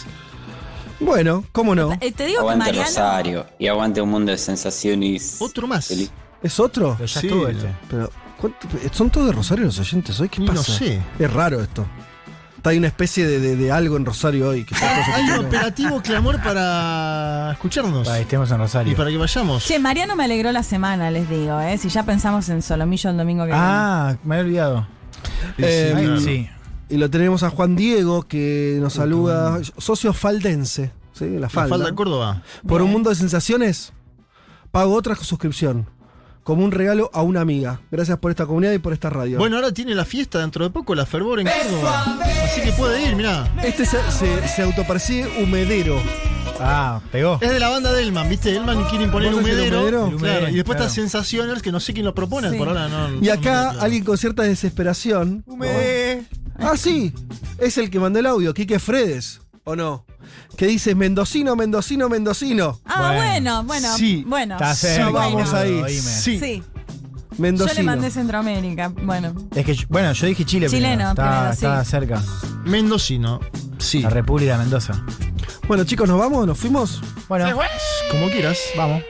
Bueno, ¿cómo no? Eh, Te digo que Aguante Mariano. Rosario y aguante un mundo de sensaciones. Otro más. Feliz. ¿Es otro? Pero ya Sí, estuvo este. Pero, ¿cuánto- ¿son todos de Rosario los oyentes hoy? ¿Qué Y pasa? no sé. Es raro esto. Está ahí una especie de, de- de algo en Rosario hoy. Que está todos Hay un escuchando. operativo clamor para escucharnos. Para que estemos en Rosario. Y para que vayamos. Che, Mariano me alegró la semana, les digo, ¿eh? Si ya pensamos en Solomillo el domingo que Ah, me había olvidado. Eh, Ay, mm, sí. Y lo tenemos a Juan Diego, que nos saluda. Socio faldense. ¿Sí? La La falda. falda de Córdoba. Por un mundo de sensaciones, pago otra suscripción. Como un regalo a una amiga. Gracias por esta comunidad y por esta radio. Bueno, ahora tiene la fiesta dentro de poco, la Fervor en Córdoba. Así que puede ir, mirá. Este se, se, se autopercibe humedero. Ah, pegó. Es de la banda de Elman, ¿viste? Elman quiere imponer ¿Vos sos el humedero. humedero? El Claro, humedero, y después claro. está Sensacioners, que no sé quién lo propone, Sí. por ahora no. Y no acá me queda claro. alguien con cierta desesperación. Humedé. Ah, sí. Es el que mandó el audio, Quique Fredes. ¿O no? Que dice mendocino, mendocino, mendocino. Ah, Bueno. bueno, bueno. Sí. Bueno. Está Sí, cerca. vamos ahí. Oíme. Sí. Sí. Mendocino. Yo le mandé Centroamérica. Bueno. Es que, yo- bueno, yo dije Chile Chileno, primero. Está, primero, sí. está cerca. Mendocino. Sí. La República de Mendoza. Bueno, chicos, ¿nos vamos? ¿Nos fuimos? Bueno, Como quieras. vamos.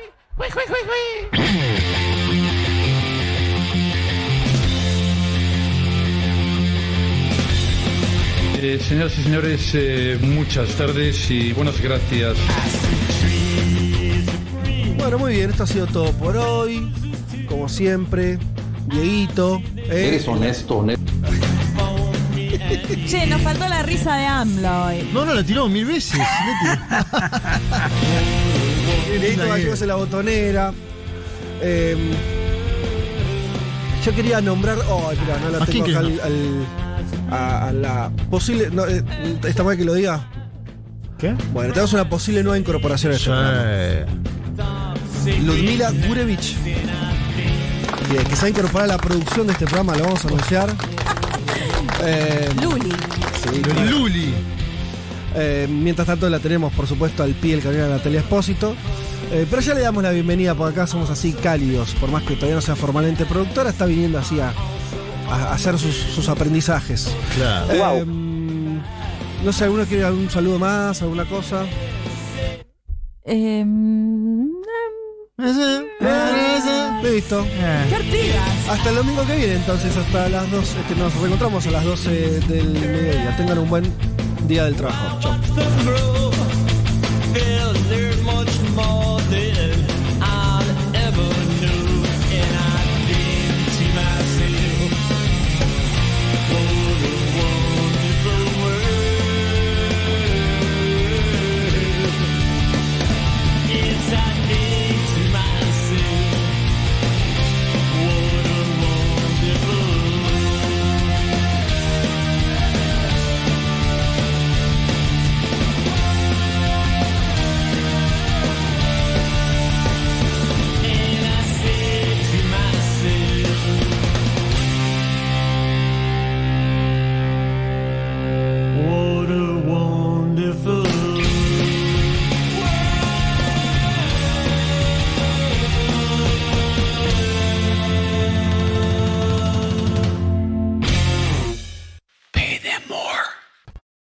Eh, señoras y señores, eh, muchas tardes y buenas gracias. Bueno, muy bien, esto ha sido todo por hoy. Como siempre, Dieguito. ¿eh? Eres honesto, honesto. Che, nos faltó la risa de AMLO hoy. No, no, la tiró mil veces. Dieguito Gallegos en la botonera. Eh, yo quería nombrar. Oh, mira, no la ¿A quién tengo acá querés al, al- a, a la posible. No, eh, ¿está mal que lo diga? ¿Qué? Bueno, tenemos una posible nueva incorporación a este programa. Ludmila Gurevich, bien, que se ha incorporado a la producción de este programa, lo vamos a anunciar. Eh, Luli. sí, claro. Luli. Eh, mientras tanto la tenemos, por supuesto, al pie del cañón a Natalia Espósito. Eh, pero ya le damos la bienvenida, por acá somos así cálidos, por más que todavía no sea formalmente productora, está viniendo así a, a hacer sus, sus aprendizajes. Claro. Eh, no sé, ¿alguno quiere algún saludo más, alguna cosa? Eh, Listo. ¿Qué Artigas? Hasta el domingo que viene, entonces, hasta las dos. Este, nos reencontramos a las doce del mediodía. Tengan un buen día del trabajo. Chau.